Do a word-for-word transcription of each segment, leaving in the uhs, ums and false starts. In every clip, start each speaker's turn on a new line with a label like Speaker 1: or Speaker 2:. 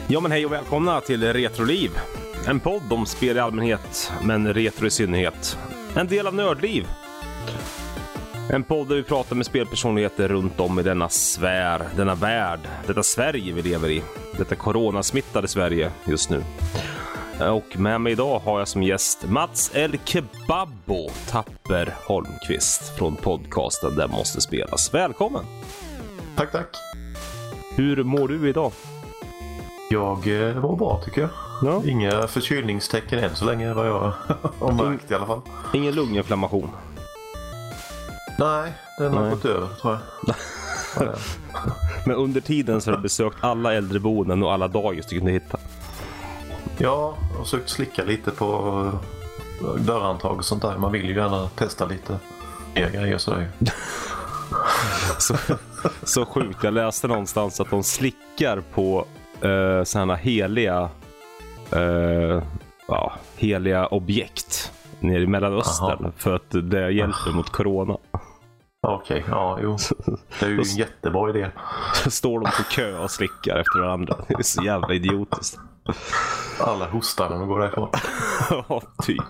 Speaker 1: Ja men hej och välkomna till Retroliv. En podd om spel i allmänhet, men retro i synnerhet. En del av Nördliv. En podd där vi pratar med spelpersonligheter runt om i denna sfär, denna värld, detta Sverige vi lever i. Detta coronasmittade Sverige just nu. Och med mig idag har jag som gäst Mats El Kebabbo Tapper Holmqvist från podcasten Det måste spelas. Välkommen!
Speaker 2: Tack, tack.
Speaker 1: Hur mår du idag?
Speaker 2: Jag eh, var bra tycker jag. Ja. Inga förkylningstecken än så länge vad jag har märkt i alla fall.
Speaker 1: Ingen lunginflammation?
Speaker 2: Nej, den har Nej. gått över tror jag. Ja.
Speaker 1: Men under tiden så har du besökt alla äldreboenden och alla dagis du kunde hitta.
Speaker 2: Ja, och sökt slicka lite på dörrantag och sånt där. Man vill ju gärna testa lite mer grejer sådär.
Speaker 1: så, så sjukt, jag läste någonstans att de slickar på uh, sådana heliga uh, ja, heliga objekt nere i Mellanöstern. Aha. För att det hjälper mot corona.
Speaker 2: Okej, okay, ja, jo. Det är ju en jättebra idé.
Speaker 1: Så står de på kö och slickar efter varandra. Det är så jävla idiotiskt.
Speaker 2: Alla hostar när de går därifrån.
Speaker 1: Ja, typ.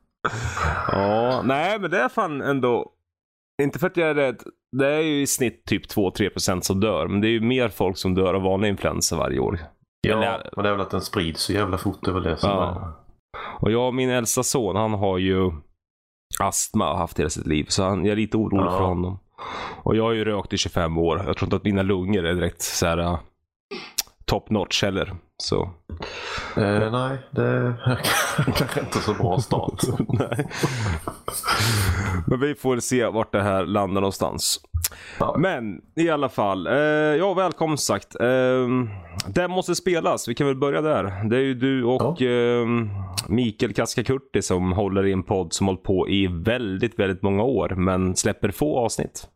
Speaker 1: Ja, nej men det är fan ändå. Inte för att jag är rädd. Det är ju i snitt typ två till tre procent som dör. Men det är ju mer folk som dör av vanlig influensa varje år.
Speaker 2: Ja, Eller... men det är väl att den sprids så jävla fort över det. Som ja. är...
Speaker 1: Och jag och min äldsta son, han har ju astma och haft hela sitt liv. Så han, jag är lite orolig ja. för honom. Och jag har ju rökt i tjugofem år. Jag tror inte att mina lungor är direkt så här uh, top notch heller. Så.
Speaker 2: Eh, nej, det är kanske inte så bra start.
Speaker 1: Nej. Men vi får se vart det här landar någonstans. Ja. Men i alla fall, eh, ja välkommen sagt. Eh, det måste spelas, vi kan väl börja där. Det är ju du och ja. eh, Mikael Kaskakurti som håller i en podd som hållit på i väldigt, väldigt många år. Men släpper få avsnitt.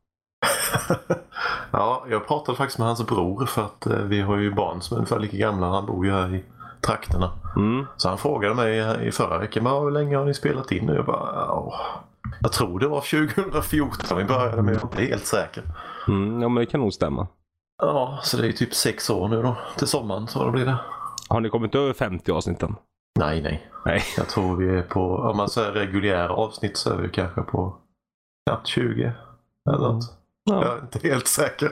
Speaker 2: Ja, jag pratade faktiskt med hans bror för att eh, vi har ju barn som är ungefär lika gamla. Han bor ju här i trakterna. Mm. Så han frågade mig i förra veckan, hur länge har ni spelat in? Och jag bara, åh, jag tror det var tjugohundrafjorton vi började, men jag är inte helt säker.
Speaker 1: Mm, ja, men det kan nog stämma.
Speaker 2: Ja, så det är ju typ sex år nu då, till sommaren så det blir det.
Speaker 1: Har ni kommit över femtio avsnitten?
Speaker 2: Nej, nej.
Speaker 1: nej.
Speaker 2: Jag tror vi är på, om man säger reguljära avsnitt så är vi kanske på knappt tjugo eller något. Mm. Ja. Jag är inte helt säker.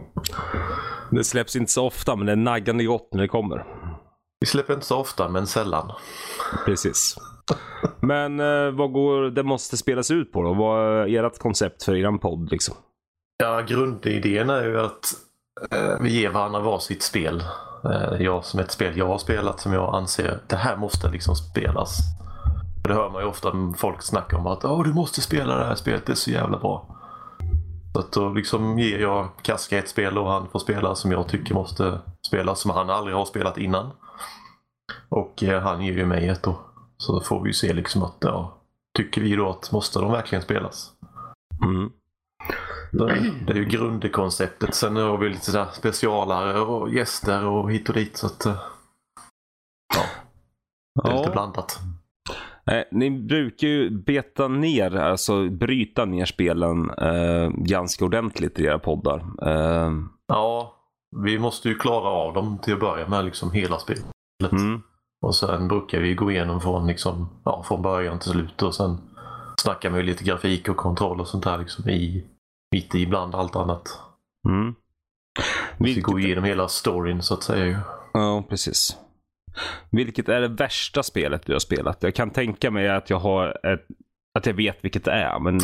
Speaker 1: Det släpps inte så ofta, men det är naggande gott när det kommer.
Speaker 2: Vi släpper inte så ofta, men sällan.
Speaker 1: Precis. Men eh, vad går det måste spelas ut på då? Vad är ert koncept för er podd liksom?
Speaker 2: Ja, grundidén är ju att eh, vi ger varandra varsitt spel. Eh, jag som ett spel jag har spelat som jag anser, det här måste liksom spelas. Det hör man ju ofta folk snacka om att åh, du måste spela det här spelet, det är så jävla bra. Så att då liksom ger jag Kaska ett spel och han får spela som jag tycker måste spelas, som han aldrig har spelat innan. Och eh, han ger ju mig ett då. Så får vi ju se liksom att, ja, tycker vi då att måste de verkligen spelas? Mm. Det, det är ju grundkonceptet. Sen har vi lite sådär specialare och gäster och hit och dit så att, ja, det är ja. lite blandat.
Speaker 1: Eh, ni brukar ju beta ner, alltså bryta ner spelen eh, ganska ordentligt i era poddar. Eh.
Speaker 2: Ja, vi måste ju klara av dem till att börja med liksom hela spelet. Mm. Och sen brukar vi gå igenom från, liksom, ja, från början till slut och sen snackar vi lite grafik och kontroll och sånt där liksom i, mitt i bland allt annat. Mm. Vi går igenom hela storyn så att säga ju.
Speaker 1: Ja, precis. Vilket är det värsta spelet du har spelat? Jag kan tänka mig att jag har ett, att jag vet vilket det är, men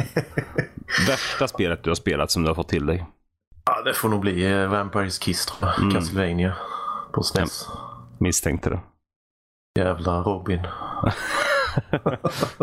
Speaker 1: värsta spelet du har spelat som du har fått till dig?
Speaker 2: Ja, det får nog bli eh, Vampires Kiss, tror jag. Mm. Castlevania på S N E S.
Speaker 1: Ja, misstänkte det.
Speaker 2: Jävla Robin. Men...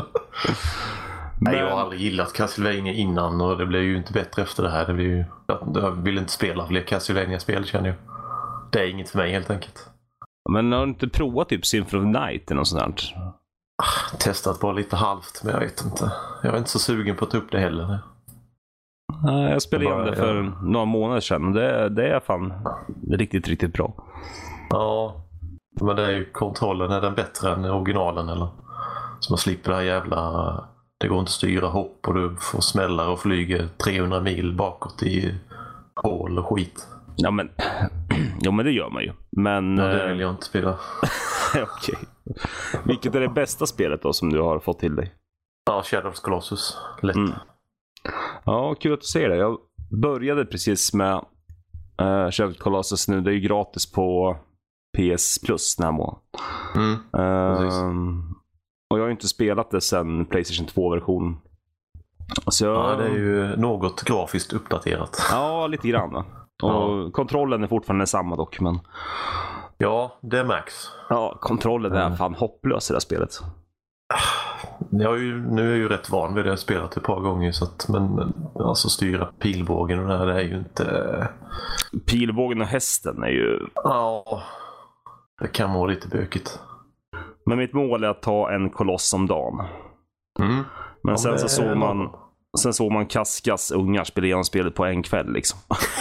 Speaker 2: Nej, jag har aldrig gillat Castlevania innan och det blev ju inte bättre efter det här. Det blev ju... Jag vill inte spela fler Castlevania-spel, känner jag. Det är inget för mig helt enkelt.
Speaker 1: Men har du inte provat typ Symphony of the Night eller något sånt där?
Speaker 2: Testat bara lite halvt, men jag vet inte. Jag är inte så sugen på att ta upp det heller.
Speaker 1: Nej, jag spelade igen det för jag... några månader sedan. Det, det är fan riktigt, riktigt bra.
Speaker 2: Ja, men det är ju kontrollen, är den bättre än originalen eller? Så man slipper det här jävla... Det går inte att styra hopp och du får smällar och flyger trehundra mil bakåt i hål och skit.
Speaker 1: Ja, men Jo, men det gör man ju. Men
Speaker 2: ja, det vill jag inte spela.
Speaker 1: okej. Vilket är det bästa spelet då som du har fått till dig?
Speaker 2: Ja, Shadow of Colossus. Lätt.
Speaker 1: Mm. Ja, kul att du säger det. Jag började precis med uh, Shadow of Colossus nu. Det är ju gratis på P S Plus den här månaden.
Speaker 2: Mm.
Speaker 1: Uh, och jag har ju inte spelat det sedan PlayStation två-versionen. Så jag...
Speaker 2: Ja, det är ju något grafiskt uppdaterat.
Speaker 1: Ja, lite grann. Va? Och
Speaker 2: Ja.
Speaker 1: kontrollen är fortfarande samma dock, men...
Speaker 2: Ja, det är Max.
Speaker 1: Ja, kontrollen är
Speaker 2: Mm.
Speaker 1: fan hopplös i det här spelet.
Speaker 2: Jag är ju, nu är jag ju rätt van vid det. Jag har spelat ett par gånger. Så att, men alltså styra pilbågen och det här, det är ju inte...
Speaker 1: Pilbågen och hästen är ju...
Speaker 2: Ja, det kan vara lite bökigt.
Speaker 1: Men mitt mål är att ta en koloss om dagen.
Speaker 2: Mm.
Speaker 1: Men
Speaker 2: Ja,
Speaker 1: sen
Speaker 2: det
Speaker 1: så
Speaker 2: är
Speaker 1: såg man...
Speaker 2: lagom.
Speaker 1: Sen såg man Kaskas ungar spela igenom spelet på en kväll liksom.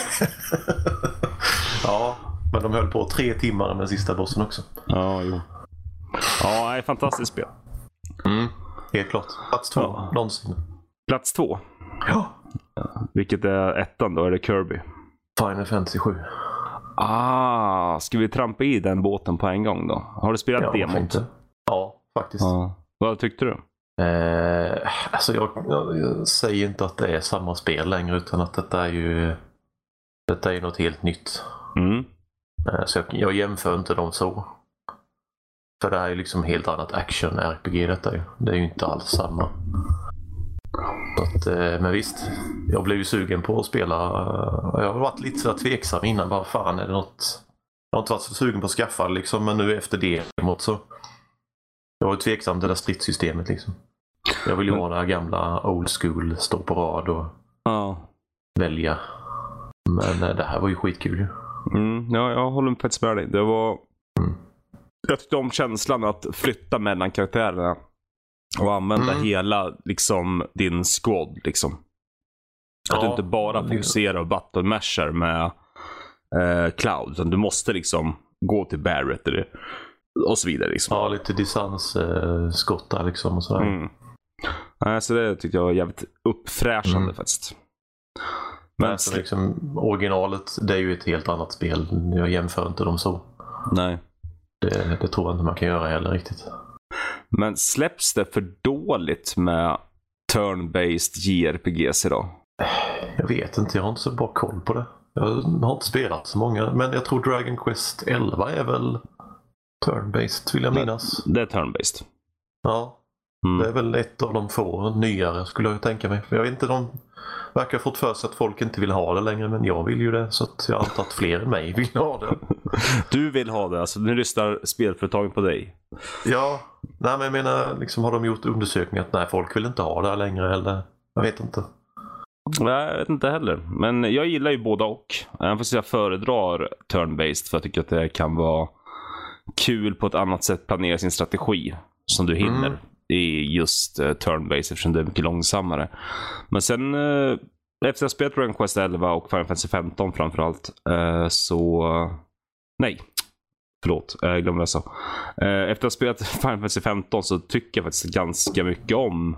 Speaker 2: Ja, men de höll på tre timmar med den sista bossen också.
Speaker 1: Ja, jo. Ja, det är ett fantastiskt spel.
Speaker 2: Mm. Helt klart. Plats två
Speaker 1: Ja.
Speaker 2: någonsin.
Speaker 1: Plats två.
Speaker 2: Ja.
Speaker 1: Vilket är ettan då? Är det Kirby?
Speaker 2: Final Fantasy sju.
Speaker 1: Ah, ska vi trampa i den båten på en gång då? Har du spelat
Speaker 2: Ja, varför
Speaker 1: demot?
Speaker 2: inte? Ja, faktiskt.
Speaker 1: Ja. Vad tyckte du?
Speaker 2: Eh, alltså jag, jag, jag säger inte att det är samma spel längre, utan att detta är ju detta är något helt nytt.
Speaker 1: Mm.
Speaker 2: Eh, så jag, jag jämför inte dem så. För det här är liksom helt annat action-R P G detta ju. Det är ju inte alls samma. Så att, eh, men visst, jag blev ju sugen på att spela. Eh, jag har varit lite så tveksam innan. Bara fan, är det något... Jag har inte varit så sugen på att skaffa liksom, men nu efter det så... Jag var ju tveksam till det där stridssystemet liksom. Jag vill ju ha det här gamla old school, stå på rad och
Speaker 1: Ja.
Speaker 2: välja. Men eh, det här var ju skitkul ju.
Speaker 1: Mm, ja, jag håller faktiskt med dig. Det var...
Speaker 2: Mm.
Speaker 1: Jag tyckte om känslan att flytta mellan karaktärerna. Och använda
Speaker 2: Mm.
Speaker 1: hela liksom din squad liksom. Att
Speaker 2: Ja,
Speaker 1: du inte bara
Speaker 2: det-
Speaker 1: fokuserar och button mashar med eh, Cloud. Utan du måste liksom gå till Barrett eller, och så vidare liksom.
Speaker 2: Ja, lite distansskott där liksom och sådär.
Speaker 1: Mm. Nej, så det tyckte jag var jävligt uppfräschande
Speaker 2: Mm.
Speaker 1: faktiskt.
Speaker 2: Men
Speaker 1: Men
Speaker 2: alltså, liksom, originalet, det är ju ett helt annat spel. Jag jämför inte dem så.
Speaker 1: nej.
Speaker 2: Det, det tror jag inte man kan göra heller riktigt.
Speaker 1: Men släpps det för dåligt med turn-based J R P Gs idag?
Speaker 2: Jag vet inte, jag har inte så bra koll på det. Jag har inte spelat så många, men jag tror Dragon Quest elva är väl turn-based, vill jag minnas.
Speaker 1: Det är turn-based.
Speaker 2: Ja,
Speaker 1: Mm.
Speaker 2: det är väl ett av de få nyare skulle jag tänka mig. För jag vet inte, de verkar ha fått för sig att folk inte vill ha det längre, men jag vill ju det. Så att jag antar att fler än mig vill ha det.
Speaker 1: Du vill ha det, alltså nu lyssnar spelföretagen på dig.
Speaker 2: Ja, nej men jag menar, liksom, har de gjort undersökningar att nej, folk vill inte ha det här längre, eller? Jag vet inte.
Speaker 1: Nej, jag vet inte heller. Men jag gillar ju båda och. Även fast jag föredrar turn-based för jag tycker att det kan vara kul på ett annat sätt planera sin strategi som du hinner
Speaker 2: Mm.
Speaker 1: i just uh, turn-based eftersom det är mycket långsammare. Men sen uh, efter att jag spelat Dragon Quest elva och Final Fantasy femton framförallt uh, så uh, nej, förlåt, jag glömde vad jag sa. Uh, efter att ha spelat Final Fantasy femton så tycker jag faktiskt ganska mycket om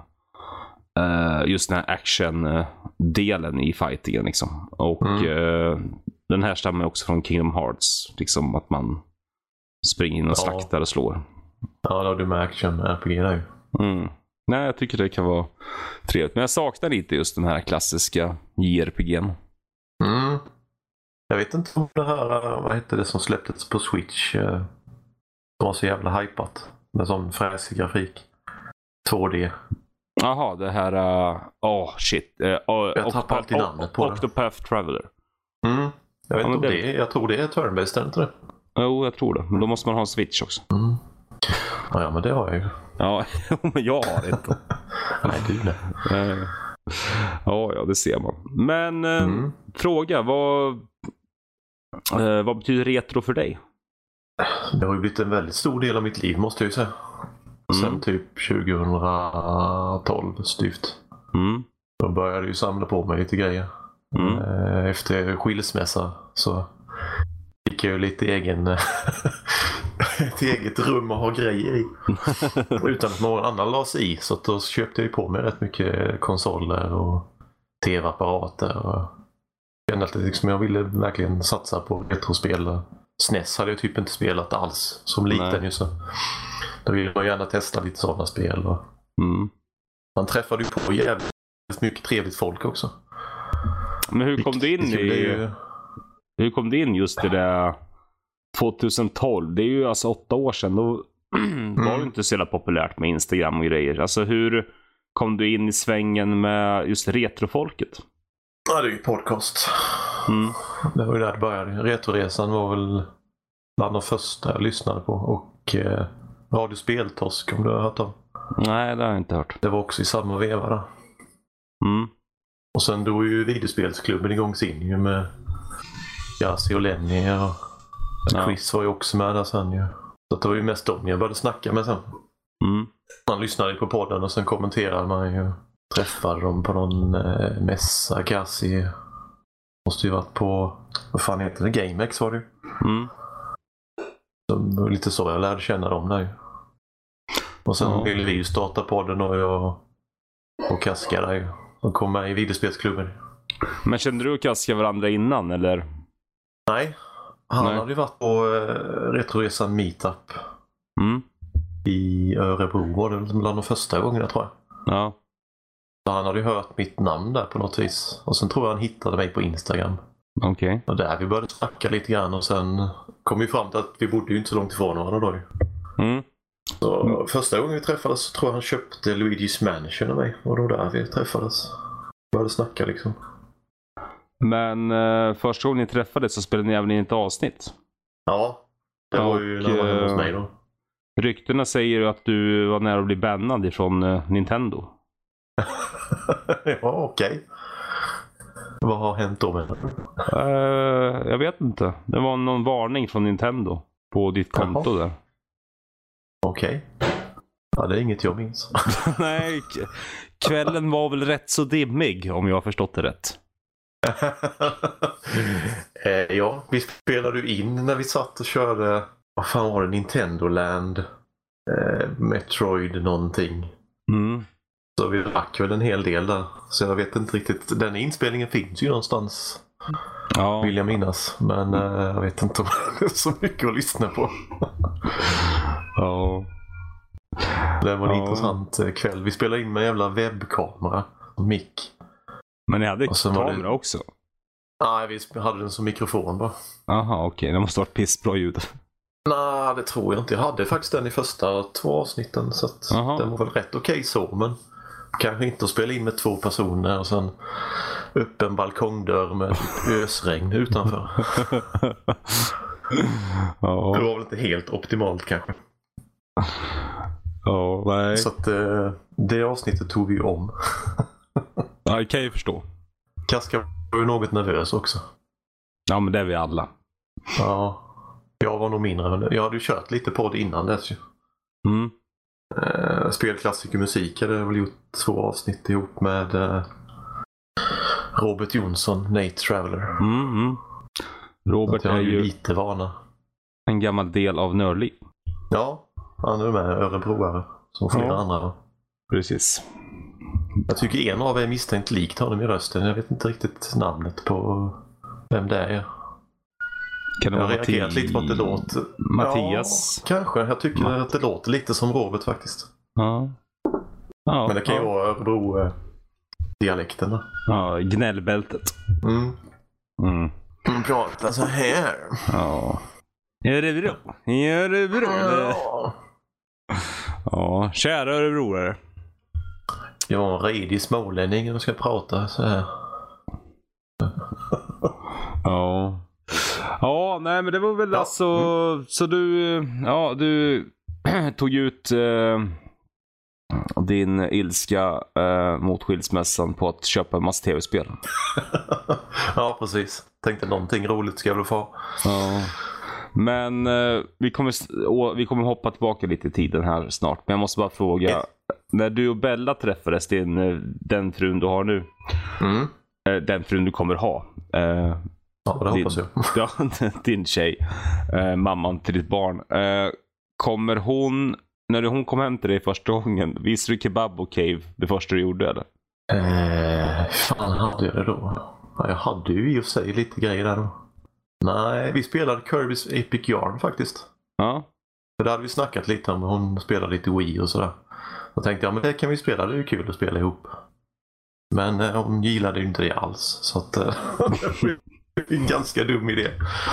Speaker 1: Uh, just den här action-delen i fightingen liksom. Och
Speaker 2: Mm.
Speaker 1: uh, den här stämmer också från Kingdom Hearts. Liksom att man springer in och
Speaker 2: Ja.
Speaker 1: slaktar och slår.
Speaker 2: Ja, då har du med action-R P G där ju.
Speaker 1: Mm. Nej, jag tycker det kan vara trevligt. Men jag saknar lite just den här klassiska J R P G:n.
Speaker 2: Mm. Jag vet inte om det här, vad hette det som släpptes på Switch? eh, Det var så jävla hypat. Med sån fräsig grafik. två D.
Speaker 1: Jaha, det här... Åh, uh, oh, shit. Uh,
Speaker 2: Jag tappar alltid namnet på det.
Speaker 1: Octopath Traveler.
Speaker 2: Mm. Jag vet
Speaker 1: Ja,
Speaker 2: inte om
Speaker 1: men
Speaker 2: det...
Speaker 1: det-
Speaker 2: Jag tror det är turn-based, är det inte det?
Speaker 1: Jo, jag tror det. Men då måste man ha en Switch också.
Speaker 2: Mm. Ja, ja, men det har jag ju.
Speaker 1: Ja, men jag har inte.
Speaker 2: Nej, du nej.
Speaker 1: Eh, Ja, ja, det ser man. Men eh,
Speaker 2: Mm.
Speaker 1: fråga, vad, eh, vad betyder retro för dig?
Speaker 2: Det har ju blivit en väldigt stor del av mitt liv, måste jag ju säga. Sen
Speaker 1: Mm.
Speaker 2: typ tjugohundratolv styvt.
Speaker 1: Mm.
Speaker 2: Då började jag ju samla på mig lite grejer.
Speaker 1: Mm.
Speaker 2: Eh, Efter skilsmässa så fick jag ju lite egen ett eget rum att ha grejer i. Utan att någon annan la sig i. Så att då köpte jag ju på mig rätt mycket konsoler och tv-apparater och Jag kände att liksom, jag ville verkligen satsa på retrospel. S N E S hade jag typ inte spelat alls som liten ju så. Då ville man gärna testa lite sådana spel. Och
Speaker 1: mm.
Speaker 2: Man träffade ju på jävligt mycket trevligt folk också.
Speaker 1: Men hur kom du in i... Ju... Hur kom du in just i det tjugohundratolv? Det är ju alltså åtta år sedan. Då mm. var det inte så jävla populärt med Instagram och grejer. Alltså hur kom du in i svängen med just retrofolket?
Speaker 2: Ja, det är ju podcast.
Speaker 1: Mm.
Speaker 2: Det var ju där det började. Retroresan var väl bland de första jag lyssnade på. Och eh, Radio Speltorsk, om du har hört om.
Speaker 1: Nej, det har jag inte hört.
Speaker 2: Det var också i samma veva där.
Speaker 1: Mm.
Speaker 2: Och sen då ju videospelsklubben igång sin ju med Jassi och Lenny och ja. Chris var ju också med där sen ju. Så det var ju mest dem jag började snacka med sen.
Speaker 1: Mm.
Speaker 2: Man lyssnade på podden och sen kommenterade man ju. Träffade dem på någon eh, mässa, Gassi. Måste ju varit på, vad fan heter det? GameX var det ju.
Speaker 1: Mm.
Speaker 2: Det var lite så jag lärde känna dem där ju. Och sen ja. ville vi ju starta podden och jag och Kaska där ju. Och kom med i videospelsklubben.
Speaker 1: Men kände du och Kaska varandra innan eller?
Speaker 2: Nej. Han
Speaker 1: Nej.
Speaker 2: hade ju varit på uh, Retroresan Meetup.
Speaker 1: Mm.
Speaker 2: I Örebro var det bland de första gångerna tror jag.
Speaker 1: Ja.
Speaker 2: Så han hade ju hört mitt namn där på något vis. Och sen tror jag han hittade mig på Instagram.
Speaker 1: Okej. Okay.
Speaker 2: Och där vi började snacka lite grann och sen kom vi fram till att vi bodde ju inte så långt ifrån varandra då.
Speaker 1: Mm.
Speaker 2: Så mm. första gången vi träffades så tror jag han köpte Luigi's Mansion av mig. Och då där vi träffades. Började snacka liksom.
Speaker 1: Men eh, första gången ni träffades så spelade ni även in ett avsnitt.
Speaker 2: Ja, det var ju när man var hos mig då.
Speaker 1: Ryktena säger att du var nära att bli bannad ifrån eh, Nintendo.
Speaker 2: Ja, okej. Okay. Vad har hänt då med
Speaker 1: uh, Jag vet inte. Det var någon varning från Nintendo på ditt konto. Jaha. Där.
Speaker 2: Okej. Okay. Ja, det är inget jag minns.
Speaker 1: Nej, kvällen var väl rätt så dimmig om jag har förstått det rätt.
Speaker 2: eh, ja, vi spelade ju in när vi satt och körde, vad fan var det, Nintendo Land, eh, Metroid någonting.
Speaker 1: Mm.
Speaker 2: Så vi rack väl en hel del där. Så jag vet inte riktigt. Den inspelningen finns ju någonstans. Ja. Vill jag minnas. Men äh, jag vet inte om det är så mycket att lyssna på.
Speaker 1: Ja.
Speaker 2: Det var en
Speaker 1: ja.
Speaker 2: intressant kväll. Vi spelade in med en jävla webbkamera. Och mick.
Speaker 1: Men ni hade kamera det... också?
Speaker 2: Nej, vi hade den som mikrofon bara.
Speaker 1: Aha, okej. Okay. Det måste ha varit pissbra ljud.
Speaker 2: Nej, det tror jag inte. Jag hade faktiskt den i första två avsnitten. Så att den var väl rätt okej okay så. Men kanske inte att spela in med två personer och sen upp en balkongdörr med ösregn utanför. Ja. Det var väl inte helt optimalt kanske.
Speaker 1: Ja, nej.
Speaker 2: Så att eh, det avsnittet tog vi om.
Speaker 1: Ja, det kan jag ju förstå.
Speaker 2: Kaska var ju något nervös också.
Speaker 1: Ja, men det är vi alla.
Speaker 2: Ja, jag var nog mindre. Jag hade ju kört lite på det innan dess ju.
Speaker 1: Mm.
Speaker 2: Uh, spelklassiker musik hade jag väl gjort två avsnitt ihop med uh, Robert Jonsson, Nate Traveller.
Speaker 1: Mm, mm. Robert är ju
Speaker 2: lite vana.
Speaker 1: En gammal del av Nördliv.
Speaker 2: Ja, han är med örebroare som flera ja. andra.
Speaker 1: Precis.
Speaker 2: Jag tycker en av er är misstänkt likt honom i rösten. Jag vet inte riktigt namnet på vem det är.
Speaker 1: Kan det
Speaker 2: jag
Speaker 1: vara
Speaker 2: har reagerat Matti... lite på att det låter...
Speaker 1: Mattias?
Speaker 2: Ja, kanske. Jag tycker Matt... att det låter lite som Robert faktiskt.
Speaker 1: Ja. Ja,
Speaker 2: men det kan ju
Speaker 1: ja.
Speaker 2: vara Örebro-dialekterna.
Speaker 1: Ja, gnällbältet.
Speaker 2: Mm.
Speaker 1: Mm.
Speaker 2: Mm, prata så här.
Speaker 1: Ja. Örebro. Örebro. Ja. Ja, kära örebroare.
Speaker 2: Jag var en redig smålänning och ska prata så här.
Speaker 1: Ja. Ja, nej men det var väl ja. alltså mm. så du ja, du tog ut eh, din ilska eh, mot skilsmässan på att köpa en massa tv-spel.
Speaker 2: Ja, precis. Tänkte någonting roligt ska jag väl få.
Speaker 1: Ja. Men eh, vi kommer å, vi kommer hoppa tillbaka lite i tiden här snart, men jag måste bara fråga mm. när du och Bella träffades, din den frun du har nu.
Speaker 2: Mm.
Speaker 1: Eh, den frun du kommer ha. Eh,
Speaker 2: Ja, det
Speaker 1: din,
Speaker 2: hoppas jag.
Speaker 1: Ja, din tjej. Eh, mamman till ditt barn. Eh, kommer hon, när hon kom hem till dig första gången, visste du kebab och cave det första du gjorde eller?
Speaker 2: Eh, fan hade jag det då? Ja, jag hade ju i och för sig lite grejer där då. Nej, vi spelade Kirby's Epic Yarn faktiskt.
Speaker 1: Ja.
Speaker 2: För det hade vi snackat lite om. Hon spelade lite Wii och sådär. Då tänkte jag, men det kan vi spela. Det är ju kul att spela ihop. Men eh, hon gillade ju inte det alls. Så att eh, det var en ganska dum idé.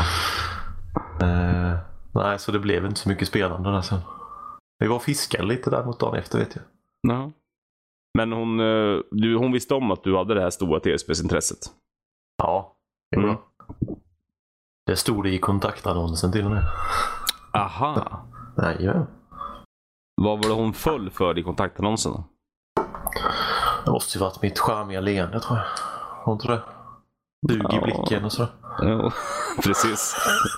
Speaker 2: Eh, nej, så det blev inte så mycket spelande där sen. Vi var fiskade lite där mot dagen efter, vet jag.
Speaker 1: Ja. Men hon, eh, du, hon visste om att du hade det här stora tv-spelsintresset?
Speaker 2: Ja, det, mm. det stod det i kontaktannonsen till och med.
Speaker 1: Aha.
Speaker 2: Nej, ja.
Speaker 1: Vad var det hon föll för i kontaktannonsen då?
Speaker 2: Det måste ju varit mitt charmiga leende, tror jag. Hon tror det. Dug ja. I blicken och så.
Speaker 1: Ja, precis.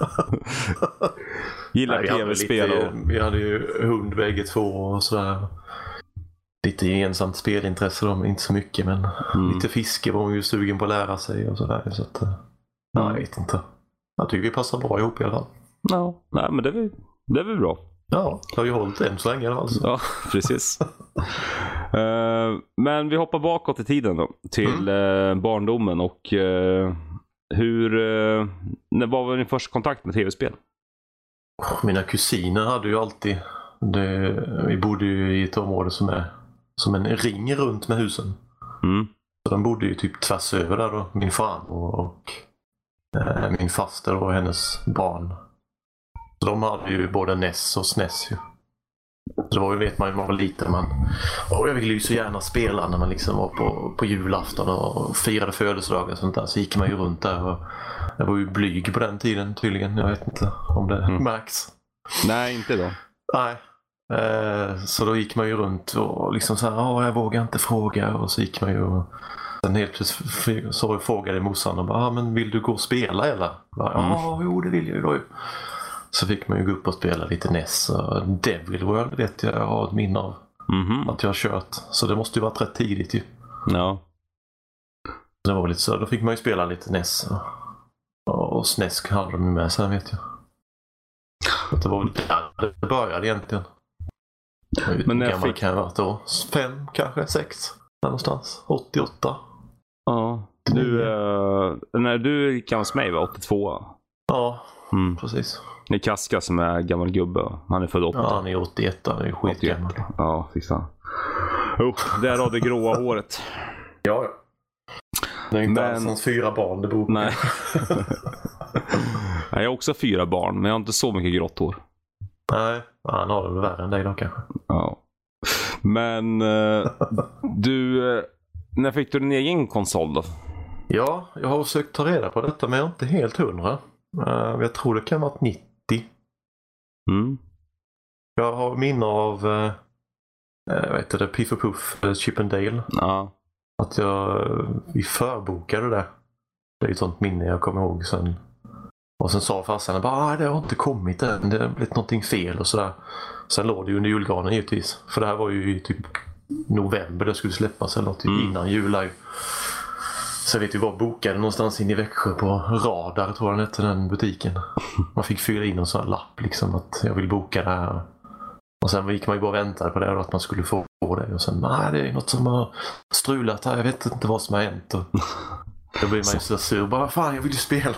Speaker 1: Gillar tv-spel och...
Speaker 2: Vi hade ju hund bägge två och sådär. Lite gemensamt spelintresse då, men inte så mycket. Men mm. lite fiske var hon ju sugen på att lära sig och sådär. Så att, mm. nej, jag vet inte. Jag tycker vi passar bra ihop i alla fall.
Speaker 1: Ja, nej, men det är väl, det är väl bra.
Speaker 2: Ja, det har ju hållit än så länge i alla fall.
Speaker 1: Ja, precis. uh, men vi hoppar bakåt i tiden då. Till mm. uh, barndomen och uh, hur... Uh, när var var din första kontakt med tv-spel?
Speaker 2: Mina kusiner hade ju alltid... Det, vi bodde ju i ett område som är som en ring runt med husen.
Speaker 1: Mm.
Speaker 2: Så de bodde ju typ tvärs över där då. Min farmor och eh, min faster och hennes barn. Så de hade ju både N E S och S N E S ju. Så det var ju, vet man ju, man var liten. Man, och jag ville ju så gärna spela när man liksom var på, på julafton och firade födelsedagar och sånt där. Så gick man ju runt där och jag var ju blyg på den tiden tydligen. Jag vet inte om det mm. märks.
Speaker 1: Nej, inte då.
Speaker 2: Nej. Eh, så då gick man ju runt och liksom så här, ja, jag vågar inte fråga. Och så gick man ju och sen helt plötsligt så frågade morsan och bara, ja, men vill du gå och spela eller? Ja, mm. jo, det vill jag ju då. Så fick man ju gå upp och spela lite N E S. Och Devil World vet jag, jag har ett minne av
Speaker 1: mm-hmm.
Speaker 2: att jag har kört. Så det måste ju varit rätt tidigt ju.
Speaker 1: Ja.
Speaker 2: Det var lite så, då fick man ju spela lite N E S. Och, och S N E S hade de med sen, vet jag. Det var väl där det började egentligen. Men när jag fick... kan jag då? Fem, kanske sex. Någonstans. åttioåtta.
Speaker 1: Ja. Du, uh, när du kan hos mig var åttiotvå.
Speaker 2: Ja,
Speaker 1: mm.
Speaker 2: precis.
Speaker 1: Det är Kaska som är gammal gubbe. Han är född åttio.
Speaker 2: Ja, han är åttioett. Han är skitgammal.
Speaker 1: Ja, fy fan. Oh, där har det gråa håret.
Speaker 2: Ja, ja. Det är inte
Speaker 1: men...
Speaker 2: alls hans fyra barn det bor på.
Speaker 1: Nej. Jag har också fyra barn, men jag har inte så mycket grått hår.
Speaker 2: Nej, han har det värre än dig då kanske.
Speaker 1: Ja. Men uh, du, uh, när fick du din egen konsol då?
Speaker 2: Ja, jag har försökt ta reda på detta, men jag är inte helt hundra. Uh, jag tror det kan vara nittio.
Speaker 1: Mm.
Speaker 2: Jag har minne av uh, vad heter det, Piff och Puff, Chip and Dale.
Speaker 1: Ja.
Speaker 2: Att jag, vi förbokade det. Det är ett sånt minne jag kommer ihåg sen. Och sen sa farsan bara, det har inte kommit än, det har blivit någonting fel och sådär. Sen låg det ju under julgranen givetvis. För det här var ju i typ november det skulle släppas eller något typ mm. innan jul. Så vet vi var bokade någonstans in i Växjö på Radar, tror jag den hette, den butiken. Man fick fylla in en sån här lapp liksom att jag vill boka det här. Och sen gick man ju bara och väntade på det och att man skulle få det. Och sen, nej, det är något som har strulat här, jag vet inte vad som har hänt. Och då blir man ju så sur, bara fan jag vill ju spela.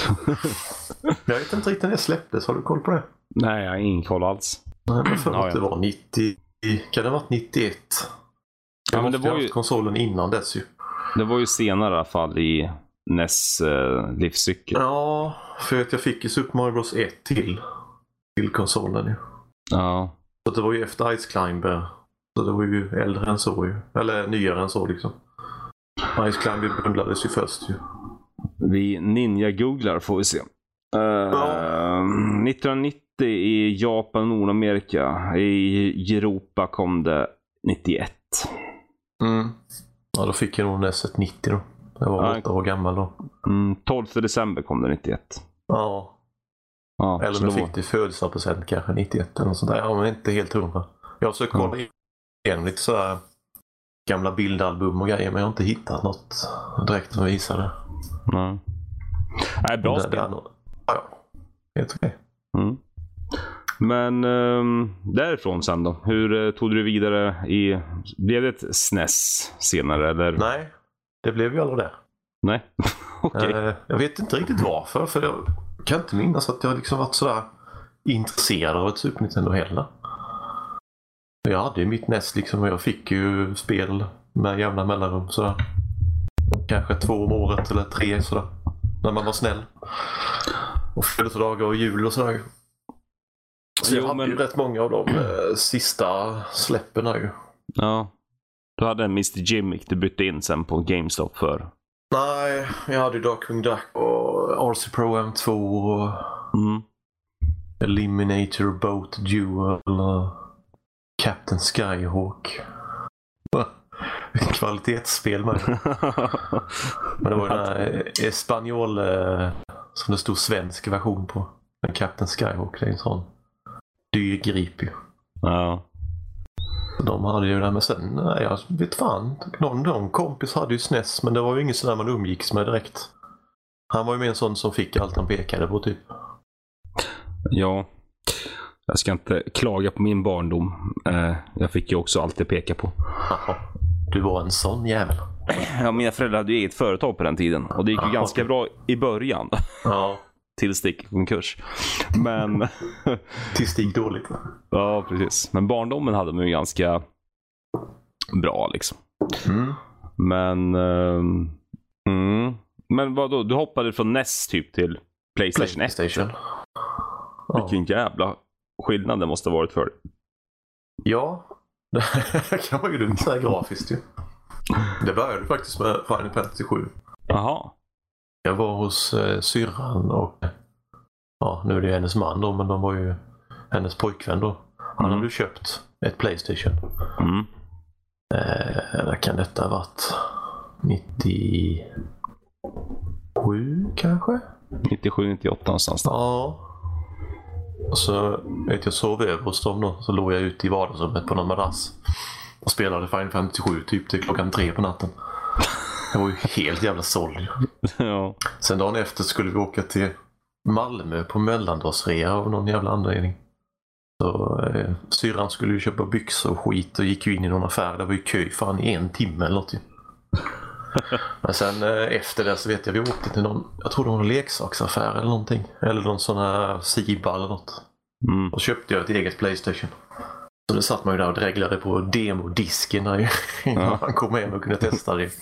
Speaker 2: Jag vet inte riktigt när det släpptes, har du koll på det?
Speaker 1: Nej, jag har ingen koll alls.
Speaker 2: Nej, men för att det var nittio, kan det ha varit nittioett? Jag ja, men det var ju konsolen innan dess ju.
Speaker 1: Det var ju senare i alla fall i N E S eh, livscykel.
Speaker 2: Ja, för att jag fick ju Super Mario Bros ett till till konsolen ju.
Speaker 1: Ja.
Speaker 2: Så det var ju efter Ice Climber. Så det var ju äldre än så ju. Eller nyare än så liksom. Ice Climber bundlades ju först ju.
Speaker 1: Vi ninja-googlar får vi se. Uh, ja. nittonhundranittio i Japan och Nordamerika. I Europa kom det nittioett.
Speaker 2: Mm. Ja, då fick jag nog N E S ett nittio då. Jag var ja, åtta år gammal då.
Speaker 1: Mm, tolfte december kom det nittioett.
Speaker 2: Ja. Ja, eller om jag fick det födelsedagspresent kanske nittioett eller något sånt där. Ja, men inte helt hundra. Jag har försökt kolla mm. igenom lite så här gamla bildalbum och grejer, men jag har inte hittat något direkt som visar det.
Speaker 1: Nej. Nej, bra spel.
Speaker 2: Ja, ja. Helt okej.
Speaker 1: Mm. Men um, därifrån sen då? Hur uh, tog du vidare i... Blev det ett S N E S senare eller?
Speaker 2: Nej, det blev ju aldrig det.
Speaker 1: Nej, okej.
Speaker 2: Okay. Jag vet inte riktigt varför, för jag kan inte minnas att jag liksom varit sådär intresserad av ett Super Nintendo heller. Jag hade ju mitt näst liksom, och jag fick ju spel med jämna mellanrum sådär. Kanske två om året eller tre sådär, när man var snäll. Och födelsedagar och jul och sådär. Så jag
Speaker 1: jo,
Speaker 2: hade
Speaker 1: men...
Speaker 2: ju rätt många av de eh, sista släppen ju.
Speaker 1: Ja. Du hade en mister Gimmick du bytte in sen på GameStop för.
Speaker 2: Nej, jag hade ju Darkwing Duck och R C Pro M två och
Speaker 1: mm.
Speaker 2: Eliminator Boat Duel och Captain Skyhawk. Kvalitetsspel med. Men det var den här Espanol som det stod svensk version på. Men Captain Skyhawk, det är en sån dyr grip ju.
Speaker 1: Ja.
Speaker 2: De hade ju det, men sen, nej, jag vet fan, någon, någon kompis hade ju S N E S, men det var ju inget sådär man umgicks med direkt. Han var ju med en sån som fick allt han pekade på typ. Ja.
Speaker 1: Jag ska inte klaga på min barndom. Eh, jag fick ju också allt jag peka på.
Speaker 2: Jaha, du var en sån jävel.
Speaker 1: Ja, mina föräldrar hade ju eget företag på den tiden. Och det gick ju
Speaker 2: Jaha.
Speaker 1: ganska bra i början.
Speaker 2: Ja.
Speaker 1: Tills det gick konkurs. Men...
Speaker 2: Tills det gick dåligt.
Speaker 1: Ja, precis. Men barndomen hade man ju ganska bra liksom.
Speaker 2: Mm.
Speaker 1: Men... Um, mm. Men vad då? Du hoppade från N E S typ till PlayStation,
Speaker 2: PlayStation.
Speaker 1: ett. Vilken jävla skillnad det måste ha varit för dig.
Speaker 2: Ja, det kan man ju inte säga grafiskt ju. Det började faktiskt med Final Fantasy sju.
Speaker 1: Jaha.
Speaker 2: Jag var hos eh, syrran och ja, nu är det hennes man då, men de var ju hennes pojkvän då. Han
Speaker 1: Mm.
Speaker 2: hade ju köpt ett PlayStation.
Speaker 1: Mm.
Speaker 2: Eh, vad kan detta ha varit? nittiosju kanske?
Speaker 1: nittiosju nittioåtta någonstans där.
Speaker 2: Ja. Och så vet jag sov över hos dem då. Så låg jag ute i vardagsrummet på någon madrass och spelade Final Fantasy sju typ till klockan tre på natten. Jag var ju helt jävla såld.
Speaker 1: Ja.
Speaker 2: Sen dagen efter skulle vi åka till Malmö på mellandagsrea av någon jävla anledning. Så eh, syrran skulle ju köpa byxor och skit och gick ju in i någon affär. Det var ju kö fan i en timme eller något. Men sen eh, efter det så vet jag vi åkte till någon, jag tror det var en leksaksaffär eller någonting. Eller någon sån här Siba eller något.
Speaker 1: Mm.
Speaker 2: Och köpte jag ett eget PlayStation. Så det satt man ju där och dreglade på demodisken när
Speaker 1: Ja.
Speaker 2: man kom hem och kunde testa det.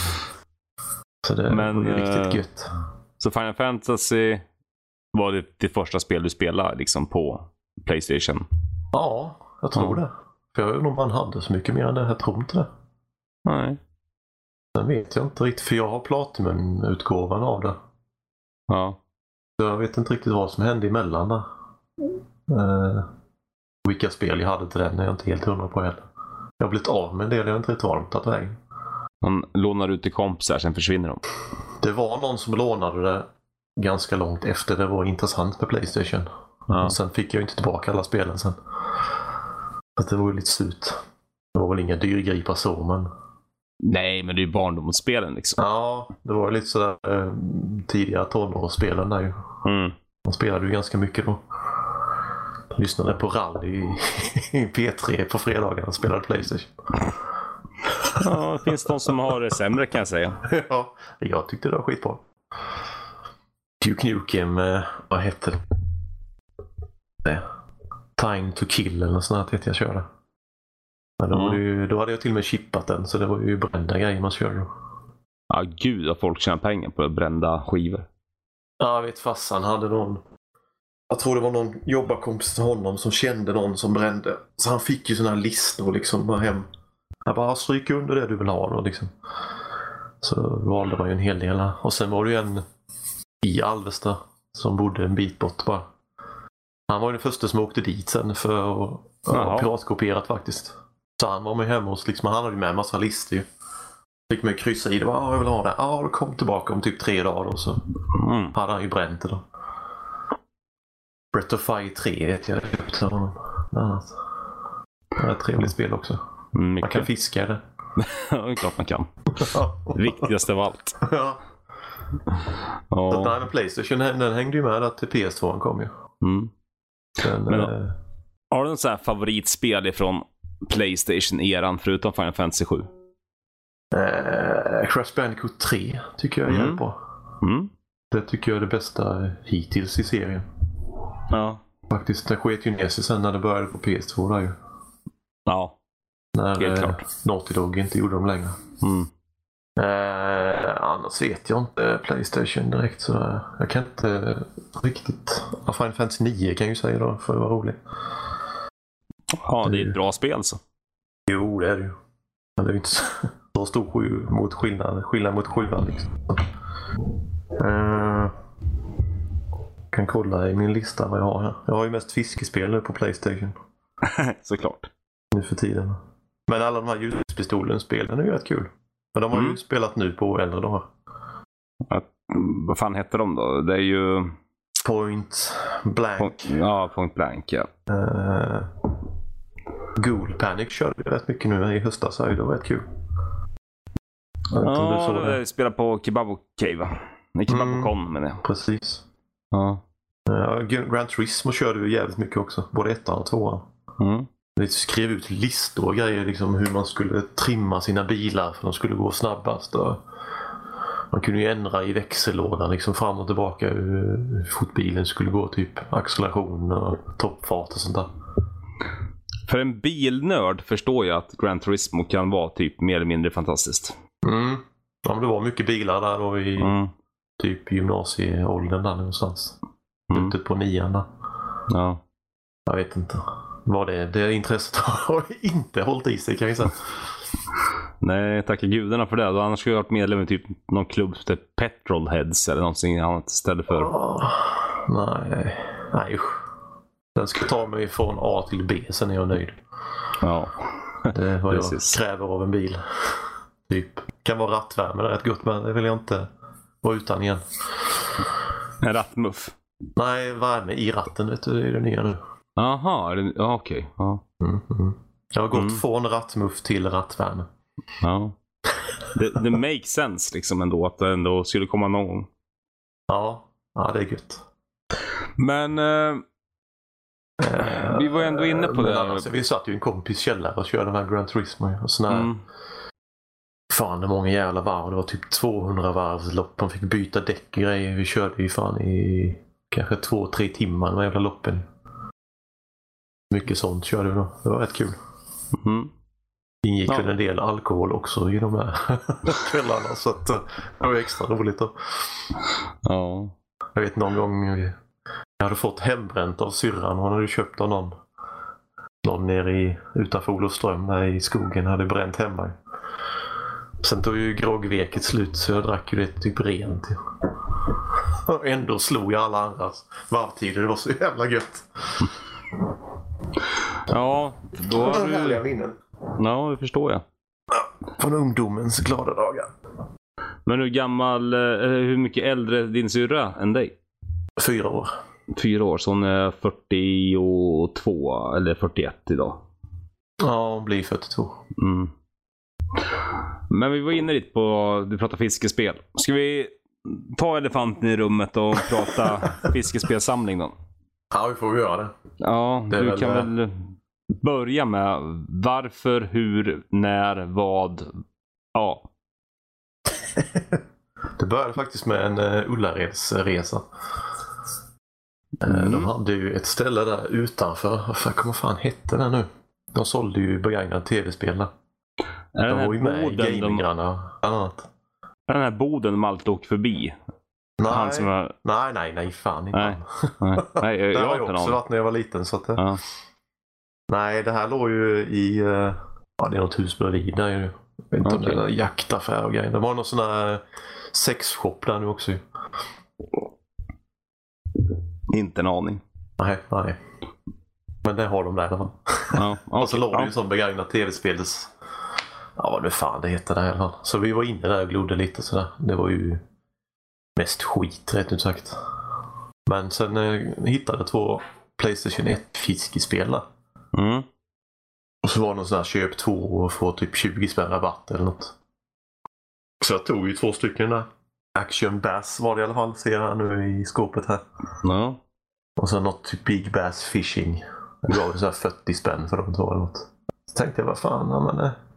Speaker 2: Så det
Speaker 1: Men,
Speaker 2: var ju riktigt
Speaker 1: eh,
Speaker 2: gött.
Speaker 1: Så Final Fantasy var det det första spel du spelade liksom på PlayStation?
Speaker 2: Ja, jag tror
Speaker 1: Ja.
Speaker 2: det. För jag vet inte om man hade så mycket mer än det. Jag tror inte det.
Speaker 1: Nej.
Speaker 2: Sen vet jag inte riktigt, för jag har Platinum-utgåvan av det.
Speaker 1: Ja.
Speaker 2: Så jag vet inte riktigt vad som hände emellan där. Eh, vilka spel jag hade till den är jag inte helt hundra på heller. Jag har blivit av med en del, jag har inte riktigt varmt tagit vägen.
Speaker 1: Man lånar ut till kompisar, sen försvinner de.
Speaker 2: Det var någon som lånade det ganska långt efter det var intressant med PlayStation.
Speaker 1: Ja.
Speaker 2: Och sen fick jag inte tillbaka alla spelen sen. Så det var ju lite surt. Det var väl inga dyrgripar så, men...
Speaker 1: Nej, men det är ju barndomsspelen liksom.
Speaker 2: Ja, det var lite sådär eh, tidiga tonårsspelen där ju.
Speaker 1: Mm.
Speaker 2: Man spelade ju ganska mycket då. Jag lyssnade på rally i P tre på fredagarna och spelade PlayStation.
Speaker 1: Ja, det finns de som har det sämre kan jag säga.
Speaker 2: Ja, jag tyckte det var skitbra. Duke Nukem, eh, vad hette det? Time to Kill eller något sånt vet jag körde. Men då,
Speaker 1: Mm.
Speaker 2: var det ju, då hade jag till och med chippat den, så det var ju brända grejer man körde.
Speaker 1: Ja, gud vad folk tjänar pengar på brända skivor.
Speaker 2: Ja, jag vet farsan hade någon. Jag tror det var någon jobbarkompis till honom som kände någon som brände. Så han fick ju såna här listor liksom bara hem. Jag bara stryk under det du vill ha då liksom. Så valde man ju en hel del. Och sen var det ju en i Alvesta som bodde en bit bort bara. Han var ju den första som åkte dit sen för att ja, piratkopierat faktiskt. Så han var med hemma hos liksom, han hade ju med en massa listor ju. Fick mig kryssa i det, ja jag vill ha det. Ja, då kom tillbaka om typ tre dagar och så
Speaker 1: Mm.
Speaker 2: hade han ju bränt det då. Breath of Fire tre vet jag köpte av honom. Annat. Det är ett trevligt spel också.
Speaker 1: Mycket.
Speaker 2: Man kan fiska det.
Speaker 1: Ja, det är klart man kan. Viktigaste av allt.
Speaker 2: Ja.
Speaker 1: Ja.
Speaker 2: Så nej, men PlayStation den hängde ju med att till P S två kom ju.
Speaker 1: Mm.
Speaker 2: Den,
Speaker 1: Men,
Speaker 2: eh,
Speaker 1: har du något så här favoritspel ifrån PlayStation-eran förutom Final Fantasy sju?
Speaker 2: Eh, Crash Bandicoot tre tycker jag är mm. bra.
Speaker 1: Mm.
Speaker 2: Det tycker jag är det bästa hittills i serien.
Speaker 1: Ja.
Speaker 2: Faktiskt, det sket ju ner sig sen när det började på P S två där ju.
Speaker 1: Ja,
Speaker 2: när
Speaker 1: helt
Speaker 2: eh,
Speaker 1: klart.
Speaker 2: Naughty Dog inte gjorde dem längre.
Speaker 1: Mm.
Speaker 2: Eh, annars vet jag inte PlayStation direkt så jag kan inte riktigt. Final Fantasy nio kan jag ju säga då för att vara rolig.
Speaker 1: Ja, det är ett bra spel så.
Speaker 2: Jo, det är det ju. Men det är ju inte så stor sju mot skillnad, skillnad mot sjuan liksom. Uh, kan kolla i min lista vad jag har här. Jag har ju mest fiskespel nu på PlayStation.
Speaker 1: Såklart.
Speaker 2: Nu för tiden. Men alla de här ljuspistolen-spelen är ju rätt kul. Men de har mm. ju spelat nu på äldre dagar.
Speaker 1: Att, vad fan heter de då? Det är ju...
Speaker 2: Point Blank.
Speaker 1: Point, ja, Point Blank, ja.
Speaker 2: Uh, Ghoul Panic körde vi rätt mycket nu i höstas. Så det var rätt kul.
Speaker 1: Ja, jag spelar på Kebabo Cave, va? Nej, Kebabo mm, Con, menar jag.
Speaker 2: Precis.
Speaker 1: Ja.
Speaker 2: Uh, Gran Turismo körde vi jävligt mycket också. Både ettan och tvåan.
Speaker 1: Mm.
Speaker 2: Vi skrev ut listor och grejer liksom hur man skulle trimma sina bilar för de skulle gå snabbast. Och man kunde ju ändra i växellådan liksom fram och tillbaka hur fort bilen skulle gå, typ acceleration och toppfart och sånt där.
Speaker 1: För en bilnörd förstår jag att Gran Turismo kan vara typ mer eller mindre fantastiskt.
Speaker 2: Mm. Ja, men det var mycket bilar där då i mm. typ gymnasieåldern där någonstans. Mm. Ute på nian där.
Speaker 1: Ja.
Speaker 2: Jag vet inte. Vad det är. Det intresset har inte hållit i sig kan vi säga.
Speaker 1: Nej, tacka gudarna för det. Då annars skulle jag varit medlem i typ någon klubb som heter Petrolheads eller någonting annat istället för.
Speaker 2: Oh, nej, nej usch. Den ska ta mig från A till B, sen är jag nöjd.
Speaker 1: Ja.
Speaker 2: Det är vad jag kräver av en bil. Typ. Kan vara rattvärme, det är rätt gott, men det vill jag inte vara utan igen.
Speaker 1: En rattmuff?
Speaker 2: Nej, värme i ratten, vet du, det är det nya nu.
Speaker 1: Jaha, det... ja, okej. Okay. Ja.
Speaker 2: Mm, mm. Jag har gått mm. från rattmuff till rattvärme.
Speaker 1: Ja. Det, det makes sense liksom ändå att det ändå skulle komma någon gång.
Speaker 2: Ja, ja det är gött.
Speaker 1: Men eh, eh, vi var ändå inne på det.
Speaker 2: Alltså, vi satt ju i en kompis källare och körde den här Gran Turismo och såna här. Mm. Fan, det var många jävla varv. Det var typ tvåhundra varvslopp. Man fick byta däck och grejer. Vi körde ju fan i kanske två, tre timmar med jävla loppen. Mycket sånt körde vi då. Det var rätt kul.
Speaker 1: Mm.
Speaker 2: Ingick
Speaker 1: ja.
Speaker 2: en del alkohol också i de där kvällarna. Så att, det var extra roligt då.
Speaker 1: Ja.
Speaker 2: Jag vet någon gång jag hade fått hembränt av syrran. Hon hade köpt av någon. Någon nere i, utanför Olofström där i skogen hade bränt hemma. Sen tog ju groggveket slut så jag drack ju det typ rent. Och ändå slog jag alla andras varvtider. Det var så jävla gött.
Speaker 1: Ja, då har du...
Speaker 2: härliga minnen.
Speaker 1: Ja, det förstår jag.
Speaker 2: Från ungdomens glada dagar.
Speaker 1: Men hur gammal, hur mycket äldre är din syrra än dig?
Speaker 2: Fyra år.
Speaker 1: Fyra år, så hon är fyrtiotvå eller fyrtioett idag.
Speaker 2: Ja, hon blir fyrtiotvå.
Speaker 1: Mm. Men vi var inne lite på, du pratar fiskespel. Ska vi ta elefanten i rummet och prata fiskespelsamling då?
Speaker 2: Ja, vi får göra det.
Speaker 1: Ja,
Speaker 2: det
Speaker 1: du
Speaker 2: väl
Speaker 1: kan
Speaker 2: det.
Speaker 1: väl börja med varför, hur, när, vad. Ja.
Speaker 2: Det började faktiskt med en uh, Ullareds-resa. Mm. De hade ju ett ställe där utanför. Vad kommer fan hette det nu? De sålde ju begagnade tv-spel där.
Speaker 1: Är
Speaker 2: de var ju med i gamingrarna bland annat.
Speaker 1: Är den här boden de alltid åker förbi?
Speaker 2: Nej,
Speaker 1: Han som är...
Speaker 2: nej, nej, nej, fan inte.
Speaker 1: Nej, nej, nej jag,
Speaker 2: det
Speaker 1: jag
Speaker 2: har jag också någon. varit när jag var liten. Så att det...
Speaker 1: ja.
Speaker 2: Nej, det här låg ju i... Ja, det är något hus bredvid där ju. Jag vet inte om det är jaktaffär och grejer. Det var någon sån här sexshop där nu också.
Speaker 1: Inte en aning.
Speaker 2: Nej, nej. Men det har de där i alla fall.
Speaker 1: Ja, okay.
Speaker 2: Och så låg det
Speaker 1: ja.
Speaker 2: ju som begagnat tv-spels... Ja, vad nu fan det heter det i alla fall. Så vi var inne där och glodde lite sådär. Det var ju mest skit, rätt ut sagt. Men sen eh, hittade två PlayStation ett fiskespel där.
Speaker 1: Mm.
Speaker 2: Och så var det någon sån här köp två och få typ tjugo spänn rabatt eller något. Så jag tog ju två stycken där. Action Bass var det i alla fall, ser jag nu i skåpet här.
Speaker 1: Ja.
Speaker 2: Och så något typ Big Bass Fishing. Jag gav så här fyrtio spänn för de två eller något. Så tänkte jag, vad fan, ja, men,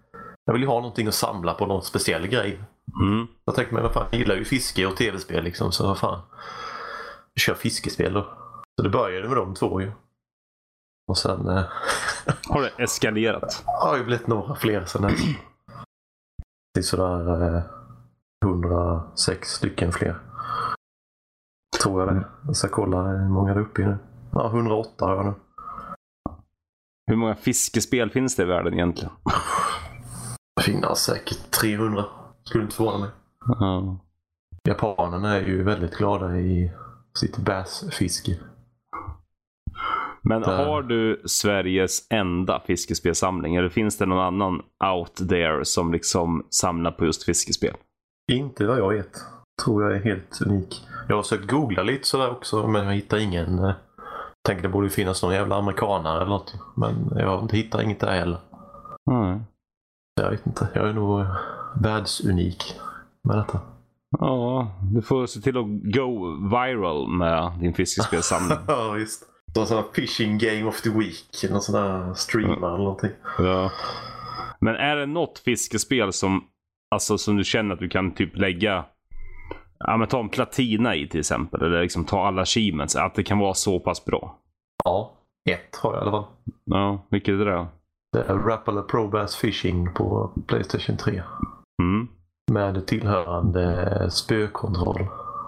Speaker 2: Jag vill ju ha någonting att samla på, någon speciell grej.
Speaker 1: Mm.
Speaker 2: Jag tänkte mig, vad fan, jag gillar ju fiske och tv-spel liksom, så vad fan. Jag kör fiskespel då. Så det började med de två ju. Och sen... Eh...
Speaker 1: Har det eskalerat?
Speaker 2: Ja, det har ju blivit några fler sen dess. Det är sådär eh, hundrasex stycken fler. Tror jag det. Jag ska kolla hur många det är uppe i nu. Ja, hundraåtta har jag nu.
Speaker 1: Hur många fiskespel finns det i världen egentligen?
Speaker 2: Det finns säkert trehundra. Skulle inte förvåna mig.
Speaker 1: Mm.
Speaker 2: Japanerna är ju väldigt glada i sitt bassfiske.
Speaker 1: Men
Speaker 2: Där.
Speaker 1: Har du Sveriges enda fiskespelsamling? Eller finns det någon annan out there som liksom samlar på just fiskespel?
Speaker 2: Inte vad jag vet. Tror jag är helt unik. Jag har försökt googla lite sådär också, men jag hittar ingen. Jag tänker det borde finnas någon jävla amerikanare eller något. Men jag hittar inget där heller.
Speaker 1: Mm.
Speaker 2: Jag vet inte. Jag är nog världsunik med detta.
Speaker 1: Ja, du får se till att go viral med din fiskespelsamling.
Speaker 2: Ja, visst. Någon sån här fishing game of the week. Någon sån här streamer mm. eller någonting.
Speaker 1: Ja. Men är det något fiskespel som, alltså, som du känner att du kan typ lägga, ja, men ta en platina i till exempel, eller liksom ta alla achievements, att det kan vara så pass bra?
Speaker 2: Ja, ett har jag i alla fall.
Speaker 1: Ja, vilket är det?
Speaker 2: Det är Rapala Pro Bass Fishing på PlayStation tre.
Speaker 1: Mm.
Speaker 2: Med tillhörande spökontroll.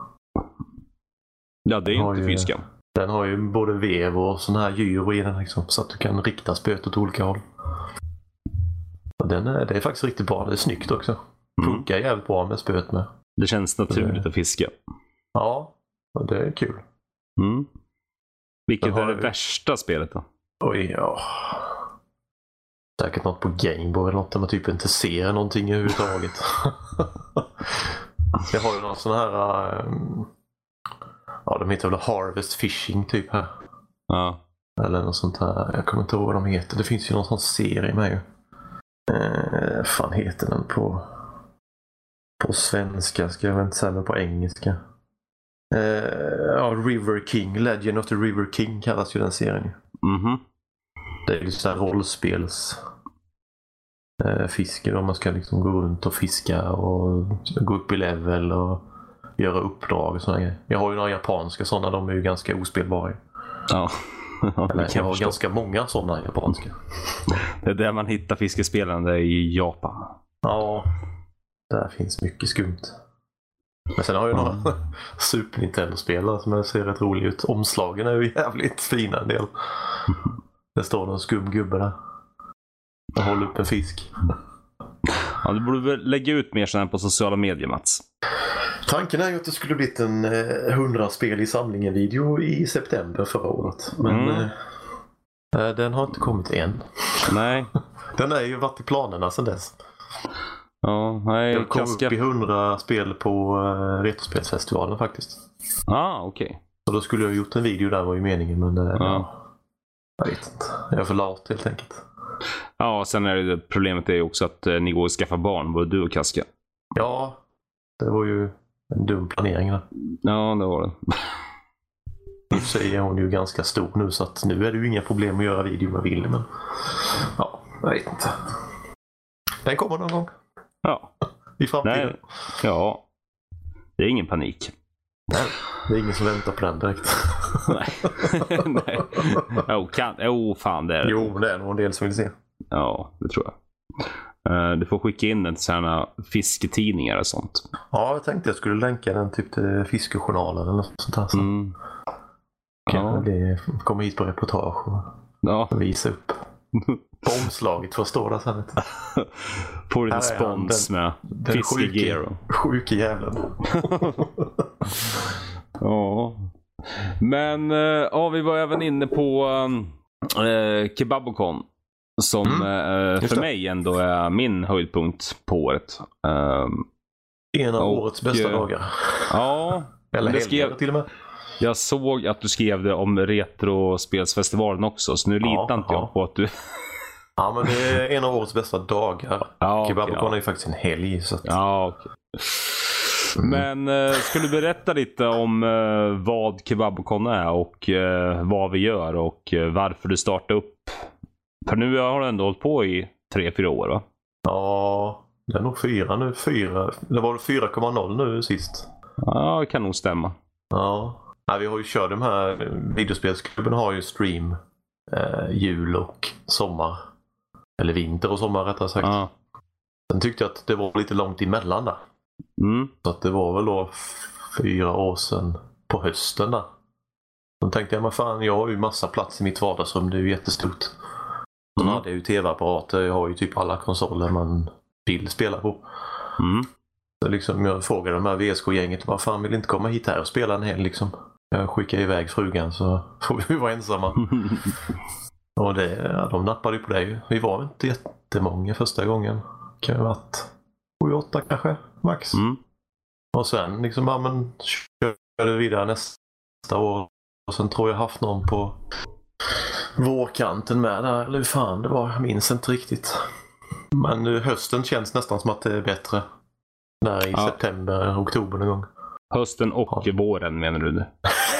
Speaker 1: Ja, det är ju inte ju, fisken.
Speaker 2: Den har ju både vev och sån här gyro i den liksom, så att du kan rikta spöet åt olika håll. Den är, det är faktiskt riktigt bra. Det är snyggt också. Funkar mm. jävligt bra med spöet med.
Speaker 1: Det känns naturligt det... att fiska.
Speaker 2: Ja, och det är kul.
Speaker 1: Mm. Vilket är det
Speaker 2: ju... värsta
Speaker 1: spelet då?
Speaker 2: Oj, ja. Säkert något på Gameboy eller något där man typ inte ser någonting överhuvudtaget. Jag har ju någon sån här... Um... Ja, de heter väl Harvest Fishing typ här.
Speaker 1: Ja.
Speaker 2: Eller något sånt här. Jag kommer inte ihåg vad de heter. Det finns ju någon sån serie med ju. Eh, fan heter den på på svenska? Ska jag inte säga, men på engelska. Eh, ja, River King. Legend of the River King kallas ju den serien.
Speaker 1: Mhm.
Speaker 2: Det är ju så här rollspels eh, fiske då man ska liksom gå runt och fiska och gå upp i level och göra uppdrag och sådana grejer. Jag har ju några japanska sådana, de är ju ganska ospelbara.
Speaker 1: Ja.
Speaker 2: Eller, jag har förstå. ganska många sådana japanska.
Speaker 1: Det är där man hittar fiskespelande i Japan.
Speaker 2: Ja, där finns mycket skumt. Men sen har jag ju
Speaker 1: mm.
Speaker 2: några Super Nintendo-spelare som ser rätt roliga ut. Omslagen är ju jävligt fina en del. Det står någon skum gubbe där. Jag håller upp en fisk.
Speaker 1: Ja, du borde väl lägga ut mer sådana på sociala medier, Mats.
Speaker 2: Tanken är ju att det skulle blivit en hundra eh, spel i samlingen video i september förra året. Men mm. eh, den har inte kommit än.
Speaker 1: Nej.
Speaker 2: Den är ju varit i planerna sedan dess.
Speaker 1: Ja, nej.
Speaker 2: Jag kom upp i hundra spel på eh, Retrospelsfestivalen faktiskt.
Speaker 1: Ah, okej. Okay.
Speaker 2: Så då skulle jag ha gjort en video där, var ju meningen, men eh,
Speaker 1: ja.
Speaker 2: jag vet inte. Jag är för lat helt enkelt.
Speaker 1: Ja, sen är det problemet är ju också att eh, ni går och skaffar barn, både du och Kaska.
Speaker 2: Ja, det var ju en dum planering där.
Speaker 1: Ja, det var det.
Speaker 2: I och för sig är hon ju ganska stor nu, så att nu är det ju inga problem att göra video med Ville, men ja, jag vet inte. Den kommer någon gång.
Speaker 1: Ja.
Speaker 2: I framtiden.
Speaker 1: Nej. Ja. Det är ingen panik.
Speaker 2: Nej, det är ingen som väntar på den direkt.
Speaker 1: Nej. Nej. Oh, kan... oh, fan det är det.
Speaker 2: Jo, det är nog en del som vill se.
Speaker 1: Ja, det tror jag. Uh, du får skicka in den till sådana fisketidningar och sånt.
Speaker 2: Ja, jag tänkte jag skulle länka den typ till Fiskejournalen eller något sånt här. Så.
Speaker 1: Mm.
Speaker 2: Ja. Det kommer hit på reportage och
Speaker 1: ja.
Speaker 2: visa upp. På omslaget för att stå där sen.
Speaker 1: Får en spons med fiskegear.
Speaker 2: Sjuke jävlen.
Speaker 1: Ja. Men ja, vi var även inne på äh, Kebabocon. Som mm, äh, för mig ändå är min höjdpunkt på året. Um,
Speaker 2: en av och, årets bästa dagar.
Speaker 1: Ja.
Speaker 2: Eller helger skrev, till och med.
Speaker 1: Jag såg att du skrev det om Retrospelsfestivalen också. Så nu ja, litar inte ja. jag på att du...
Speaker 2: Ja, men det är en av årets bästa dagar.
Speaker 1: Ja,
Speaker 2: Kebabocon
Speaker 1: okay, ja.
Speaker 2: är ju faktiskt en helg. Så att...
Speaker 1: Ja, okej. Okay. Mm. Men äh, ska du berätta lite om äh, vad Kebabocon är och äh, vad vi gör och äh, varför du startade upp? För nu har du ändå hållit på i tre, fyra år, va?
Speaker 2: Ja, det är nog fyra nu. Fyra. Det var fyra komma noll nu sist.
Speaker 1: Ja, det kan nog stämma.
Speaker 2: Ja. Nej, vi har ju kört de här, videospelsklubben har ju stream eh, jul och sommar. Eller vinter och sommar rättare sagt.
Speaker 1: Ja.
Speaker 2: Sen tyckte jag att det var lite långt emellan där.
Speaker 1: Mm.
Speaker 2: Så att det var väl då fyra år sedan på hösten där. Då tänkte jag, men fan, jag har ju massa plats i mitt vardagsrum, det är ju jättestort. Sen
Speaker 1: Mm.
Speaker 2: hade jag ju tv-apparater, jag har ju typ alla konsoler man vill spela på.
Speaker 1: Mm.
Speaker 2: Så liksom jag frågade de här V S K-gänget, vad fan vill inte komma hit här och spela en hel liksom. Jag skickar iväg frugan så får vi vara ensamma. Och det, ja, de nappade ju på det ju. Vi var inte jättemånga första gången. Kan ju ha varit sju åtta kanske, max.
Speaker 1: Mm.
Speaker 2: Och sen liksom, ja men körde vidare nästa år. Och sen tror jag haft någon på vårkanten med där. Eller hur fan det var, jag minns inte riktigt. Men nu, hösten känns nästan som att det är bättre. Där i
Speaker 1: Ja.
Speaker 2: september, oktober någon gång.
Speaker 1: Hösten och
Speaker 2: Ja.
Speaker 1: våren menar du det?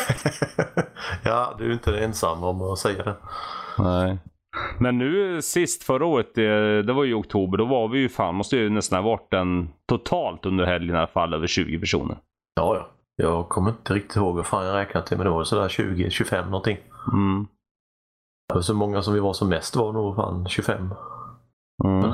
Speaker 2: Ja, du är inte ensam om att säga det.
Speaker 1: Nej. Men nu sist förra året, det, det var ju i oktober, då var vi ju fan, måste ju nästan ha varit en totalt under helgen i alla fall över tjugo personer.
Speaker 2: Ja, ja. Jag kommer inte riktigt ihåg vad fan jag räknat till, men det var sådär tjugo tjugofem någonting.
Speaker 1: Mm.
Speaker 2: Så många som vi var som mest var nog fan tjugofem.
Speaker 1: Mm.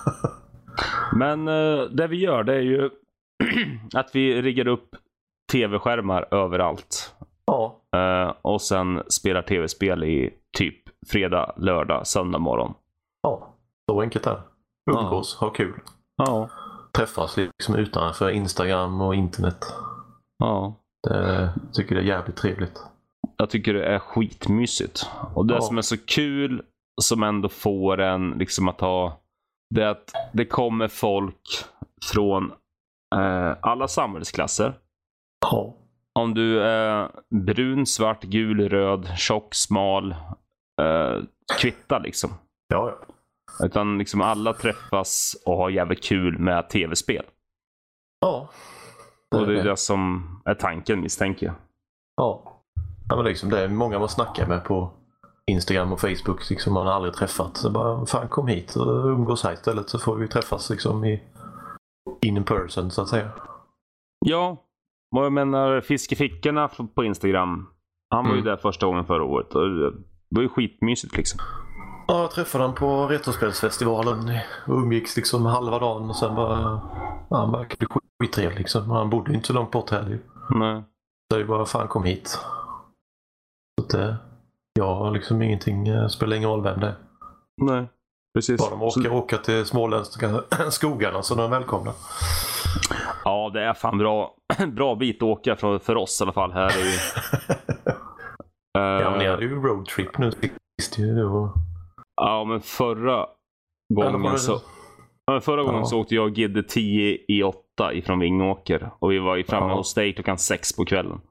Speaker 1: Men uh, det vi gör, det är ju att vi riggar upp tv-skärmar överallt.
Speaker 2: Ja.
Speaker 1: Uh, och sen spelar tv-spel i typ fredag, lördag, söndag morgon.
Speaker 2: Ja, så enkelt är det. Umgås, ha kul.
Speaker 1: Ja.
Speaker 2: Träffas liksom utanför Instagram och internet.
Speaker 1: Ja.
Speaker 2: Det tycker jag är jävligt trevligt.
Speaker 1: Jag tycker det är skitmysigt. Och det
Speaker 2: Ja.
Speaker 1: som är så kul, som ändå får en liksom att ha, det är att det kommer folk från eh, alla samhällsklasser.
Speaker 2: Ja.
Speaker 1: Om du är brun, svart, gul, röd, tjock, smal, eh, kvitta liksom.
Speaker 2: Ja, ja.
Speaker 1: Utan liksom alla träffas och har jävligt kul med tv-spel.
Speaker 2: Ja.
Speaker 1: Och det är det som är tanken, misstänker jag.
Speaker 2: Ja. Ja, men liksom det är många man snackar med på Instagram och Facebook liksom man har aldrig träffat. Så bara, fan kom hit och umgås här istället så får vi träffas liksom i in person så att säga.
Speaker 1: Ja, och jag menar Fiskefickorna på Instagram. Han var ju
Speaker 2: Mm.
Speaker 1: där första gången förra året. Och det var ju skitmysigt liksom.
Speaker 2: Ja, jag träffade han på Retrospelsfestivalen och umgicks liksom halva dagen och sen bara, ja, han verkade skittrevlig liksom. Han bodde ju inte så långt bort heller.
Speaker 1: Nej.
Speaker 2: Så det bara, fan kom hit. Så att det, jag har liksom ingenting, eh, spelar ingen roll vem det är.
Speaker 1: Nej, precis.
Speaker 2: Bara de åker,
Speaker 1: Så,
Speaker 2: åka till småländska skogarna så de är välkomna.
Speaker 1: ja, det är fan bra, bra bit att åka för, för oss i alla fall här i...
Speaker 2: Ja, men ni
Speaker 1: Eh,
Speaker 2: hade ju roadtrip nu sist ju då.
Speaker 1: ja, men förra
Speaker 2: Eller var
Speaker 1: gången
Speaker 2: det-
Speaker 1: så... Ja, men förra gången
Speaker 2: Ja.
Speaker 1: så åkte jag Gidde tio i åtta ifrån Vingåker. Och vi var ju framme
Speaker 2: Ja.
Speaker 1: hos dig klockan sex på kvällen.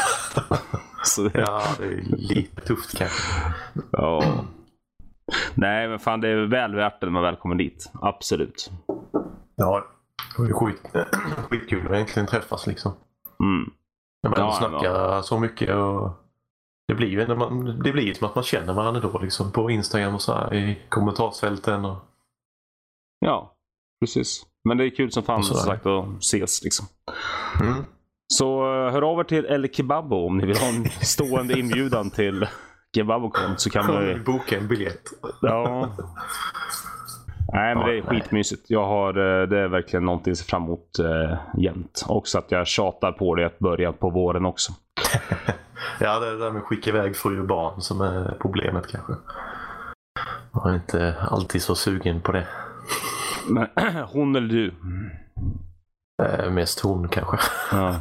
Speaker 1: Så det,
Speaker 2: Ja, det är lite tufft kanske.
Speaker 1: ja. Nej, men fan det är väl värt det när man väl kommer dit. Absolut.
Speaker 2: Ja, det var ju skit, skitkul att egentligen träffas liksom.
Speaker 1: Mm.
Speaker 2: När man
Speaker 1: Ja,
Speaker 2: snackar så mycket och det blir ju när man, det blir ju som att man känner varandra då liksom på Instagram och så här i kommentarsfälten och
Speaker 1: Ja, precis. Men det är kul som fan
Speaker 2: Och
Speaker 1: som
Speaker 2: sådär.
Speaker 1: sagt att ses liksom.
Speaker 2: mm.
Speaker 1: Så uh, hör av er till El Kebabo om ni vill ha en stående inbjudan till Kebabocon så kan man ju...
Speaker 2: boka en biljett.
Speaker 1: Ja. Nej, men
Speaker 2: Ja,
Speaker 1: det är
Speaker 2: nej.
Speaker 1: skitmysigt. Jag har, eh, det är verkligen någonting att se fram emot uh, jämt. Också att jag tjatar på det att börja på våren också.
Speaker 2: Ja, det är det där med att skicka iväg fru och barn som är problemet kanske. Jag är inte alltid så sugen på det.
Speaker 1: Men hon eller du?
Speaker 2: Eh, mest hon kanske.
Speaker 1: Ja.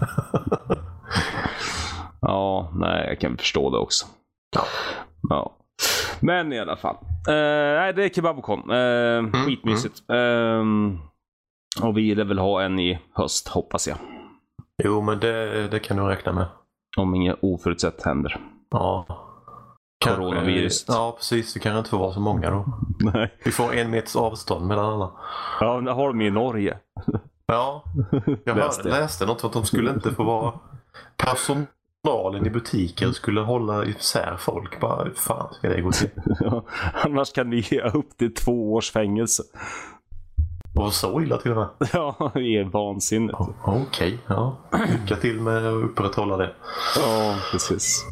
Speaker 1: Ja, nej, jag kan förstå det också.
Speaker 2: Ja.
Speaker 1: Ja. Men i alla fall. Uh, nej, det är Kebabocon. Uh, skitmysigt. Uh, och vi vill väl ha en i höst, hoppas jag.
Speaker 2: Jo, men det, det kan du räkna med.
Speaker 1: Om inget oförutsett händer.
Speaker 2: Ja.
Speaker 1: Coronavirus.
Speaker 2: Ja, precis. Det kan inte få vara så många då.
Speaker 1: Nej.
Speaker 2: Vi får en meters avstånd mellan alla.
Speaker 1: Ja, det har de i Norge.
Speaker 2: Ja, jag
Speaker 1: Läste.
Speaker 2: hörde, läste något om att de skulle inte få vara... Personalen i butiker skulle hålla isär folk. Bara, hur fan ska det gå till?
Speaker 1: Ja, annars kan ni ge upp till två års fängelse.
Speaker 2: Och så illa till och med.
Speaker 1: Ja, det är vansinnigt.
Speaker 2: Oh, Okej, okay, ja. Lycka till med att upprätthålla det.
Speaker 1: Ja, precis.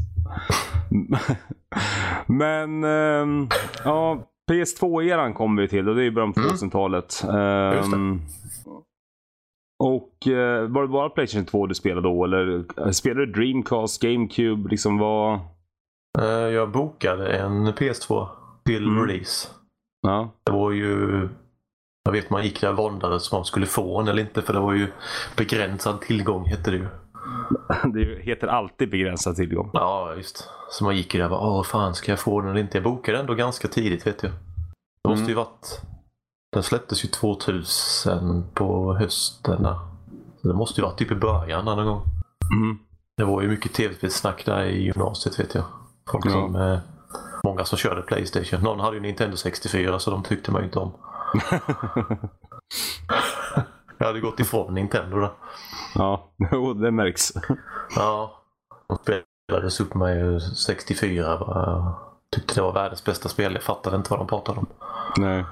Speaker 1: Men ähm, ja, P S två-eran kommer vi till och det är ju början på tvåtusentalet. Mm.
Speaker 2: Just det.
Speaker 1: Och äh, var det bara PlayStation två du spelade då? Eller spelade du Dreamcast, GameCube? Liksom vad...
Speaker 2: Uh, jag bokade en P S två till mm. release.
Speaker 1: Ja.
Speaker 2: Det var ju... Jag vet man gick där och våndades om man skulle få en eller inte, för det var ju begränsad tillgång hette det ju.
Speaker 1: Det heter alltid begränsad tillgång.
Speaker 2: Ja, just. Så man gick ju där och bara, åh fan, ska jag få den eller inte? Jag bokade ändå ganska tidigt, vet jag. Det måste mm. ju varit... Den släpptes ju tvåtusen på hösten där. Så det måste ju varit typ i början någon gång.
Speaker 1: Mm.
Speaker 2: Det var ju mycket tv-spelssnack där i gymnasiet, vet jag. Folk
Speaker 1: ja.
Speaker 2: som... Eh, många som körde PlayStation. Någon hade ju Nintendo sextiofyra så de tyckte man ju inte om. Jag hade gått ifrån Nintendo då.
Speaker 1: Ja, det märks.
Speaker 2: Ja, de spelades upp med sextiofyra. Jag tyckte det var världens bästa spel. Jag fattade inte vad de pratade om.
Speaker 1: Nej.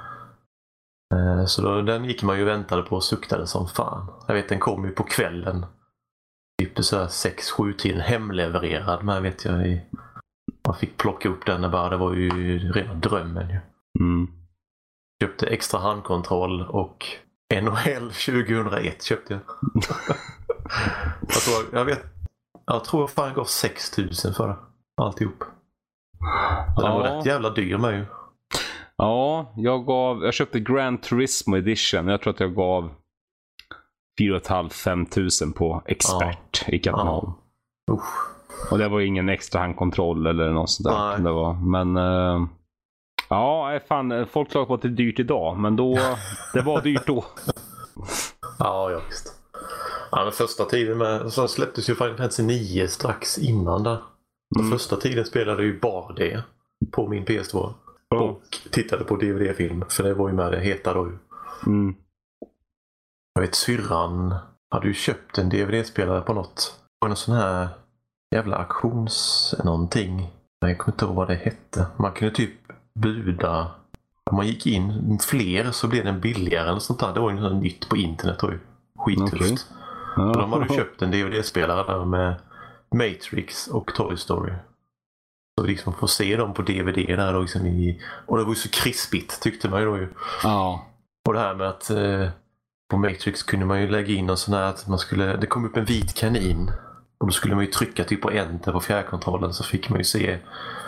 Speaker 2: Så då, den gick man ju och väntade på och suktade som fan. Jag vet, den kom ju på kvällen. Typ så här sex sju tiden hemlevererad. Men vet jag, man fick plocka upp den bara. Det var ju rena drömmen ju.
Speaker 1: Mm.
Speaker 2: Köpte extra handkontroll och N H L tjugohundraett köpte jag. jag, tror, jag vet jag tror jag fan gav sex tusen för det. Alltihop. Den ja. var rätt jävla dyr med ju.
Speaker 1: Ja, jag gav jag köpte Gran Turismo Edition. Jag tror att jag gav fyra och ett halvt till fem tusen på expert ja. i Katalog.
Speaker 2: Ja.
Speaker 1: Och det var ingen extra handkontroll eller något sånt där.
Speaker 2: Nej.
Speaker 1: Det var, men... Uh... Ja, fan, folk klagar på att det är dyrt idag, men då, det var dyrt då.
Speaker 2: Ja, ja visst. Ja, den första tiden med, så släpptes ju Final Fantasy nio strax innan där. Den mm. första tiden spelade ju bara det på min P S två. Mm. Och tittade på D V D-film, för det var ju med det heta då ju.
Speaker 1: Mm.
Speaker 2: Jag vet, syrran hade ju köpt en D V D-spelare på något. På någon sån här jävla auktions någonting. Jag kommer inte ihåg vad det hette. Man kunde typ buda. Om man gick in fler så blev den billigare eller sånt där. Det var ju något nytt på internet då ju. Skittufft. Okay. Ja. De hade köpt en D V D-spelare där med Matrix och Toy Story. Så vi liksom får se dem på D V D där då liksom i... Och det var ju så krispigt tyckte man ju då ju.
Speaker 1: Ja.
Speaker 2: Och det här med att eh, på Matrix kunde man ju lägga in någon sån här att man skulle... Det kom upp en vit kanin. Och då skulle man ju trycka typ på enter på fjärrkontrollen så fick man ju se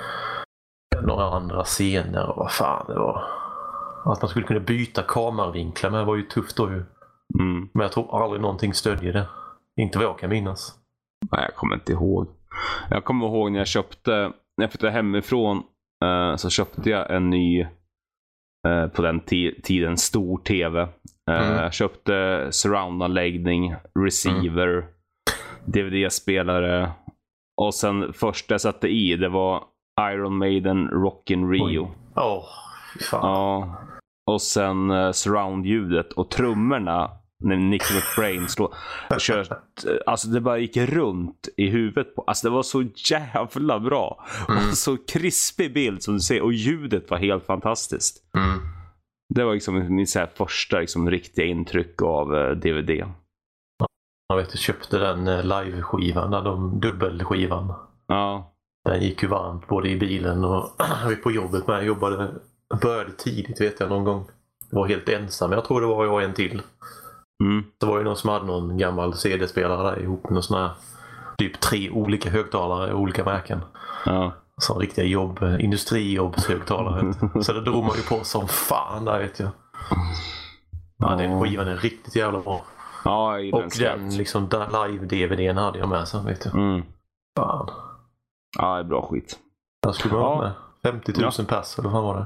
Speaker 2: några andra scener och vad fan det var. Att man skulle kunna byta kameravinklar med var ju tufft då ju.
Speaker 1: Mm.
Speaker 2: Men jag tror aldrig någonting stödjer det. Inte vad jag kan minnas.
Speaker 1: Nej, jag kommer inte ihåg. Jag kommer ihåg när jag köpte, när jag flyttade hemifrån eh, så köpte jag en ny eh, på den t- tiden stor tv. Eh, mm. Jag köpte surround-anläggning, receiver, mm. D V D-spelare och sen första jag satte i det var Iron Maiden Rockin' Rio.
Speaker 2: Åh, oh, fan.
Speaker 1: Ja. Och sen uh, surround-ljudet och trummorna när Nick McBrain slår. Kört, alltså det bara gick runt i huvudet på. Alltså det var så jävla bra. Mm. Och så krispig bild som du ser. Och ljudet var helt fantastiskt.
Speaker 2: Mm.
Speaker 1: Det var liksom min så här första liksom, riktiga intryck av uh, D V D.
Speaker 2: Jag vet, jag köpte den uh, live-skivan, där de dubbelskivan.
Speaker 1: Ja.
Speaker 2: Den gick ju varmt både i bilen och på jobbet med. Jag jobbade, började tidigt vet jag någon gång. Jag var helt ensam. Jag tror det var jag en till.
Speaker 1: Mm.
Speaker 2: Det var ju någon som hade någon gammal C D-spelare där ihop med någon sån här typ tre olika högtalare i olika märken.
Speaker 1: Ja.
Speaker 2: Sån riktiga jobb, industrijobbshögtalare. Så det drog man ju på som fan där vet jag. Ja, den skivan är riktigt jävla bra.
Speaker 1: Ja, jag
Speaker 2: och den liksom där live-D V D:n hade jag med så vet jag.
Speaker 1: Mm.
Speaker 2: Fan.
Speaker 1: Ja, det är bra skit.
Speaker 2: Jag skulle vara ja. med. femtio tusen ja. pass, eller vad var det?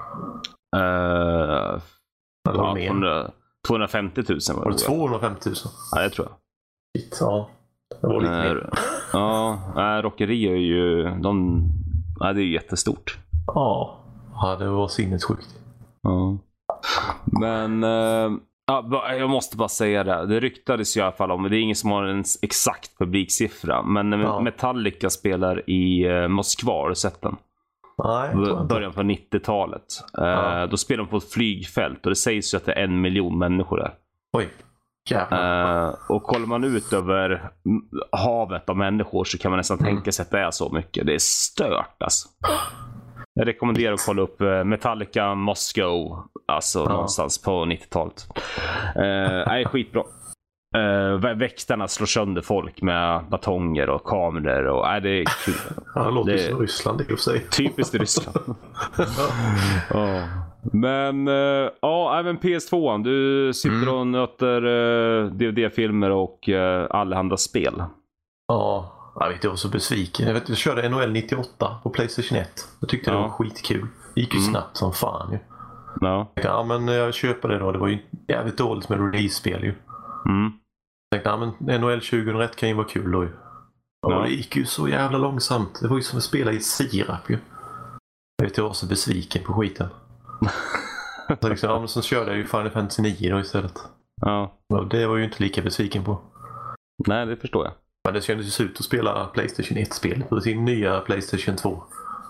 Speaker 1: Uh, ja, tvåhundra, tvåhundrafemtio tusen var det.
Speaker 2: Var det tvåhundrafemtio tusen?
Speaker 1: Ja, det tror jag.
Speaker 2: Shit, ja. Det var lite uh, mer.
Speaker 1: Ja, Rockeri är ju... De, ja, det är ju jättestort.
Speaker 2: Ja, ja det var sinnessjukt.
Speaker 1: Ja. Men... Uh, ja, jag måste bara säga det. Det ryktades i alla fall om, det är ingen som har en exakt publiksiffra. Men ja. Metallica spelar i uh, Moskva, har du sett den?
Speaker 2: Nej,
Speaker 1: början på nittiotalet. Ja. Uh, då spelar de på ett flygfält och det sägs ju att det är en miljon människor där.
Speaker 2: Oj, jävlar.
Speaker 1: Uh, och kollar man ut över havet av människor så kan man nästan mm. tänka sig att det är så mycket. Det är stört alltså. Jag rekommenderar att kolla upp Metallica Moscow, alltså ja. någonstans på nittiotalet. Uh, nej, skitbra. Uh, väktarna slår sönder folk med batonger och kameror och uh, det är kul.
Speaker 2: Ja, det låter det som Ryssland i och för sig.
Speaker 1: Typiskt Ryssland. uh. Men uh, ja, även P S två, du sitter mm. och nöter uh, D V D-filmer och uh, allehanda spel.
Speaker 2: Ja, jag vet, jag var så besviken. Jag, vet, jag körde N H L nittioåtta på PlayStation ett. Jag tyckte ja. det var skitkul. Det gick ju mm. snabbt som fan ju.
Speaker 1: Ja.
Speaker 2: Ja, men jag köper det då. Det var ju jävligt dåligt med release-spel ju.
Speaker 1: Mm.
Speaker 2: Jag tänkte, ja, men N H L tjugohundraett kan ju vara kul då ju. Och ja. det gick ju så jävla långsamt. Det var ju som att spela i sirap ju. Jag vet, jag var så besviken på skiten. Så liksom, ja, men så körde jag ju Final Fantasy nio då istället.
Speaker 1: Ja.
Speaker 2: Och det var ju inte lika besviken på.
Speaker 1: Nej, det förstår jag.
Speaker 2: Men det kändes ju ut att spela PlayStation ett-spel på sin nya PlayStation två.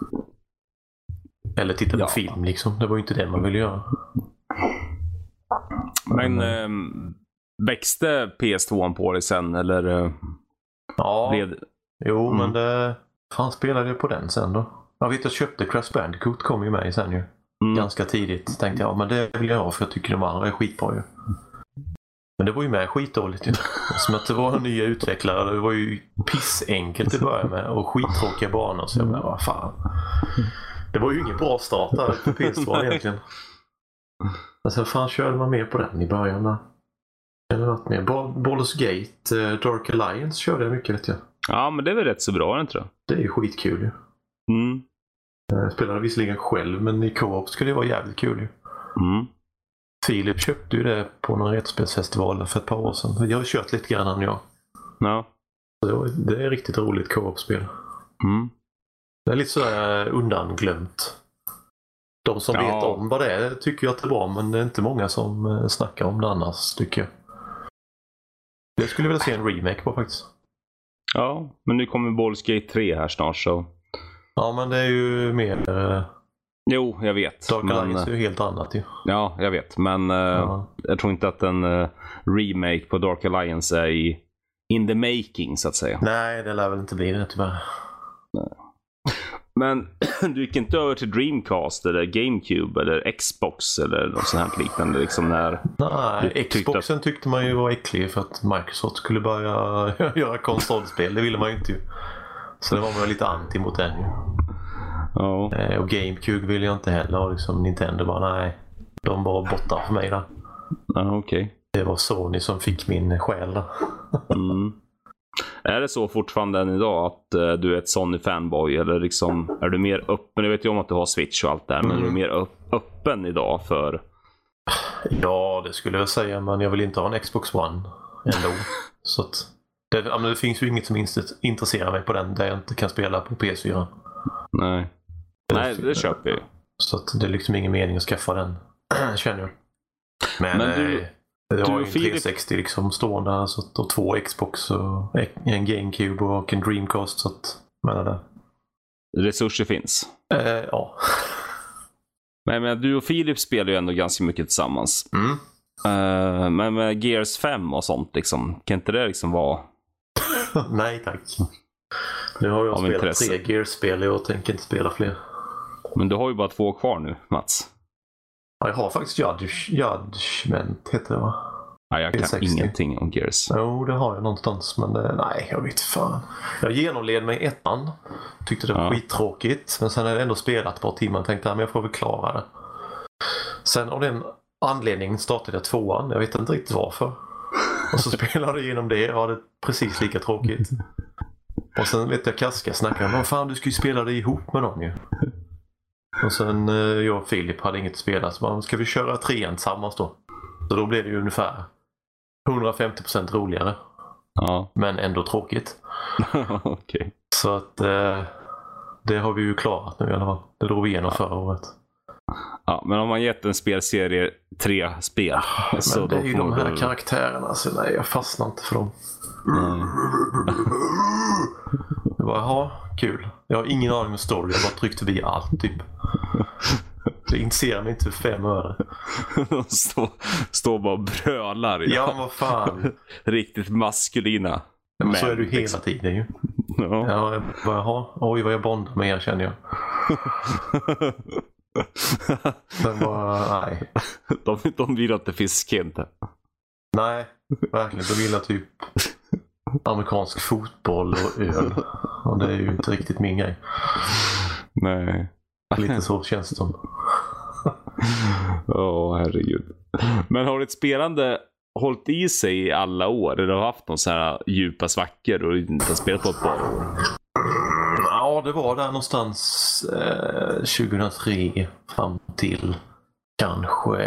Speaker 2: Eller titta på ja. film liksom. Det var ju inte det man ville göra.
Speaker 1: Men äh, växte P S två på dig sen? Eller äh,
Speaker 2: ja,
Speaker 1: blev...
Speaker 2: jo
Speaker 1: mm.
Speaker 2: men det... Fan, spelade jag på den sen då? Jag vet att jag köpte Crash Bandicoot, kom ju med sen ju. Mm. Ganska tidigt. Tänkte jag, men det vill jag ha för jag tycker de andra är skitbra ju. Men det var ju med skitdåligt ju. Som att det var nya utvecklare. Det var ju pissenkelt att börja med. Och skittråkiga banor. Så jag bara, vad fan. Det var ju ingen bra start där på P S två egentligen. Alltså fan körde man mer på den i början där? Eller något mer. Baldur's Gate, Dark Alliance körde jag mycket vet jag.
Speaker 1: Ja, men det är väl rätt så bra, tror jag.
Speaker 2: Det är ju skitkul ju.
Speaker 1: Mm.
Speaker 2: Jag spelade visserligen själv, men i co-op skulle det vara jävligt kul ju.
Speaker 1: Mm.
Speaker 2: Filip köpte ju det på någon retrospelsfestival för ett par år sedan. Jag har kört lite grann nu, ja.
Speaker 1: Ja.
Speaker 2: Det, var, det är riktigt roligt co-op-spel.
Speaker 1: Mm.
Speaker 2: Det är lite sådär undanglömt. De som ja. vet om vad det är tycker jag att det är bra, men det är inte många som snackar om det annars, tycker jag. Det skulle jag vilja se en remake på faktiskt.
Speaker 1: Ja, men nu kommer Baldur's Gate tre här snart så...
Speaker 2: Ja, men det är ju mer... Uh...
Speaker 1: Jo, jag vet.
Speaker 2: Dark
Speaker 1: men...
Speaker 2: Alliance är ju helt annat ju.
Speaker 1: Ja, jag vet. Men uh, ja. jag tror inte att en uh, remake på Dark Alliance är i in the making, så att säga.
Speaker 2: Nej, det lär väl inte bli det tyvärr.
Speaker 1: Nej. Men du gick inte över till Dreamcast eller GameCube eller Xbox eller något sånt här liknande liksom när...
Speaker 2: Nej, Xboxen tyckte, att... tyckte man ju var äcklig för att Microsoft skulle börja göra konsolspel. Det ville man ju inte ju. Så det var man lite anti mot den ju.
Speaker 1: Ja.
Speaker 2: Eh, och GameCube ville jag inte heller. Och liksom Nintendo bara, nej. De var borta för mig där.
Speaker 1: Ja, okej. Okay.
Speaker 2: Det var Sony som fick min själ där.
Speaker 1: Mm. Är det så fortfarande än idag att uh, du är ett Sony-fanboy? Eller liksom, är du mer öppen? Jag vet ju om att du har Switch och allt där. Mm. Men är du mer upp- öppen idag för...
Speaker 2: Ja, det skulle jag säga. Men jag vill inte ha en Xbox One ändå. Så att... Det, ja, men det finns ju inget som intresserar mig på den där jag inte kan spela på P S fyra.
Speaker 1: Nej, det Nej, det köper jag.
Speaker 2: Så att det är liksom ingen mening att skaffa den, känner jag. Men,
Speaker 1: men du,
Speaker 2: jag
Speaker 1: du
Speaker 2: har ju en
Speaker 1: Filip...
Speaker 2: trehundrasextio liksom stående, så att, och två Xbox och en GameCube och en Dreamcast. Så att, menar det.
Speaker 1: Resurser finns.
Speaker 2: Eh, ja.
Speaker 1: Men, men du och Filip spelar ju ändå ganska mycket tillsammans.
Speaker 2: Mm.
Speaker 1: Uh, men med Gears fem och sånt liksom, kan inte det liksom vara...
Speaker 2: Nej tack. Nu har jag spelat intresse. tre Gears-spel och jag tänker inte spela fler.
Speaker 1: Men du har ju bara två kvar nu, Mats.
Speaker 2: Ja, jag har faktiskt Judge, Judgment heter det, va?
Speaker 1: Nej, jag kan sextio. Ingenting om Gears.
Speaker 2: Jo, det har jag någonstans, men det, nej, jag vet fan. Jag genomled mig ettan. Tyckte det var ja. skittråkigt, men sen har jag ändå spelat ett par timmar och tänkte att jag får väl klara det. Sen av den anledningen startade jag tvåan. Jag vet inte riktigt varför. Och så spelade jag igenom det och hade precis lika tråkigt. Och sen vet jag Kaska snackade om, fan du ska ju spela det ihop med någon ju. Och sen jag och Filip hade inget att spela, så man ska vi köra trean tillsammans då. Så då blev det ju ungefär hundrafemtio procent roligare.
Speaker 1: Ja.
Speaker 2: Men ändå tråkigt.
Speaker 1: Okay.
Speaker 2: Så att eh, det har vi ju klarat nu i alla fall. Det drog vi igenom förra året.
Speaker 1: Ja, men om man gett en spelserie tre spel.
Speaker 2: Men
Speaker 1: så
Speaker 2: det
Speaker 1: då
Speaker 2: är ju de här
Speaker 1: du... karaktärerna,
Speaker 2: så nej, jag fastnar inte för dem.
Speaker 1: Mm.
Speaker 2: Det bara, jaha, kul. Jag har ingen aning om story, jag bara tryckte förbi allt typ. Det intresserar mig inte för fem öre.
Speaker 1: De står, står bara och brölar.
Speaker 2: Ja, ja vad fan.
Speaker 1: Riktigt maskulina.
Speaker 2: Men,
Speaker 1: men
Speaker 2: så är du hela
Speaker 1: liksom.
Speaker 2: tiden ju.
Speaker 1: Ja.
Speaker 2: Ja, jag bara, jaha, oj vad jag bondar med er känner jag. Men bara, nej.
Speaker 1: De, de vill att det fisk inte.
Speaker 2: Nej, verkligen. De vill typ amerikansk fotboll och öl. Och det är ju inte riktigt min grej.
Speaker 1: Nej.
Speaker 2: Lite så känns det som.
Speaker 1: Åh, oh, herregud. Men har ditt spelande hållit i sig i alla år? Eller har du haft någon så här djupa svackor och inte spelat på ett par år?
Speaker 2: Ja, det var där någonstans eh, tjugohundratre fram till kanske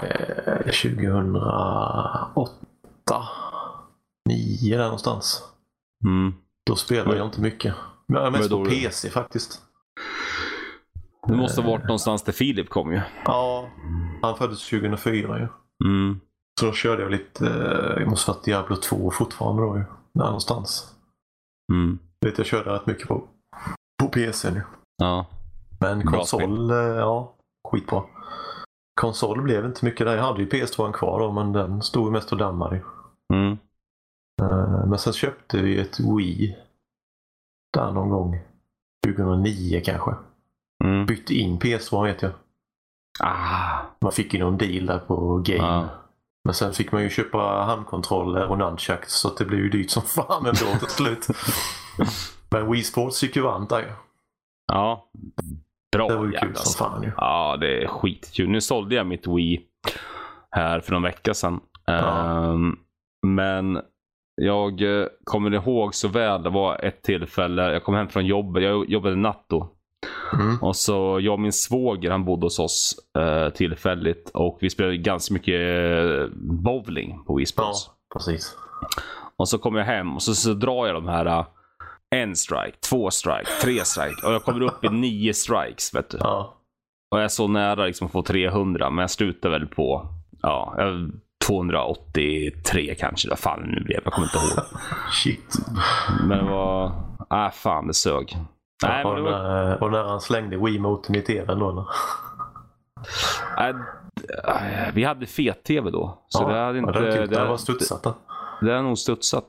Speaker 2: tjugohundraåtta nio där någonstans.
Speaker 1: Mm.
Speaker 2: Då spelade
Speaker 1: Men,
Speaker 2: jag inte mycket. Men jag är mest
Speaker 1: då,
Speaker 2: på P C faktiskt.
Speaker 1: Det måste ha varit någonstans där Filip kom ju.
Speaker 2: Ja, han föddes tjugohundrafyra ju.
Speaker 1: Mm.
Speaker 2: Så då körde jag lite, eh, jag måste ha varit Diablo två fortfarande då ju. Där någonstans.
Speaker 1: Mm.
Speaker 2: Vet, jag körde rätt mycket på, på P C nu.
Speaker 1: Ja.
Speaker 2: Men
Speaker 1: Bra
Speaker 2: konsol, eh, ja, skitbra. Konsol blev inte mycket där. Jag hade ju P S två kvar då, men den stod mest och dammade.
Speaker 1: Mm.
Speaker 2: Uh, men sen köpte vi ett Wii där någon gång. tjugohundranio kanske.
Speaker 1: Mm.
Speaker 2: Bytte in P S två vet jag.
Speaker 1: Ah.
Speaker 2: Man fick ju någon deal där på Game.
Speaker 1: Ah.
Speaker 2: Men sen fick man ju köpa handkontroller och nunchucks så att det blev ju dyrt som fan ändå till slut. Men Wii Sports gick ju varmt där.
Speaker 1: Ja. Bra.
Speaker 2: Det var ju kul
Speaker 1: jävlar.
Speaker 2: som fan ju.
Speaker 1: Ja, det är skitkul. Nu sålde jag mitt Wii här för någon vecka sedan.
Speaker 2: Ja.
Speaker 1: Um, men jag kommer ihåg så väl, det var ett tillfälle, jag kom hem från jobbet, jag jobbade natt då. Mm. Och så jag och min svåger, han bodde hos oss uh, tillfälligt. Och vi spelade ganska mycket uh, bowling på Wii Sports.
Speaker 2: Ja, precis.
Speaker 1: Och så kommer jag hem och så, så drar jag de här uh, en strike, två strike, tre strike. Och jag kommer upp i nio strikes, vet du.
Speaker 2: Ja.
Speaker 1: Och jag är så nära liksom att få trehundra, men jag slutar väl på ja, tvåhundraåttiotre kanske. Vad fan nu blev, jag kommer inte ihåg.
Speaker 2: Shit.
Speaker 1: Men det var, ah fan det sög.
Speaker 2: Ja,
Speaker 1: Nej, men det
Speaker 2: och,
Speaker 1: var...
Speaker 2: när, och när han slängde Wiimoten i tvn då? Eller?
Speaker 1: Nej, vi hade fet-tv då. Så
Speaker 2: ja,
Speaker 1: det hade inte...
Speaker 2: Det,
Speaker 1: det,
Speaker 2: det var studsat då.
Speaker 1: Det, det har nog studsat.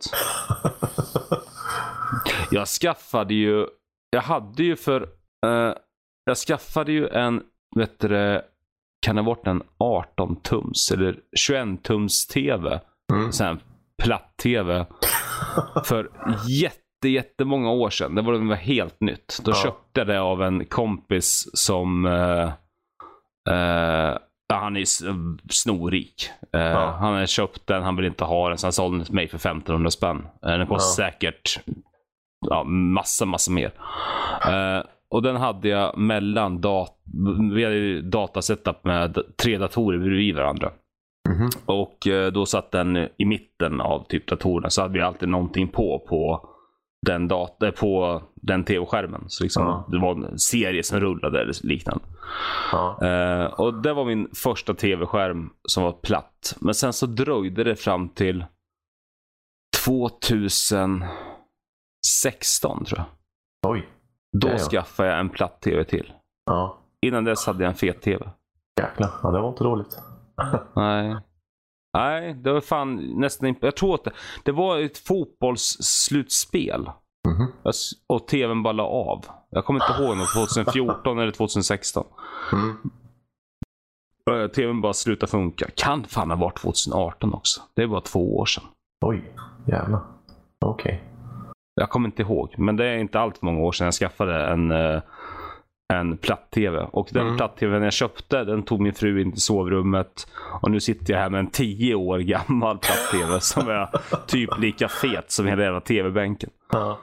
Speaker 1: Jag skaffade ju... Jag hade ju för... Uh, jag skaffade ju en... Vet du, kan det ha varit en arton tums eller tjugoett tums tv. Mm. Sen platt-tv. För jätte, jättemånga år sedan. Det var, det var helt nytt. Då ja. köpte jag det av en kompis som... Uh, uh, han är snorrik. Uh, ja. Han har köpt den, han vill inte ha den. Så han sålde den till mig för femtonhundra spänn. Uh, den kostar ja. säkert ja, massa, massa mer. Uh, och den hade jag mellan dat- vi hade datasetup med tre datorer bredvid varandra. Mm-hmm. Och uh, då satt den i mitten av typ datorerna. Så hade vi alltid någonting på på den, dat- på den tv-skärmen. Så liksom, ja. det var en serie som rullade eller liknande. Ja. Uh, och det var min första tv-skärm som var platt. Men sen så dröjde det fram till tjugohundrasexton tror jag.
Speaker 2: Oj.
Speaker 1: Då
Speaker 2: ja, ja.
Speaker 1: skaffade jag en platt tv till.
Speaker 2: Ja.
Speaker 1: Innan dess hade jag en fet tv.
Speaker 2: Jäklar, ja, det var inte dåligt.
Speaker 1: Nej. Nej, det var fan nästan inte... Jag tror att det, det var ett fotbollsslutspel. Mm-hmm. Och tvn bara la av. Jag kommer inte ihåg något, tjugohundrafjorton eller tjugohundrasexton. Mm. Tvn bara slutade funka. Kan fan ha varit tjugoarton också. Det var två år sedan.
Speaker 2: Oj, jävlar. Okej. Okay.
Speaker 1: Jag kommer inte ihåg. Men det är inte allt för många år sedan jag skaffade en, en platt-tv. Och den mm. platt-tvn jag köpte, den tog min fru in till sovrummet. Och nu sitter jag här med en tio år gammal platt-tv som är typ lika fet som hela jävla tv-bänken. Ja.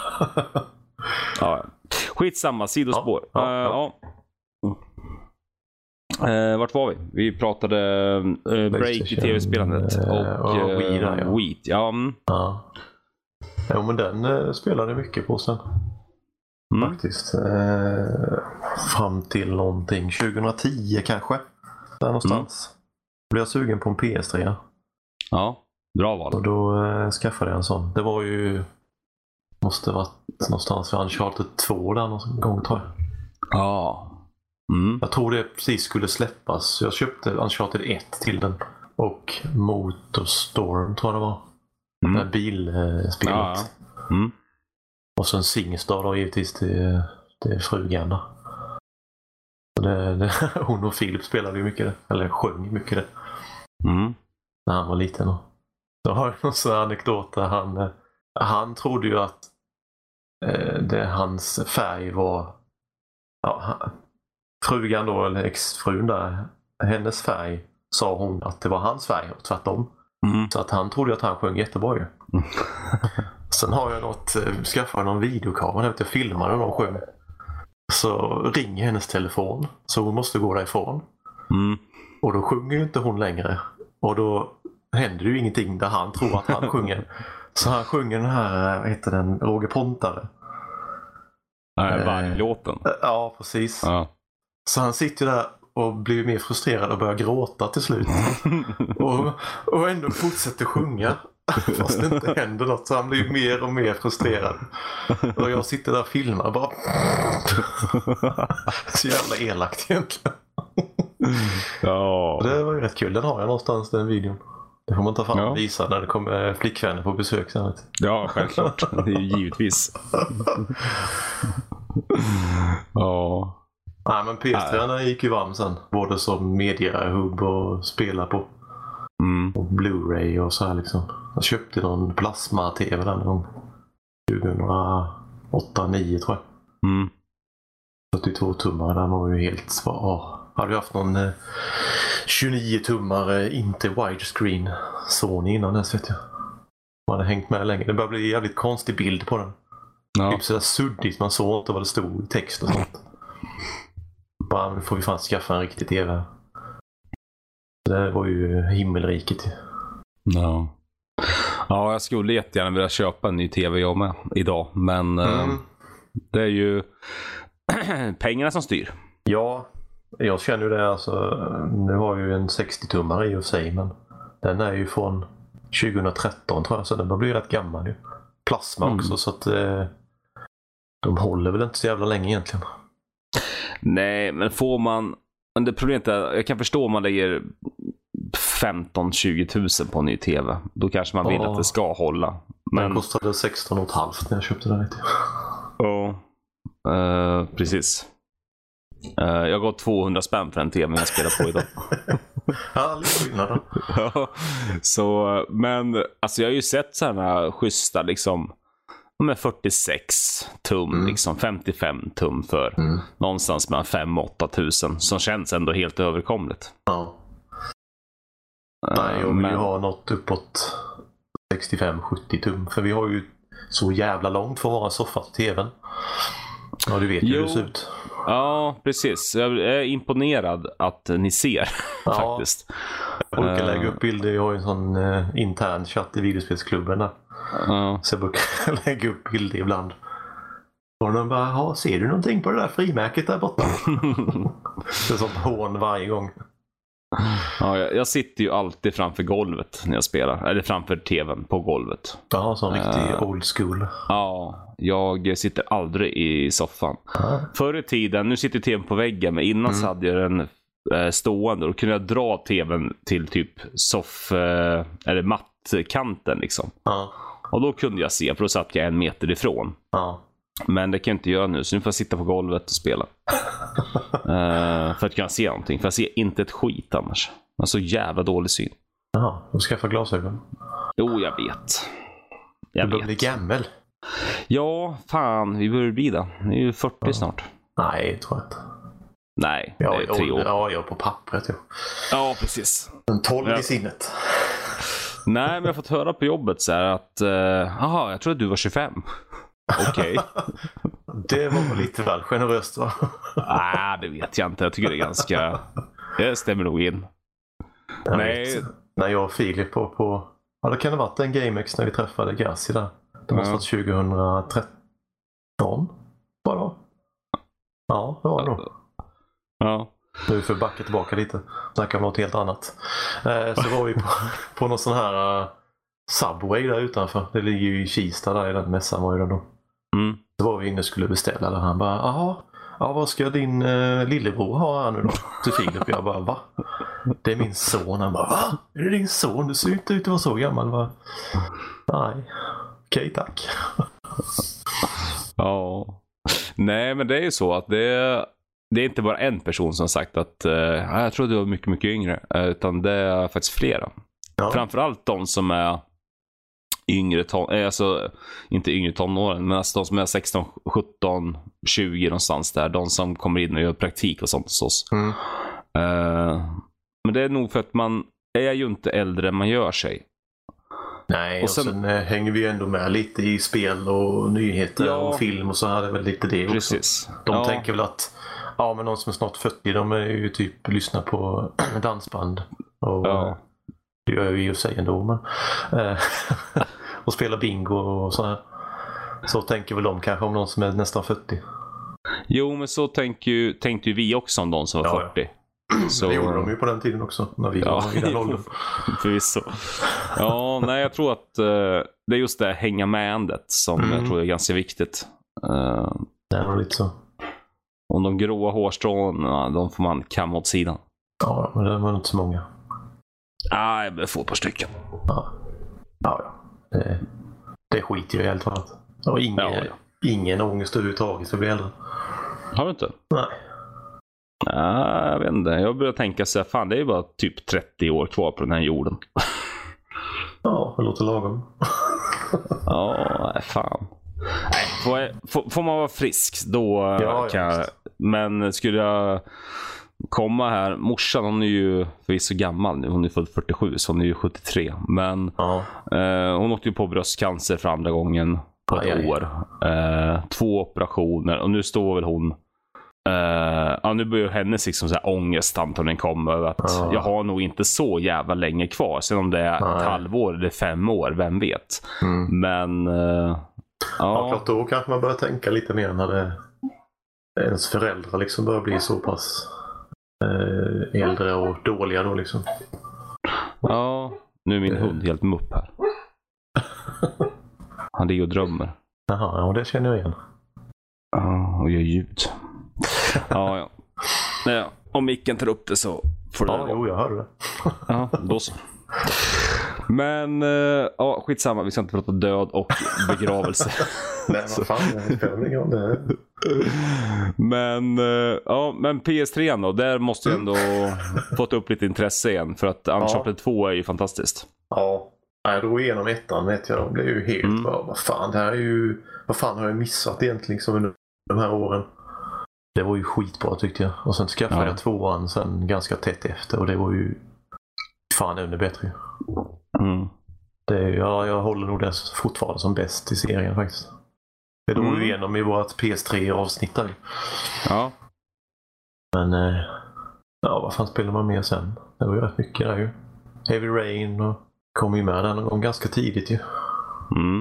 Speaker 1: Ja. Skitsamma, sidospår. Ja, ja, ja. Uh, ja. Uh, vart var vi? Vi pratade uh, break i tv-spelandet. Och uh, uh, Wii. Där, ja. Wii. Ja. Mm.
Speaker 2: Ja. Ja, men den uh, spelade mycket på sen. Mm. Faktiskt. Uh, fram till någonting tjugohundratio kanske. Där någonstans. Mm. Blev jag sugen på en P S tre.
Speaker 1: Ja, bra val.
Speaker 2: Och då uh, skaffade jag en sån. Det var ju... Måste varit någonstans vid Uncharted två där någon gång tror jag.
Speaker 1: Ja. Mm.
Speaker 2: Jag tror det precis skulle släppas. Jag köpte Uncharted ett till den. Och Motorstorm tror jag det var.
Speaker 1: Mm.
Speaker 2: Det här bilspelet.
Speaker 1: Ja. Mm.
Speaker 2: Och sen Singstar då givetvis till, till frugan då. Det, det, hon och Filip spelade ju mycket det. Eller sjöng mycket det.
Speaker 1: Mm.
Speaker 2: När han var liten. Och då har jag någon sån här anekdot där han, han trodde ju att eh, det hans färg var ja, han, frugan då, eller exfrun där, hennes färg sa hon att det var hans färg och tvärtom.
Speaker 1: Mm.
Speaker 2: Så att han trodde att han sjöng jättebra ju. Sen har jag något, skaffat någon videokamera och jag filmade när de sjöng. Så ringer hennes telefon så hon måste gå därifrån.
Speaker 1: Mm.
Speaker 2: Och då sjunger ju inte hon längre. Och då händer ju ingenting där han tror att han sjunger. Så han sjunger den här, vad heter den, Roger Pontare.
Speaker 1: Nej, varglåten.
Speaker 2: Eh, ja, precis.
Speaker 1: Ja.
Speaker 2: Så han sitter där och blir mer frustrerad och börjar gråta till slut. och, och ändå fortsätter sjunga. Fast det inte händer något. Så han blir mer och mer frustrerad. Och jag sitter där och filmar och bara... Så jävla elakt egentligen.
Speaker 1: Ja.
Speaker 2: Det var ju rätt kul. Den har jag någonstans, den videon. Det får man ta fram och
Speaker 1: Ja.
Speaker 2: visa när det kommer flickvänner på besök sen.
Speaker 1: Ja, självklart. Det är ju givetvis. Ja.
Speaker 2: Nej, men P S tre gick ju varm sen. Både som mediehubb och spela på.
Speaker 1: Mm.
Speaker 2: Och Blu-ray och så här liksom. Jag köpte någon plasma-tv där någon gång. tjugohundraåtta nio tror jag.
Speaker 1: Mm.
Speaker 2: fyrtiotvå tummare där var ju helt svår. Åh, hade jag haft någon eh, tjugonio tummare, inte widescreen Sony innan dess vet jag. Man hade hängt med länge. Det började bli en jävligt konstig bild på den.
Speaker 1: Ja.
Speaker 2: Typ sådär suddigt, man såg inte vad det stod i text och sånt. Bara, nu får vi fan skaffa en riktig tv. Det var ju himmelriket.
Speaker 1: Ja. Ja, jag skulle jättegärna vilja köpa en ny tv jag med idag. Men
Speaker 2: Mm.
Speaker 1: eh, det är ju pengarna som styr.
Speaker 2: Ja, jag känner ju det alltså. Nu har jag ju en sextio tummare i och för sig, men den är ju från tjugohundratretton tror jag, så den blir ju rätt gammal ju. Plasma
Speaker 1: Mm.
Speaker 2: också, så att eh, de håller väl inte så jävla länge egentligen.
Speaker 1: Nej, men får man... Men det problemet är, jag kan förstå om man lägger femton till tjugo tusen på en ny tv. Då kanske man vill
Speaker 2: Ja.
Speaker 1: att det ska hålla.
Speaker 2: Den
Speaker 1: Men
Speaker 2: kostade sexton och ett halvt när jag köpte den. Lite.
Speaker 1: ja, eh, precis. Eh, jag gav tvåhundra spänn för den tvn jag spelar på idag.
Speaker 2: Ja, lite skillnad då.
Speaker 1: Ja, så, men alltså jag har ju sett sådana schyssta liksom med fyrtiosex tum,
Speaker 2: Mm.
Speaker 1: liksom femtiofem tum för
Speaker 2: Mm.
Speaker 1: någonstans mellan fem och åtta tusen som känns ändå helt överkomligt.
Speaker 2: Ja. Nej, jag vill
Speaker 1: men,
Speaker 2: ju ha något uppåt sextiofem sjuttio tum. För vi har ju så jävla långt för att vara soffa till tvn. Ja, du vet ju hur det ser ut.
Speaker 1: Ja, precis. Jag är imponerad att ni ser
Speaker 2: Ja.
Speaker 1: faktiskt.
Speaker 2: Jag brukar
Speaker 1: Uh.
Speaker 2: lägga upp bilder. Jag har ju en sån eh, intern chatt i videospelsklubben där.
Speaker 1: Ja.
Speaker 2: Så jag brukar lägga upp bilder ibland. Och de bara, ja, ser du någonting på det där frimärket där borta? Det är sånt hån varje gång.
Speaker 1: Ja, jag, jag sitter ju alltid framför golvet när jag spelar. Eller framför tvn på golvet.
Speaker 2: Ja, sån riktig
Speaker 1: Uh.
Speaker 2: old school.
Speaker 1: Ja, jag sitter aldrig i soffan.
Speaker 2: Ja.
Speaker 1: Förr i tiden, nu sitter tvn på väggen, men innan
Speaker 2: Mm.
Speaker 1: så hade jag den eh, stående. Då kunde jag dra tvn till typ soff, eh, eller mattkanten liksom.
Speaker 2: Ja.
Speaker 1: Och då kunde jag se, för då satt jag en meter ifrån.
Speaker 2: Ja.
Speaker 1: Men det kan jag inte göra nu, så nu får jag sitta på golvet och spela. eh, för att kunna se någonting, för jag ser inte ett skit annars. Jag har så jävla dålig syn.
Speaker 2: Ja, du skaffar glasögon.
Speaker 1: Jo, jag vet. Jag
Speaker 2: Du börjar bli
Speaker 1: vet.
Speaker 2: gammal.
Speaker 1: Ja, fan, vi börjar bli det. Det är ju fyrtio
Speaker 2: Ja.
Speaker 1: snart.
Speaker 2: Nej, det tror jag inte.
Speaker 1: Nej,
Speaker 2: Ja,
Speaker 1: det är tre år.
Speaker 2: Ja, jag är på pappret. Ja.
Speaker 1: Ja, precis.
Speaker 2: En tolv
Speaker 1: Ja.
Speaker 2: i sinnet.
Speaker 1: Nej, men jag har fått höra på jobbet så här att jaha, uh, jag tror att du var tjugofem. Okej.
Speaker 2: Det var väl lite väl generöst va?
Speaker 1: Nej, det vet jag inte. Jag tycker det är ganska... Det stämmer nog in.
Speaker 2: Jag
Speaker 1: Nej.
Speaker 2: vet, när jag och Filip var på... Ja, det kan ha varit en GameX när vi träffade Gassi där. Det måste
Speaker 1: Ja.
Speaker 2: varit tjugohundratretton. Bara. Ja, det var det nog.
Speaker 1: Ja.
Speaker 2: Nu får vi backa tillbaka lite. Snacka om något helt annat. Eh, så var vi på, på någon sån här uh, Subway där utanför. Det ligger ju i Kista där i den mässan var ju den då.
Speaker 1: Mm.
Speaker 2: Så var vi inne och skulle beställa och han bara, jaha, ja, vad ska din uh, lillebror ha här nu då? Till Filip. Jag bara, va? Det är min son. Han bara, va? Är det din son? Du ser inte ut att vara så gammal, va? Nej. Okej, tack.
Speaker 1: Ja. Nej, men det är ju så att det är, det är inte bara en person som har sagt att uh, jag tror du var mycket, mycket yngre. Uh, utan det är faktiskt flera. Ja. Framförallt de som är yngre ton, alltså inte yngre tonåren, men alltså de som är sexton, sjutton, tjugo någonstans där, de som kommer in och gör praktik och sånt hos oss. Mm. Uh, men det är nog för att man är ju inte äldre än man gör sig.
Speaker 2: Nej, och sen, och sen äh, hänger vi ju ändå med lite i spel och nyheter ja, och film och så här är väl lite det
Speaker 1: precis.
Speaker 2: Också. De ja. tänker väl att ja, men någon som är snart fyrtio, de är ju typ lyssnar på dansband och ja. Det gör vi ju sig ändå, men äh, och spela bingo och så här. Så tänker väl de kanske om någon som är nästan fyrtio.
Speaker 1: Jo, men så tänker ju, tänkte ju vi också om de som var ja, fyrtio.
Speaker 2: Ja. Så... Det gjorde de ju på den tiden också, när vi
Speaker 1: ja,
Speaker 2: var i den åldern.
Speaker 1: Förvisso. Ja, nej, jag tror att uh, det är just det hänga med-andet som mm. jag tror är ganska viktigt. Uh,
Speaker 2: det var lite så.
Speaker 1: Och de gråa hårstråna, de får man kamma åt sidan.
Speaker 2: Ja, men det var inte så många.
Speaker 1: Nej, jag behöver få ett par stycken.
Speaker 2: Ja, ja. ja. Det, det skiter jag i helt annat. Och ingen, ja, ja. ingen ångest överhuvudtaget för att bli äldre.
Speaker 1: Har du inte?
Speaker 2: Nej.
Speaker 1: Nej, jag vet inte. Jag börjar tänka så här, fan det är ju bara typ trettio år kvar på den här jorden.
Speaker 2: Ja, det låter lagom.
Speaker 1: Ja, nej, fan. Nej, får, jag, får, får man vara frisk då
Speaker 2: ja,
Speaker 1: kan jag, men skulle jag komma här, morsan hon är ju förvisso gammal nu, hon är född fyrtiosju så hon är ju sjuttiotre, men
Speaker 2: ja.
Speaker 1: eh, hon åkte ju på bröstcancer för andra gången på ett aj, aj. år. Eh, två operationer och nu står väl hon Uh, ja, nu börjar hennes liksom så här ångest antagligen komma över att uh. jag har nog inte så jävla länge kvar. Sen om det är uh. ett halvår eller fem år, vem vet.
Speaker 2: Mm.
Speaker 1: Men uh,
Speaker 2: ja, klart då kanske man börjar tänka lite mer när det ens föräldrar liksom börjar bli så pass uh, äldre och dåliga då liksom.
Speaker 1: Ja, nu är min uh. hund helt mupp här. Han ligger och drömmer.
Speaker 2: Jaha, ja, det känner jag igen.
Speaker 1: Ja, uh, och gör ljud. Ja, ja. Nej, om micken tar upp det så får det.
Speaker 2: Ja, jo, jag hör det.
Speaker 1: Ja, då så. Men uh, ja, skitsamma, vi ska inte prata död och begravelse.
Speaker 2: Nej, vad fan, det spelar ingen roll det.
Speaker 1: Men uh, ja, men P S tre då, där måste jag ändå fått upp lite intresse igen för att Uncharted ja. två är ju fantastiskt.
Speaker 2: Ja. Jag drog igenom ettan, vet jag. Det blev ju helt mm. bara, vad fan, det här är ju vad fan har jag missat egentligen liksom under de här åren. Det var ju skitbra tyckte jag. Och sen skaffade ja. jag tvåan sen ganska tätt efter. Och det var ju fan ännu bättre.
Speaker 1: Mm.
Speaker 2: Det är, ja, jag håller nog det fortfarande som bäst i serien faktiskt. Det drog mm. vi igenom i vårt P S tre avsnitt där.
Speaker 1: Ja.
Speaker 2: Men eh, ja, vad fan spelar man mer sen? Det var ju rätt mycket där ju. Heavy Rain och kom ju med den någon gång ganska tidigt ju.
Speaker 1: Mm.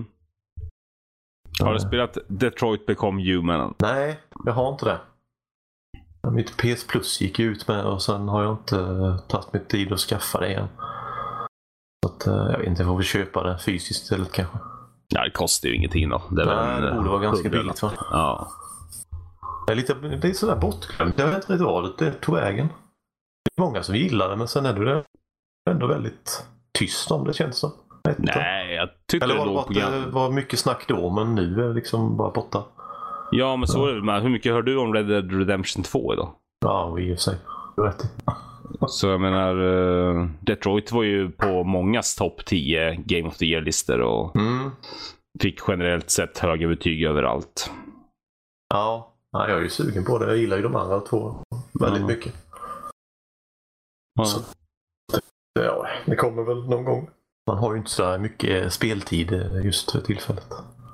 Speaker 1: Har du spelat Detroit Become Human?
Speaker 2: Nej, jag har inte det. Mitt P S Plus gick ut med och sen har jag inte tagit mig tid att skaffa det igen. Så att, jag vet inte, jag får väl köpa det fysiskt istället kanske.
Speaker 1: Ja, det kostar ju ingenting då.
Speaker 2: Det, Nej, det borde vara ganska billigt va?
Speaker 1: Ja.
Speaker 2: Det är lite, det är sådär bortglömt. Jag vet inte vad det tog vägen. Det är många som gillar det men sen är det ändå väldigt tyst om det känns som.
Speaker 1: Nej, jag tyckte
Speaker 2: Eller var
Speaker 1: det,
Speaker 2: det,
Speaker 1: låg
Speaker 2: att det var mycket snack då men nu är det liksom bara borta.
Speaker 1: Ja, men så är det med. Hur mycket hör du om Red Dead Redemption två idag?
Speaker 2: Ja, i och för sig. Rätt.
Speaker 1: Så jag menar, uh, Detroit var ju på mångas topp tio Game of the Year-listor och
Speaker 2: mm.
Speaker 1: fick generellt sett höga betyg överallt.
Speaker 2: Ja, ja, jag är ju sugen på det. Jag gillar ju de andra två väldigt mm. mycket.
Speaker 1: Ja.
Speaker 2: Så, ja, det kommer väl någon gång. Man har ju inte så mycket speltid just för tillfället.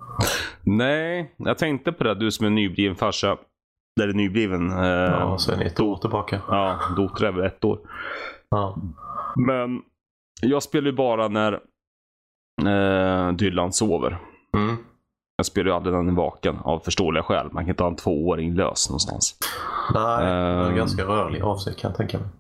Speaker 1: Nej, jag tänkte på det. Du som är nybliven farsa. Där är nybliven. Eh,
Speaker 2: ja, sen ett år tillbaka.
Speaker 1: Ja, dotter är väl ett år.
Speaker 2: Ja.
Speaker 1: Men jag spelar ju bara när eh, Dylan sover.
Speaker 2: Mm.
Speaker 1: Jag spelar ju aldrig när han är vaken av förståeliga skäl. Man kan inte ha en tvååring lös någonstans.
Speaker 2: Nej, det är en ganska rörlig av sig kan jag tänka mig.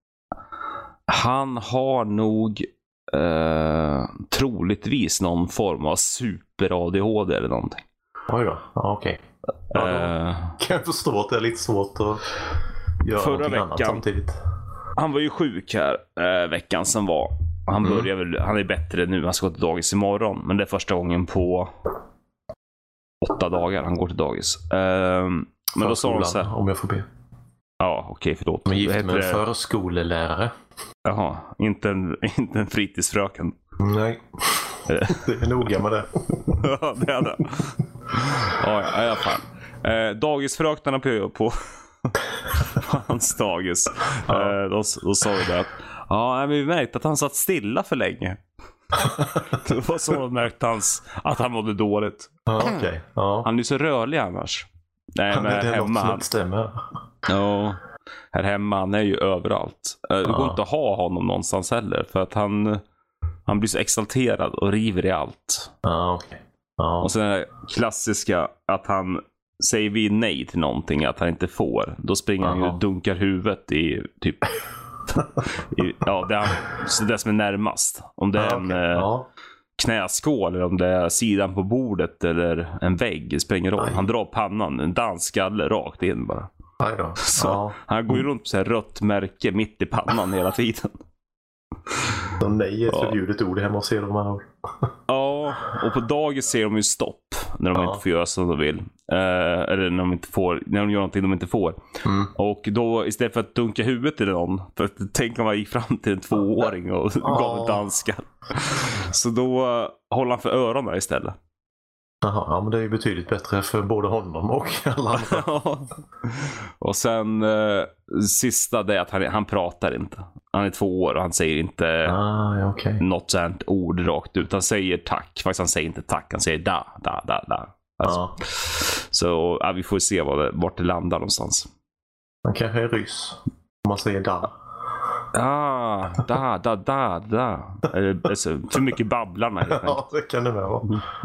Speaker 1: Han har nog Uh, troligtvis någon form av super-A D H D eller någonting.
Speaker 2: Oj då, ja, okej. Ja,
Speaker 1: Uh,
Speaker 2: kan jag förstå att det är lite svårt att göra
Speaker 1: förra
Speaker 2: någonting
Speaker 1: veckan,
Speaker 2: annat samtidigt.
Speaker 1: Han var ju sjuk här uh, veckan som var. Han
Speaker 2: Mm.
Speaker 1: börjar väl, han är bättre nu, han ska gå till dagis imorgon. Men det är första gången på åtta dagar han går till dagis. Uh, men då sa de så här,
Speaker 2: om jag får be.
Speaker 1: ja, okej, okay, förlåt.
Speaker 2: De är gift
Speaker 1: Vad
Speaker 2: med
Speaker 1: heter
Speaker 2: en
Speaker 1: det?
Speaker 2: förskolelärare.
Speaker 1: Jaha, inte en, inte en fritidsfröken.
Speaker 2: Nej, det är noga med det.
Speaker 1: Ja, det är det. Ja, ja, ja, fan. Eh, dagisfröknarna på, på hans dagis.
Speaker 2: Ja.
Speaker 1: Eh, då, då sa vi det att ja, men vi märkte att han satt stilla för länge. Det var så de märkte hans, att han mådde dåligt.
Speaker 2: Ja, okej. Ja.
Speaker 1: Han är så rörlig annars. Nej,
Speaker 2: Men
Speaker 1: men
Speaker 2: det är
Speaker 1: hemma
Speaker 2: något som
Speaker 1: han,
Speaker 2: inte stämmer.
Speaker 1: ja, här hemma han är ju överallt. Eh, Det går
Speaker 2: Ja.
Speaker 1: inte att ha honom någonstans heller. För att han, han blir så exalterad och river i allt.
Speaker 2: Ja, okej. Ja.
Speaker 1: Och sen är det klassiska att han säger vi nej till någonting att han inte får. Då springer han ju
Speaker 2: Aha.
Speaker 1: och dunkar huvudet i typ i, ja, det, är, så det som är närmast. Om det är
Speaker 2: Ja,
Speaker 1: en
Speaker 2: okej.
Speaker 1: eh,
Speaker 2: Ja.
Speaker 1: knäskål eller om det är sidan på bordet eller en vägg, det spelar ingen roll.
Speaker 2: Aj.
Speaker 1: Han drar pannan, en dansskalle rakt in bara.
Speaker 2: Aj då.
Speaker 1: Så
Speaker 2: Ja.
Speaker 1: han går ju runt på så här rött märke mitt i pannan hela tiden.
Speaker 2: Så nej är ett
Speaker 1: Ja.
Speaker 2: förbjudet ord hemma och ser de här.
Speaker 1: Ja, och på dagis ser de ju stopp när de
Speaker 2: Ja.
Speaker 1: inte får göra som de vill. Eh, eller när de inte får, när de gör någonting de inte får.
Speaker 2: Mm.
Speaker 1: Och då istället för att dunka huvudet i någon, för att tänk om man gick fram till en tvååring och
Speaker 2: Ja.
Speaker 1: gav en danska. Så då uh, håller han för öronen istället.
Speaker 2: Jaha, ja, men det är ju betydligt bättre för både honom och alla andra.
Speaker 1: Och sen uh, sista det är att han, han pratar inte. Han är två år och han säger inte
Speaker 2: Ah, ja, okej.
Speaker 1: något sånt ord rakt ut. Han säger tack. Faktiskt han säger inte tack. Han säger da, da, da, da. Alltså.
Speaker 2: Ja.
Speaker 1: Så ja, vi får se vad det, vart det landar någonstans.
Speaker 2: Man kanske är ryss. Om man säger da.
Speaker 1: Ah, da, da, da, da. Eh, Alltså, för mycket babblarna helt enkelt.
Speaker 2: Ja, det kan det vara.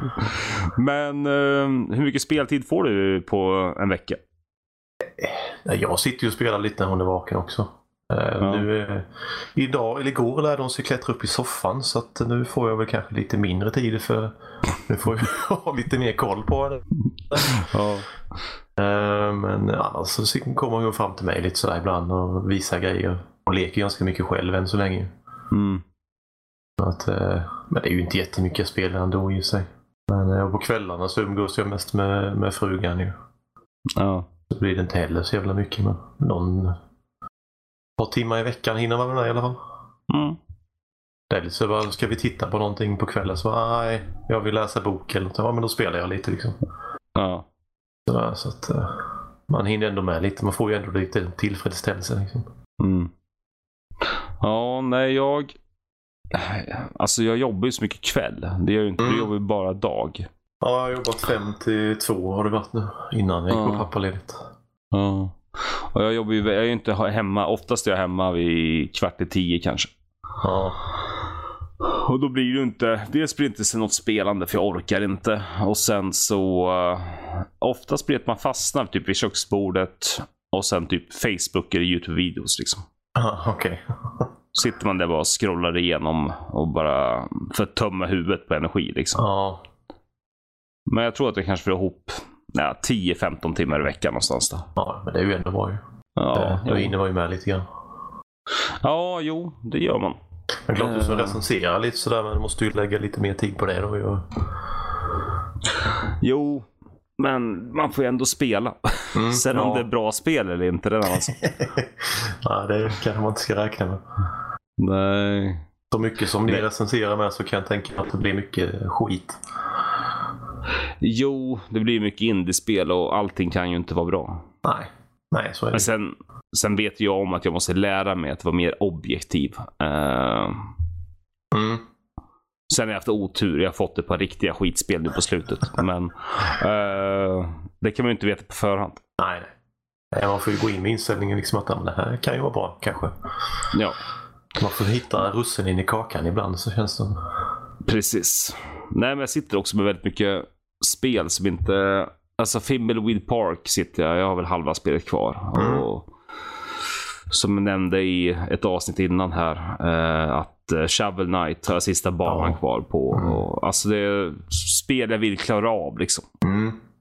Speaker 1: Men eh, hur mycket speltid får du på en vecka?
Speaker 2: Ja, jag sitter ju och spelar lite när hon är vaken också. Eh,
Speaker 1: Ja.
Speaker 2: Nu, eh, idag, eller igår lärde hon sig klättra upp i soffan, så att nu får jag väl kanske lite mindre tid, för nu får jag ha lite mer koll på det.
Speaker 1: Ja.
Speaker 2: Eh, Men annars så kommer hon fram till mig lite sådär ibland och visar grejer. Och leker ganska mycket själv än så länge.
Speaker 1: Mm.
Speaker 2: Så att, eh, men det är ju inte jättemycket jag spelar ändå i sig. Men eh, på kvällarna så umgås jag mest med, med frugan ju.
Speaker 1: Ja.
Speaker 2: Så blir det inte heller så jävla mycket, men någon par timmar i veckan hinner man med i alla fall.
Speaker 1: Mm.
Speaker 2: Det är lite så, bara, ska vi titta på någonting på kvällen, så nej, jag vill läsa bok eller något. Ja, men då spelar jag lite liksom.
Speaker 1: Ja.
Speaker 2: Sådär, så att eh, man hinner ändå med lite. Man får ju ändå lite tillfredsställelse liksom.
Speaker 1: Mm. Ja, nej jag alltså jag jobbar ju så mycket kväll. Det gör ju inte,
Speaker 2: Mm.
Speaker 1: jag jobbar ju bara dag.
Speaker 2: Ja, jag har jobbat fem till två har det varit nu. Innan jag gick på
Speaker 1: Ja.
Speaker 2: pappaledigt.
Speaker 1: Ja. Och jag jobbar ju, jag är ju inte hemma, oftast är jag hemma vid kvart i tio kanske.
Speaker 2: Ja.
Speaker 1: Och då blir det ju inte, dels blir det inte så något spelande för jag orkar inte. Och sen så uh, oftast blir det att man fastnar typ vid köksbordet och sen typ Facebook eller YouTube-videos liksom.
Speaker 2: Ah, okej.
Speaker 1: Sitter man där bara och scrollar igenom och bara för att tömma huvudet på energi liksom.
Speaker 2: Ja.
Speaker 1: Men jag tror att jag kanske får ihop ja, tio femton timmar i veckan någonstans då.
Speaker 2: Ja, men det är ju ändå bra ju.
Speaker 1: Ja,
Speaker 2: Då
Speaker 1: jo.
Speaker 2: hinner man ju med lite grann.
Speaker 1: Ja, jo, det gör man.
Speaker 2: Men klart du som
Speaker 1: Eh.
Speaker 2: recenserar lite sådär, men du måste ju lägga lite mer tid på det då. Ju.
Speaker 1: Jo, men man får ju ändå spela.
Speaker 2: Mm,
Speaker 1: Sen
Speaker 2: ja.
Speaker 1: om det är bra spel eller inte, det är en annan sak.
Speaker 2: Nej, det kanske man inte ska räkna med.
Speaker 1: Nej.
Speaker 2: Så mycket som ni
Speaker 1: Nej.
Speaker 2: recenserar med så kan jag tänka att det blir mycket skit.
Speaker 1: Jo, det blir mycket indiespel och allting kan ju inte vara bra.
Speaker 2: Nej, nej så är det.
Speaker 1: Men sen, sen vet jag om att jag måste lära mig att vara mer objektiv. Uh,
Speaker 2: Mm.
Speaker 1: sen har jag haft otur. Jag har fått ett par riktiga skitspel nu på slutet. Men uh, det kan man ju inte veta på förhand.
Speaker 2: Nej, nej. Nej, man får ju gå in med inställningen liksom att ja, men det här kan ju vara bra kanske.
Speaker 1: Ja,
Speaker 2: Man får hitta russin in i kakan ibland, så känns det.
Speaker 1: precis. Nej, men jag sitter också med väldigt mycket spel som inte... Alltså Thimbleweed Park sitter jag. Jag har väl halva spelet kvar.
Speaker 2: Mm.
Speaker 1: Och som jag nämnde i ett avsnitt innan här, eh, att eh, Shovel Knight har jag sista banan
Speaker 2: Ja.
Speaker 1: kvar på.
Speaker 2: Mm.
Speaker 1: Och, alltså det är spel jag vill klara av liksom.
Speaker 2: Mm.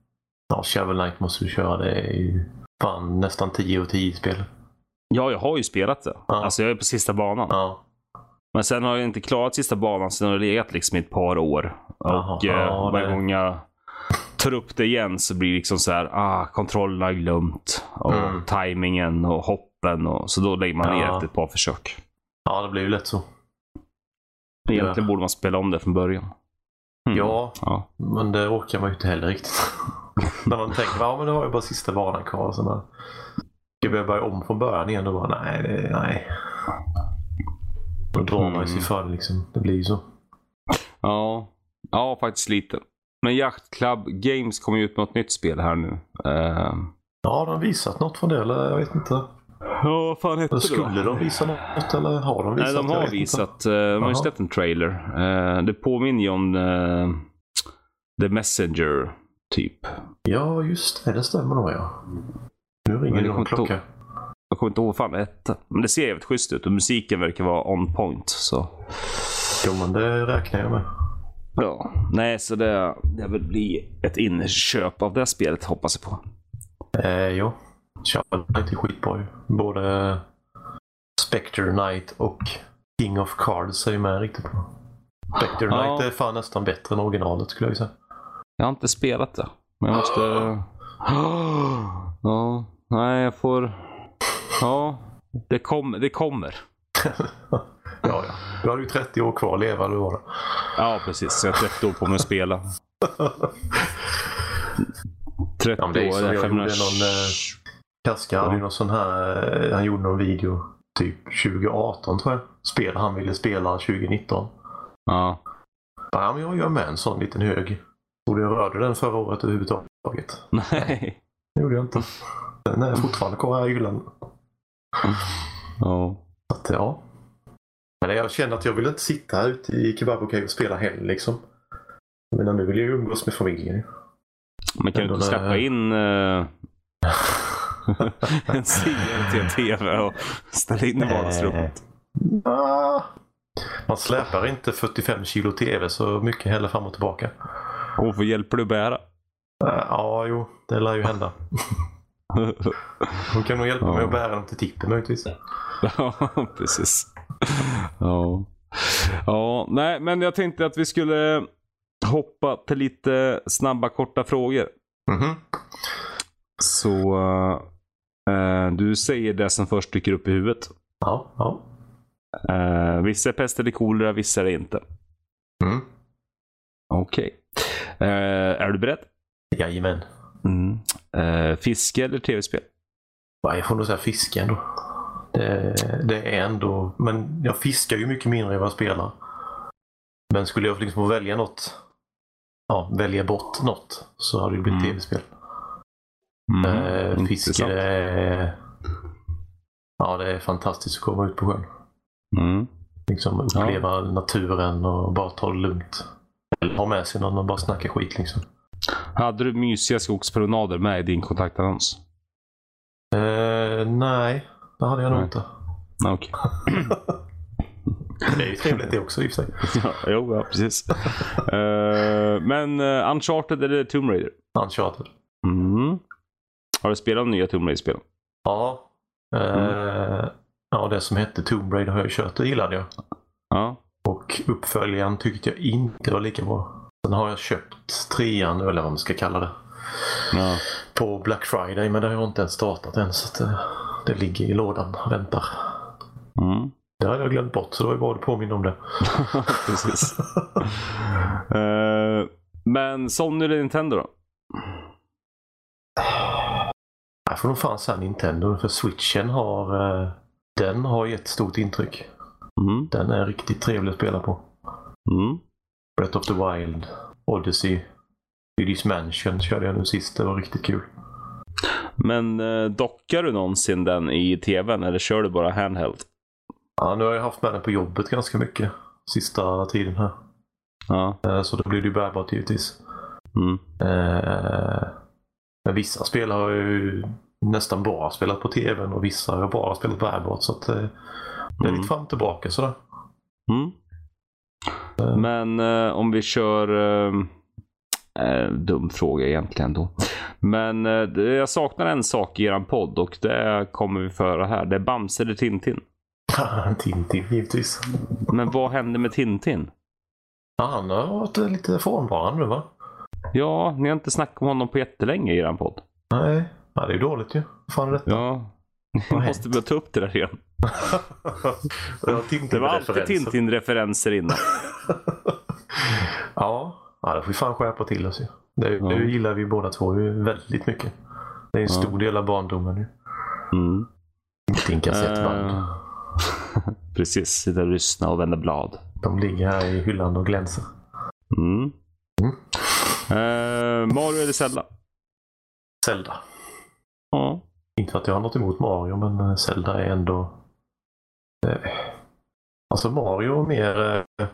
Speaker 2: Ja, Shovel Knight måste du köra. Det är ju fan nästan tio och tio spel.
Speaker 1: Ja, jag har ju spelat det. Ja. Alltså jag är på sista banan.
Speaker 2: Ja.
Speaker 1: Men sen har jag inte klarat sista banan sen har det legat liksom i ett par år.
Speaker 2: Aha,
Speaker 1: och eh,
Speaker 2: ja,
Speaker 1: varje
Speaker 2: det...
Speaker 1: gång jag tar upp det igen så blir det liksom så här, ah, kontrollerna är glömt. Och
Speaker 2: Mm.
Speaker 1: tajmingen och hoppen. Och, så då lägger man ner
Speaker 2: Ja.
Speaker 1: efter ett par försök.
Speaker 2: Ja, det blir ju lätt så.
Speaker 1: Egentligen
Speaker 2: Ja.
Speaker 1: borde man spela om det från början. Mm.
Speaker 2: Ja,
Speaker 1: ja,
Speaker 2: men det orkar man ju inte heller riktigt. När man tänker, ja men det har ju bara sista banan kvar. Så man ska vi börja om från början igen och bara, nej, det, nej. Då drar man ju sig för det liksom. Det blir ju så.
Speaker 1: Ja, ja faktiskt lite. Men Yacht Club Games kommer ju ut med ett nytt spel här nu. Uh...
Speaker 2: Ja, de har visat något från det, eller jag vet inte.
Speaker 1: Ja, vad fan heter det?
Speaker 2: Skulle de visa något, eller har de visat?
Speaker 1: Nej, de har visat. Uh, de har ju släppt en trailer. Uh, det påminner ju om uh, The Messenger, typ.
Speaker 2: Ja, just det. Det stämmer nog, ja. Nu ringer det någon klocka.
Speaker 1: Jag kommer inte ihåg vad fan det hette. Men det ser jävligt schysst ut och musiken verkar vara on point. Så.
Speaker 2: Jo, men det räknar jag med.
Speaker 1: Ja, nej, så det, det vill bli ett inköp av det spelet, hoppas jag på.
Speaker 2: Eh, jo. Shovel Knight är skitbra ju. Både Spectre Knight och King of Cards är ju med riktigt bra. Spectre
Speaker 1: ja.
Speaker 2: Knight är fan nästan bättre än originalet skulle jag säga.
Speaker 1: Jag har inte spelat det. Men jag måste... Ja, nej jag får... Ja, det, kom... det kommer.
Speaker 2: ja, ja. Du har ju trettio år kvar att leva, eller vad det?
Speaker 1: Ja, precis. Så jag har trettio år på mig att spela. trettio
Speaker 2: ja, det är som
Speaker 1: år,
Speaker 2: jag
Speaker 1: femhundra...
Speaker 2: gjorde någon... Eh, Kaska hade ju någon sån här... Eh, han gjorde någon video typ tjugo arton tror jag. Spel han ville spela tjugo nitton.
Speaker 1: Ja.
Speaker 2: Ja, men jag gör med en sån liten hög. Och jag rörde den förra året överhuvudtaget.
Speaker 1: Nej.
Speaker 2: Det gjorde jag inte. Den är fortfarande kvar här i hyllan.
Speaker 1: Ja.
Speaker 2: Att, ja. Men jag känner att jag vill inte sitta här ute i Kebab Cave och spela heller liksom. Men nu vill jag ju umgås med familjen.
Speaker 1: Men kan du inte släppa det... in uh... en serie till en tv och ställa in i vardagsrummet?
Speaker 2: Ah. Man släpar inte fyrtiofem kilo tv så mycket heller fram och tillbaka.
Speaker 1: Och vad hjälper du bära?
Speaker 2: Ja, jo. Det lär ju hända. Hon kan nog hjälpa ja. mig att bära dem till tippen möjligtvis.
Speaker 1: Ja, precis. Ja. Ja, nej, men jag tänkte att vi skulle hoppa till lite snabba, korta frågor.
Speaker 2: Mm-hmm.
Speaker 1: Så uh, du säger det som först dyker upp i huvudet.
Speaker 2: Ja, ja.
Speaker 1: Uh, vissa är pest eller kolera, vissa är det inte.
Speaker 2: Mm.
Speaker 1: Okej. Okay. Uh, är du beredd?
Speaker 2: Jajamän.
Speaker 1: Mm. Uh, fiske eller tv-spel?
Speaker 2: Jag får nog säga fiske ändå. Det, det är ändå... Men jag fiskar ju mycket mindre än vad jag spelar. Men skulle jag liksom få välja något... Ja, välja bort något så hade det blivit mm. tv-spel. Mm. Uh, fiske är... Ja, det är fantastiskt att komma ut på sjön.
Speaker 1: Mm.
Speaker 2: Liksom uppleva
Speaker 1: ja.
Speaker 2: naturen och bara ta det lugnt. Eller ha med sig någon och bara snacka skit liksom.
Speaker 1: Hade du mysiga skogspromenader med i din kontaktannons?
Speaker 2: Uh, nej, det hade jag nog inte.
Speaker 1: Okej.
Speaker 2: Det är ju trevligt det också i och för sig.
Speaker 1: Ja, jo, ja, precis. uh, men uh, Uncharted eller Tomb Raider?
Speaker 2: Uncharted.
Speaker 1: Mm. Har du spelat de nya Tomb Raider-spelen?
Speaker 2: Ja. Uh, mm. Ja, det som hette Tomb Raider har jag kört och gillade jag.
Speaker 1: Ja.
Speaker 2: Och uppföljaren tyckte jag inte var lika bra. Sen har jag köpt trean, eller vad man ska kalla det.
Speaker 1: Ja.
Speaker 2: På Black Friday, men det har jag inte ens startat än. Så det, det ligger i lådan och väntar.
Speaker 1: Mm.
Speaker 2: Det hade jag glömt bort, så då var jag bara påminn om det.
Speaker 1: Precis. uh, men Sony eller Nintendo då?
Speaker 2: Jag får nog fan säga Nintendo, för Switchen har uh, den har gett stort intryck.
Speaker 1: Mm.
Speaker 2: Den är riktigt trevlig att spela på.
Speaker 1: Mm.
Speaker 2: Breath of the Wild, Odyssey, Luigi's Mansion körde jag nu sist, det var riktigt kul.
Speaker 1: Men uh, dockar du någonsin den i tvn eller kör du bara handheld?
Speaker 2: Ja, nu har jag haft med den på jobbet ganska mycket sista tiden här.
Speaker 1: Ja.
Speaker 2: Uh, så då blir det ju bärbart givetvis.
Speaker 1: Mm.
Speaker 2: Uh, men vissa spel har jag ju nästan bara spelat på tvn och vissa har jag bara spelat bärbart, så att uh, det är
Speaker 1: mm.
Speaker 2: lite fram och tillbaka sådär.
Speaker 1: Mm. Uh. Men uh, om vi kör uh, uh, dum fråga egentligen då. Men eh, det- jag saknar en sak i eran podd och det kommer vi föra här. Det är Bamse eller Tintin.
Speaker 2: Tintin, givetvis.
Speaker 1: Men vad hände med Tintin?
Speaker 2: Ja, han har varit lite frånvarande nu, va?
Speaker 1: Ja, ni har inte snackat om honom på jättelänge i eran podd.
Speaker 2: Nej, ja, det är ju dåligt ju. Vad fan är detta?
Speaker 1: Ja, ni
Speaker 2: Vad
Speaker 1: måste börja ta upp det där igen.
Speaker 2: det var,
Speaker 1: Det var alltid Tintin-referenser innan.
Speaker 2: ja, ja, det får vi fan skärpa till oss ju. Det,
Speaker 1: Ja.
Speaker 2: det gillar vi båda två ju väldigt mycket. Det är en stor del av barndomen nu.
Speaker 1: Mm.
Speaker 2: Din kassettband.
Speaker 1: Eh, Precis, sitta och lyssna och vända blad.
Speaker 2: De ligger här i hyllan och glänser.
Speaker 1: Mm. Eh, Mario eller Zelda?
Speaker 2: Zelda.
Speaker 1: Ja.
Speaker 2: Inte för att jag har något emot Mario, men Zelda är ändå... Eh, alltså Mario är mer eh,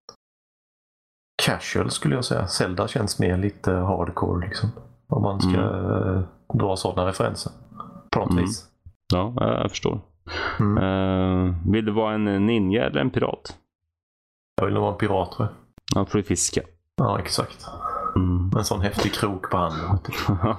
Speaker 2: casual skulle jag säga. Zelda känns mer lite hardcore liksom. Om man ska
Speaker 1: Mm.
Speaker 2: eh, dra sådana referenser. På något
Speaker 1: Mm.
Speaker 2: vis.
Speaker 1: Ja, jag förstår.
Speaker 2: Mm.
Speaker 1: Eh, vill du vara en ninja eller en pirat?
Speaker 2: Jag vill nog vara en pirat, tror jag.
Speaker 1: Ja, för att fiska.
Speaker 2: Ja, exakt.
Speaker 1: Mm.
Speaker 2: En sån häftig krok på handen. vet du.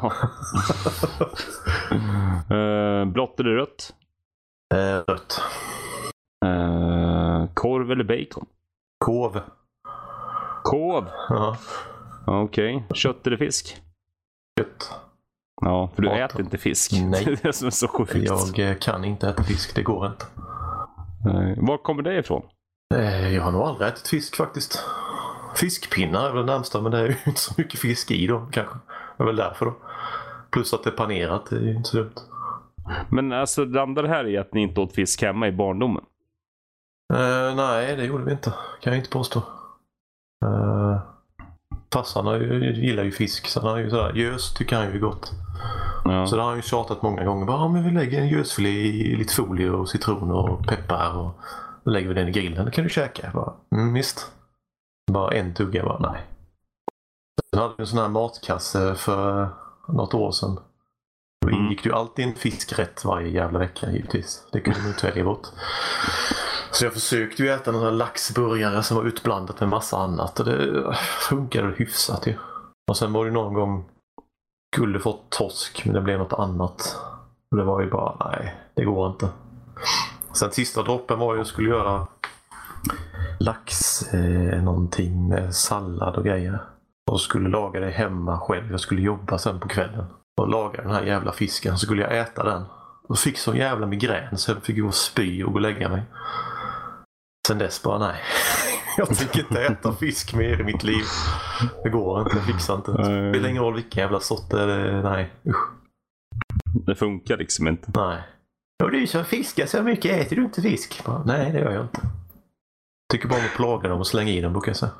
Speaker 1: eh, blått eller rött?
Speaker 2: Eh, rött.
Speaker 1: Eh, korv eller bacon?
Speaker 2: Kov.
Speaker 1: Korv?
Speaker 2: Ja,
Speaker 1: Okej. Kött eller fisk?
Speaker 2: kött.
Speaker 1: Ja, för du
Speaker 2: Mat.
Speaker 1: äter inte fisk.
Speaker 2: Nej.
Speaker 1: Det är det som är så sjukt.
Speaker 2: Jag eh, kan inte äta fisk, det går inte.
Speaker 1: Eh, var kommer det ifrån?
Speaker 2: Eh, jag har nog aldrig ätit fisk faktiskt. Fiskpinnar är väl det närmsta, men det är ju inte så mycket fisk i då kanske. Det är väl därför då. Plus att det är panerat, det är ju inte så dumt.
Speaker 1: Men alltså landar det här i att ni inte åt fisk hemma i barndomen?
Speaker 2: Eh, nej, det gjorde vi inte. Kan jag inte påstå. Eh, farsan har ju, gillar ju fisk, så han har ju sådär, gös tycker han ju är gott.
Speaker 1: Ja.
Speaker 2: Så det har han ju tjatat många gånger. Bara, ja, men vi lägger en gösfilé i lite folie och citron och peppar och då lägger vi den i grillen. Det kan du käka. Jag bara, mm, visst. Bara en tugga, bara nej. Sen hade vi en sån här matkasse för något år sedan. Då
Speaker 1: Mm.
Speaker 2: ingick det ju alltid en fiskrätt varje jävla vecka givetvis. Det kunde man inte välja bort. Så jag försökte ju äta några laxburgare som var utblandat med massa annat och det funkade hyfsat ju. Och sen var det någon gång skulle fått torsk men det blev något annat. Och det var ju bara, nej, det går inte. Sen sista droppen var ju att jag skulle göra lax eh, någonting med sallad och grejer. Och skulle laga det hemma själv. Jag skulle jobba sen på kvällen. Och laga den här jävla fisken. Så skulle jag äta den. Och fick så jävla migrän så jag fick gå och spy och gå och lägga mig. Sen dess bara nej. Jag tänker inte äta fisk mer i mitt liv. Det går inte, jag fixar inte. Det spelar ingen roll vilken jävla sort det är. Nej, usch.
Speaker 1: Det funkar liksom inte.
Speaker 2: Nej. Och du som fiskar så mycket, äter du inte fisk? Bara, nej, det gör jag inte. Tycker bara om att plåga dem och slänga i dem, brukar jag säga.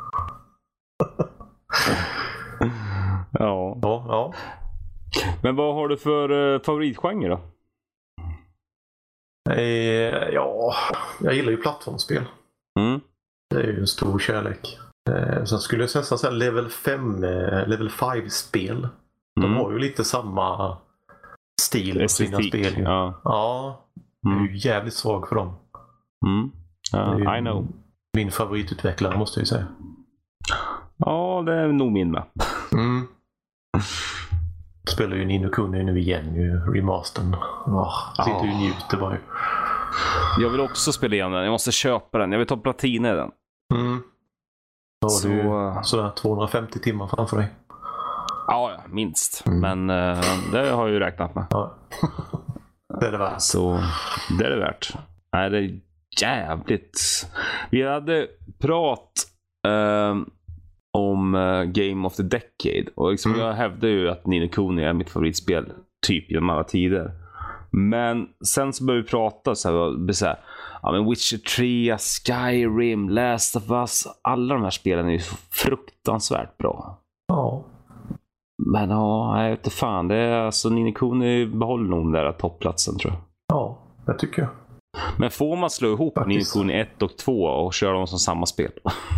Speaker 1: Ja.
Speaker 2: Ja, ja.
Speaker 1: Men vad har du för uh, favoritgenre då?
Speaker 2: Eh, ja, jag gillar ju plattformsspel.
Speaker 1: Mm.
Speaker 2: Det är ju en stor kärlek. Eh, sen skulle jag nästan säga level fem, eh, level fem-spel. De
Speaker 1: Mm.
Speaker 2: har ju lite samma stil på sina
Speaker 1: Estetik.
Speaker 2: spel. Ju.
Speaker 1: Ja.
Speaker 2: Ja, jag är
Speaker 1: Mm.
Speaker 2: ju jävligt svag för dem.
Speaker 1: Mm.
Speaker 2: Det är
Speaker 1: Ja,
Speaker 2: ju
Speaker 1: I know.
Speaker 2: min favoritutvecklare måste jag ju säga.
Speaker 1: Ja, det är nog min med.
Speaker 2: Mm. Spelar ju Ni no Kuni nu igen, ju remastern. Oh, sitter ju och njuter bara.
Speaker 1: Jag vill också spela igen den. Jag måste köpa den. Jag vill ta platina i den.
Speaker 2: Mm. Då har
Speaker 1: Så,
Speaker 2: du
Speaker 1: uh,
Speaker 2: sådär tvåhundrafemtio timmar framför dig.
Speaker 1: Ja, ja, minst.
Speaker 2: Mm.
Speaker 1: Men uh, det har jag ju räknat med.
Speaker 2: Ja. Det är det värt.
Speaker 1: Så det är det värt. Nej, det är jävligt. Vi hade prat uh, om uh, Game of the Decade. Och liksom
Speaker 2: Mm.
Speaker 1: jag hävdar ju att Ni no Kuni är mitt favoritspel typ genom alla tider. Men sen så började vi prata så här, så här ja, men Witcher tre, Skyrim, Last of Us. Alla de här spelen är ju så fruktansvärt bra.
Speaker 2: Ja.
Speaker 1: Men ja, jag vet inte fan. Det är alltså Ni no Kuni behåller nog den där toppplatsen tror jag.
Speaker 2: Ja, det tycker jag.
Speaker 1: Men får man slå ihop Ni no
Speaker 2: Faktiskt.
Speaker 1: Kuni ett och två och köra dem som samma spel?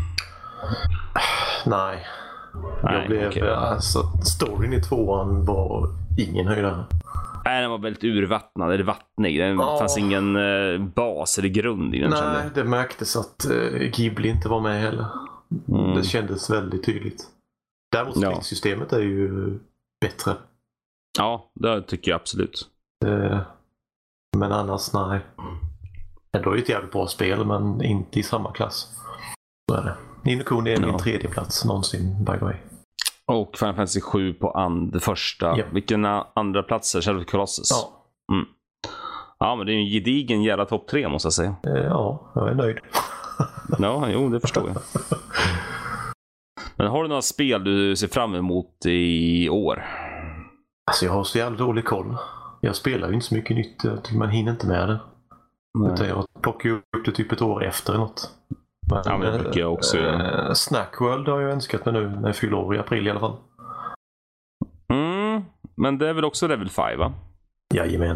Speaker 2: Nej.
Speaker 1: Nej,
Speaker 2: Jag blev,
Speaker 1: okej.
Speaker 2: alltså, storyn i tvåan var ingen höjdare.
Speaker 1: Nej, den var väldigt urvattnad eller vattnig. Det
Speaker 2: Ja.
Speaker 1: fanns ingen eh, bas eller grund i den. kände
Speaker 2: Nej,
Speaker 1: jag.
Speaker 2: det märktes att uh, Ghibli inte var med heller.
Speaker 1: Mm.
Speaker 2: Det kändes väldigt tydligt. Däremot
Speaker 1: Ja.
Speaker 2: stridssystemet är ju bättre.
Speaker 1: Ja, det tycker jag absolut.
Speaker 2: Eh, men annars, nej. Ändå är det ett jävligt bra spel, men inte i samma klass. Så är det. Ni no Kuni är min
Speaker 1: Ja.
Speaker 2: tredje plats någonsin, by the way.
Speaker 1: Och Final Fantasy sju på and, första.
Speaker 2: Ja.
Speaker 1: Vilken andra platser? Shadow of the Colossus.
Speaker 2: Ja.
Speaker 1: Mm. Ja, men det är en gedigen jävla topp tre måste jag säga.
Speaker 2: Eh, ja, jag är nöjd.
Speaker 1: Ja, jo, det förstår jag. Men har du några spel du ser fram emot i år?
Speaker 2: Alltså jag har så jävla dålig koll. Jag spelar ju inte så mycket nytt. Jag tycker man hinner inte med det. Utan jag plockar ju upp det typ ett år efter eller något. Men,
Speaker 1: Ja, men det brukar jag också göra.
Speaker 2: äh, Snackworld har jag önskat mig nu när jag fyller år i april i alla fall.
Speaker 1: Mm, men det är väl också level fem, va?
Speaker 2: Jajamän.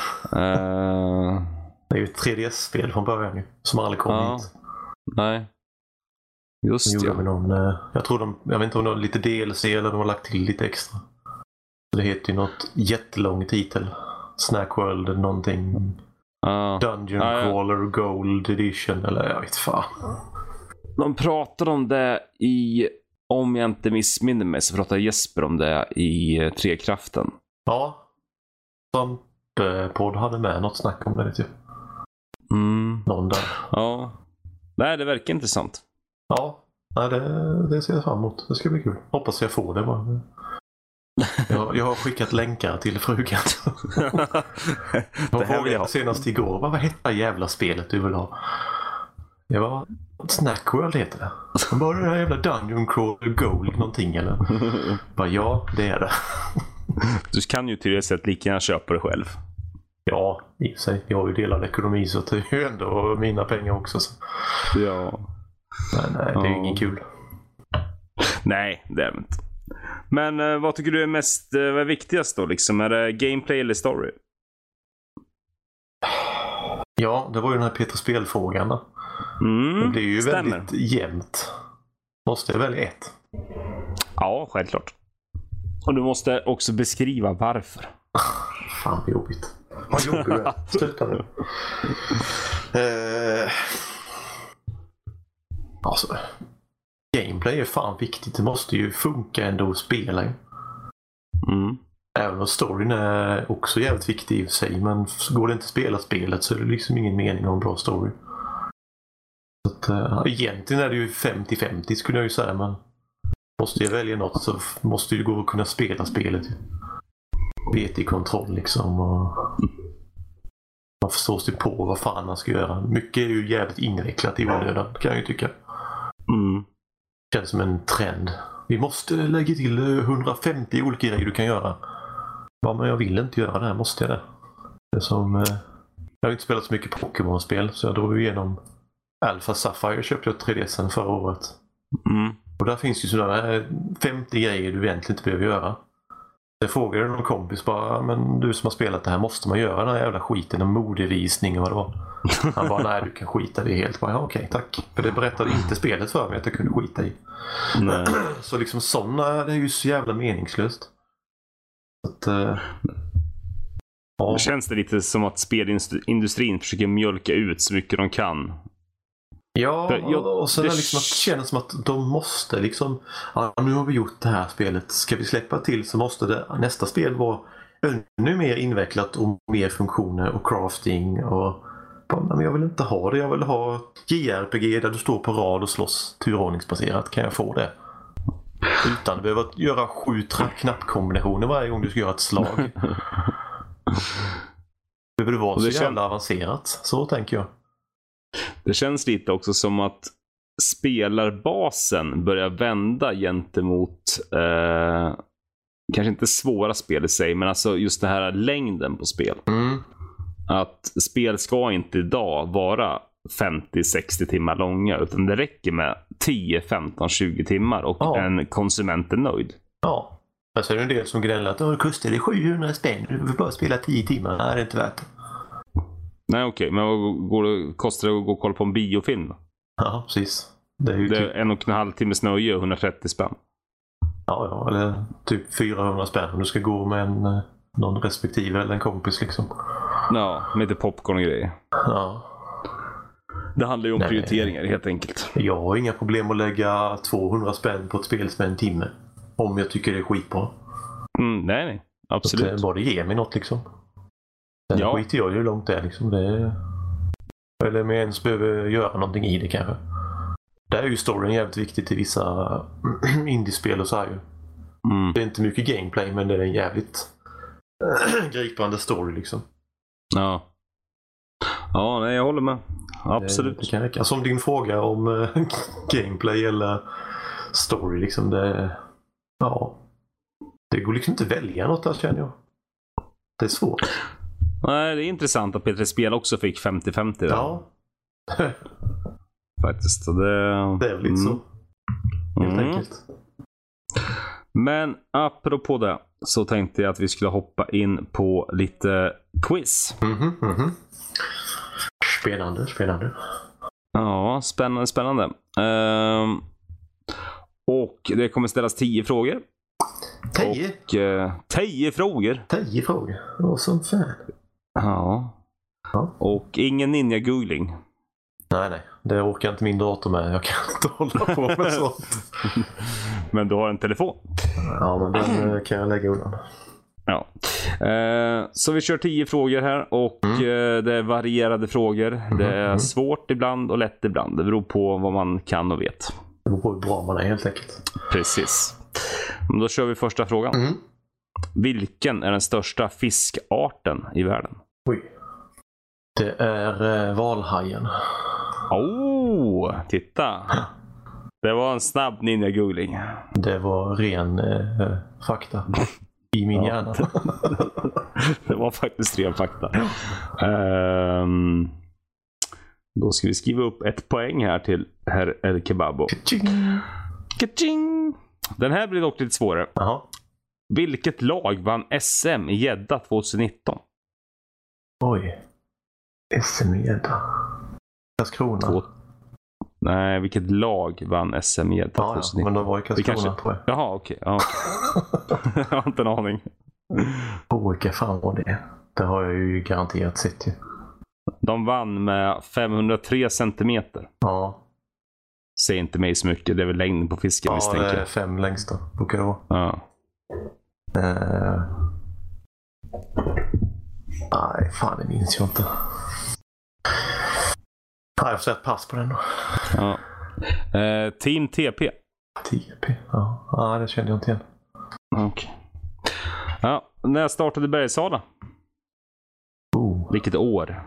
Speaker 1: Uh,
Speaker 2: Det är ju ett tre D S-spel från början ju, som aldrig kom
Speaker 1: ja.
Speaker 2: hit.
Speaker 1: Nej. Just
Speaker 2: Gjorde
Speaker 1: ja.
Speaker 2: med någon, eh, jag tror de, jag vet inte om det var lite D L C eller de har lagt till lite extra. Det heter ju något jättelång titel. Snackworld eller någonting.
Speaker 1: Uh,
Speaker 2: Dungeon
Speaker 1: ja, ja.
Speaker 2: Crawler Gold Edition eller jag vet fan.
Speaker 1: De pratar om det i, om jag inte missminner mig, så pratar Jesper om det i eh, Trekraften.
Speaker 2: Ja. Svamp-podd hade med något snack om det vet jag.
Speaker 1: Mm.
Speaker 2: Någon där.
Speaker 1: Ja. Nej, det verkar intressant.
Speaker 2: Ja, nej, det, det ser jag fram emot. Det ska bli kul. Hoppas jag får det bara. Jag, jag har skickat länkar till frugan.
Speaker 1: Det här vill jag ha.
Speaker 2: Senast igår. Vad hette det jävla spelet du vill ha? Jag var Snackworld heter det. Bara det här jävla Dungeon Crawler Gold någonting eller? Bara, ja, det är det.
Speaker 1: Du kan ju till det sätt lika gärna köpa det själv.
Speaker 2: Ja, i och för sig. Jag har ju delad ekonomi så det är ju ändå mina pengar också. Så.
Speaker 1: Ja.
Speaker 2: Men nej, det är ju
Speaker 1: Ja.
Speaker 2: ingen kul.
Speaker 1: Nej, det är det inte. Men eh, vad tycker du är mest eh, vad är viktigast då liksom? Är det gameplay eller story?
Speaker 2: Ja, det var ju den här Peter Spel-frågan då.
Speaker 1: Mm,
Speaker 2: Det blir ju
Speaker 1: stämmer.
Speaker 2: väldigt jämnt. Måste jag välja ett?
Speaker 1: Ja, självklart. Och du måste också beskriva varför.
Speaker 2: Fan vad jobbigt. Vad jobbigt det är. Sluta nu. Uh, alltså, gameplay är fan viktigt. Det måste ju funka ändå att spela.
Speaker 1: Mm.
Speaker 2: Även om storyn är också jävligt viktig i och för sig. Men går det inte att spela spelet så är det liksom ingen mening om en bra story. Så att, uh, egentligen är det ju femtio femtio skulle jag ju säga. Men måste jag välja något så måste det gå att kunna spela spelet. Bet i kontroll liksom. Och man förstår sig på vad fan man ska göra. Mycket är ju jävligt invecklat i onödan kan jag ju tycka.
Speaker 1: Mm.
Speaker 2: Känns som en trend. Vi måste lägga till hundrafemtio olika grejer du kan göra. Ja, men jag vill inte göra det här, måste jag det? Det är som... Eh, jag har inte spelat så mycket Pokémon-spel så jag drog igenom Alpha Sapphire köpte jag tre D S:en förra året.
Speaker 1: Mm.
Speaker 2: Och där finns ju sådana femtio grejer du egentligen inte behöver göra. Jag frågade någon kompis bara, men du som har spelat det här, måste man göra den här jävla skiten om modevisning och vad det var? Han bara, nej du kan skita det helt. Ja, okej, tack. För det berättade inte spelet för mig att jag kunde skita i.
Speaker 1: Nej.
Speaker 2: Så liksom sådana, det är ju så jävla meningslöst. Så att, uh, ja.
Speaker 1: Det känns det lite som att spelindustrin försöker mjölka ut så mycket de kan.
Speaker 2: Ja,
Speaker 1: jag,
Speaker 2: och sen
Speaker 1: det
Speaker 2: är det liksom att det känns som att de måste liksom, ja, nu har vi gjort det här spelet, ska vi släppa till så måste det, nästa spel vara ännu mer invecklat och mer funktioner och crafting och men jag vill inte ha det, jag vill ha J R P G där du står på rad och slåss turordningsbaserat, kan jag få det? Utan att behöva göra sju knappkombinationer varje gång du ska göra ett slag. Behöver det vara så jävla avancerat, så tänker jag.
Speaker 1: Det känns lite också som att spelarbasen börjar vända gentemot eh, kanske inte svåra spel i sig, men alltså just det här längden på spel.
Speaker 2: Mm.
Speaker 1: Att spel ska inte idag vara femtio sextio timmar långa, utan det räcker med tio femton tjugo timmar och ja. En konsument är nöjd.
Speaker 2: Ja, men så är det en del som gnäller att det kostar det sjuhundra spänn, du får bara spela tio timmar, nej det är inte värt det.
Speaker 1: Nej okej, okay. Men vad går det, kostar det att gå och kolla på en biofilm då?
Speaker 2: Ja, precis. Det är ju
Speaker 1: det är
Speaker 2: typ...
Speaker 1: en och en halv timmes nöje och hundratrettio spänn.
Speaker 2: Ja, ja, eller typ fyrahundra spänn om du ska gå med en, någon respektive eller en kompis liksom.
Speaker 1: Ja, med lite popcorn och grejer.
Speaker 2: Ja.
Speaker 1: Det handlar ju om
Speaker 2: Nej.
Speaker 1: prioriteringar helt enkelt.
Speaker 2: Jag har inga problem att lägga tvåhundra spänn på ett spel som är en timme. Om jag tycker det är skitbra.
Speaker 1: Mm, nej, nej. Absolut.
Speaker 2: Att, bara det ger mig något liksom. Sen
Speaker 1: ja.
Speaker 2: skiter jag ju hur långt det är liksom. Det är... Eller om jag ens behöver göra någonting i det kanske. Där är ju storyn jävligt viktig till vissa indiespel och så här ju.
Speaker 1: Mm.
Speaker 2: Det är inte mycket gameplay, men det är en jävligt gripande story liksom.
Speaker 1: Ja. Ja, nej, jag håller med. Absolut.
Speaker 2: Det, det kan räcka. Som din fråga om uh, gameplay eller story liksom. Det, ja. Det går liksom inte att välja något där, känner jag. Det är svårt.
Speaker 1: Nej, det är intressant att P tre Spel också fick femtio femtio där.
Speaker 2: Ja.
Speaker 1: Faktiskt. Så det...
Speaker 2: det är lite mm. så. Helt
Speaker 1: mm.
Speaker 2: enkelt.
Speaker 1: Men apropå det så tänkte jag att vi skulle hoppa in på lite quiz.
Speaker 2: Mm-hmm, mm-hmm. Spännande, spännande.
Speaker 1: Ja, spännande, spännande. Um, och det kommer ställas tio frågor.
Speaker 2: Tio?
Speaker 1: Och, uh, tio frågor.
Speaker 2: Tio frågor? Vad som fan.
Speaker 1: Ja.
Speaker 2: ja.
Speaker 1: Och ingen ninja-googling.
Speaker 2: Nej, nej. Det orkar inte min dator med. Jag kan inte hålla på med sånt.
Speaker 1: Men du har en telefon.
Speaker 2: Ja, men den kan jag lägga undan.
Speaker 1: Ja. Eh, så vi kör tio frågor här. Och mm. eh, det är varierade frågor. Mm. Det är svårt ibland och lätt ibland. Det beror på vad man kan och vet.
Speaker 2: Det beror på hur bra man är helt enkelt.
Speaker 1: Precis. Men då kör vi första frågan.
Speaker 2: Mm.
Speaker 1: Vilken är den största fiskarten i världen?
Speaker 2: Oj. Det är eh, valhajen.
Speaker 1: Oh, titta. Det var en snabb ninja-googling.
Speaker 2: Det var ren eh, fakta i min ja. hjärna.
Speaker 1: Det var faktiskt ren fakta. Um, då ska vi skriva upp ett poäng här till herr El Kebabo.
Speaker 2: Ka-ching.
Speaker 1: Ka-ching. Den här blir dock lite svårare.
Speaker 2: Aha.
Speaker 1: Vilket lag vann S M i Gädda tjugonitton?
Speaker 2: Oj. S M i Gädda. Karlskrona. Två...
Speaker 1: Nej, vilket lag vann S M i Gädda
Speaker 2: ja,
Speaker 1: tjugonitton?
Speaker 2: Ja, men då var det Karlskrona,
Speaker 1: kanske...
Speaker 2: tror jag.
Speaker 1: Jaha, okej. Okay. Ja. Jag har inte en aning.
Speaker 2: Oj, vilka fan var det? Det har jag ju garanterat sett ju.
Speaker 1: De vann med femhundratre centimeter.
Speaker 2: Ja.
Speaker 1: Säg inte mig så mycket. Det är väl längden på fisken,
Speaker 2: ja,
Speaker 1: misstänker jag.
Speaker 2: Ja, det är fem längsta. Brukar det vara.
Speaker 1: Ja.
Speaker 2: Uh... Nej, fan det minns jag inte. Ja, jag har sett pass på den då.
Speaker 1: Ja. Uh, Team T P.
Speaker 2: T P, ja. Ja, det kände jag inte igen.
Speaker 1: Okej. Okay. Ja, när startade Bergsala?
Speaker 2: Oh.
Speaker 1: Vilket år?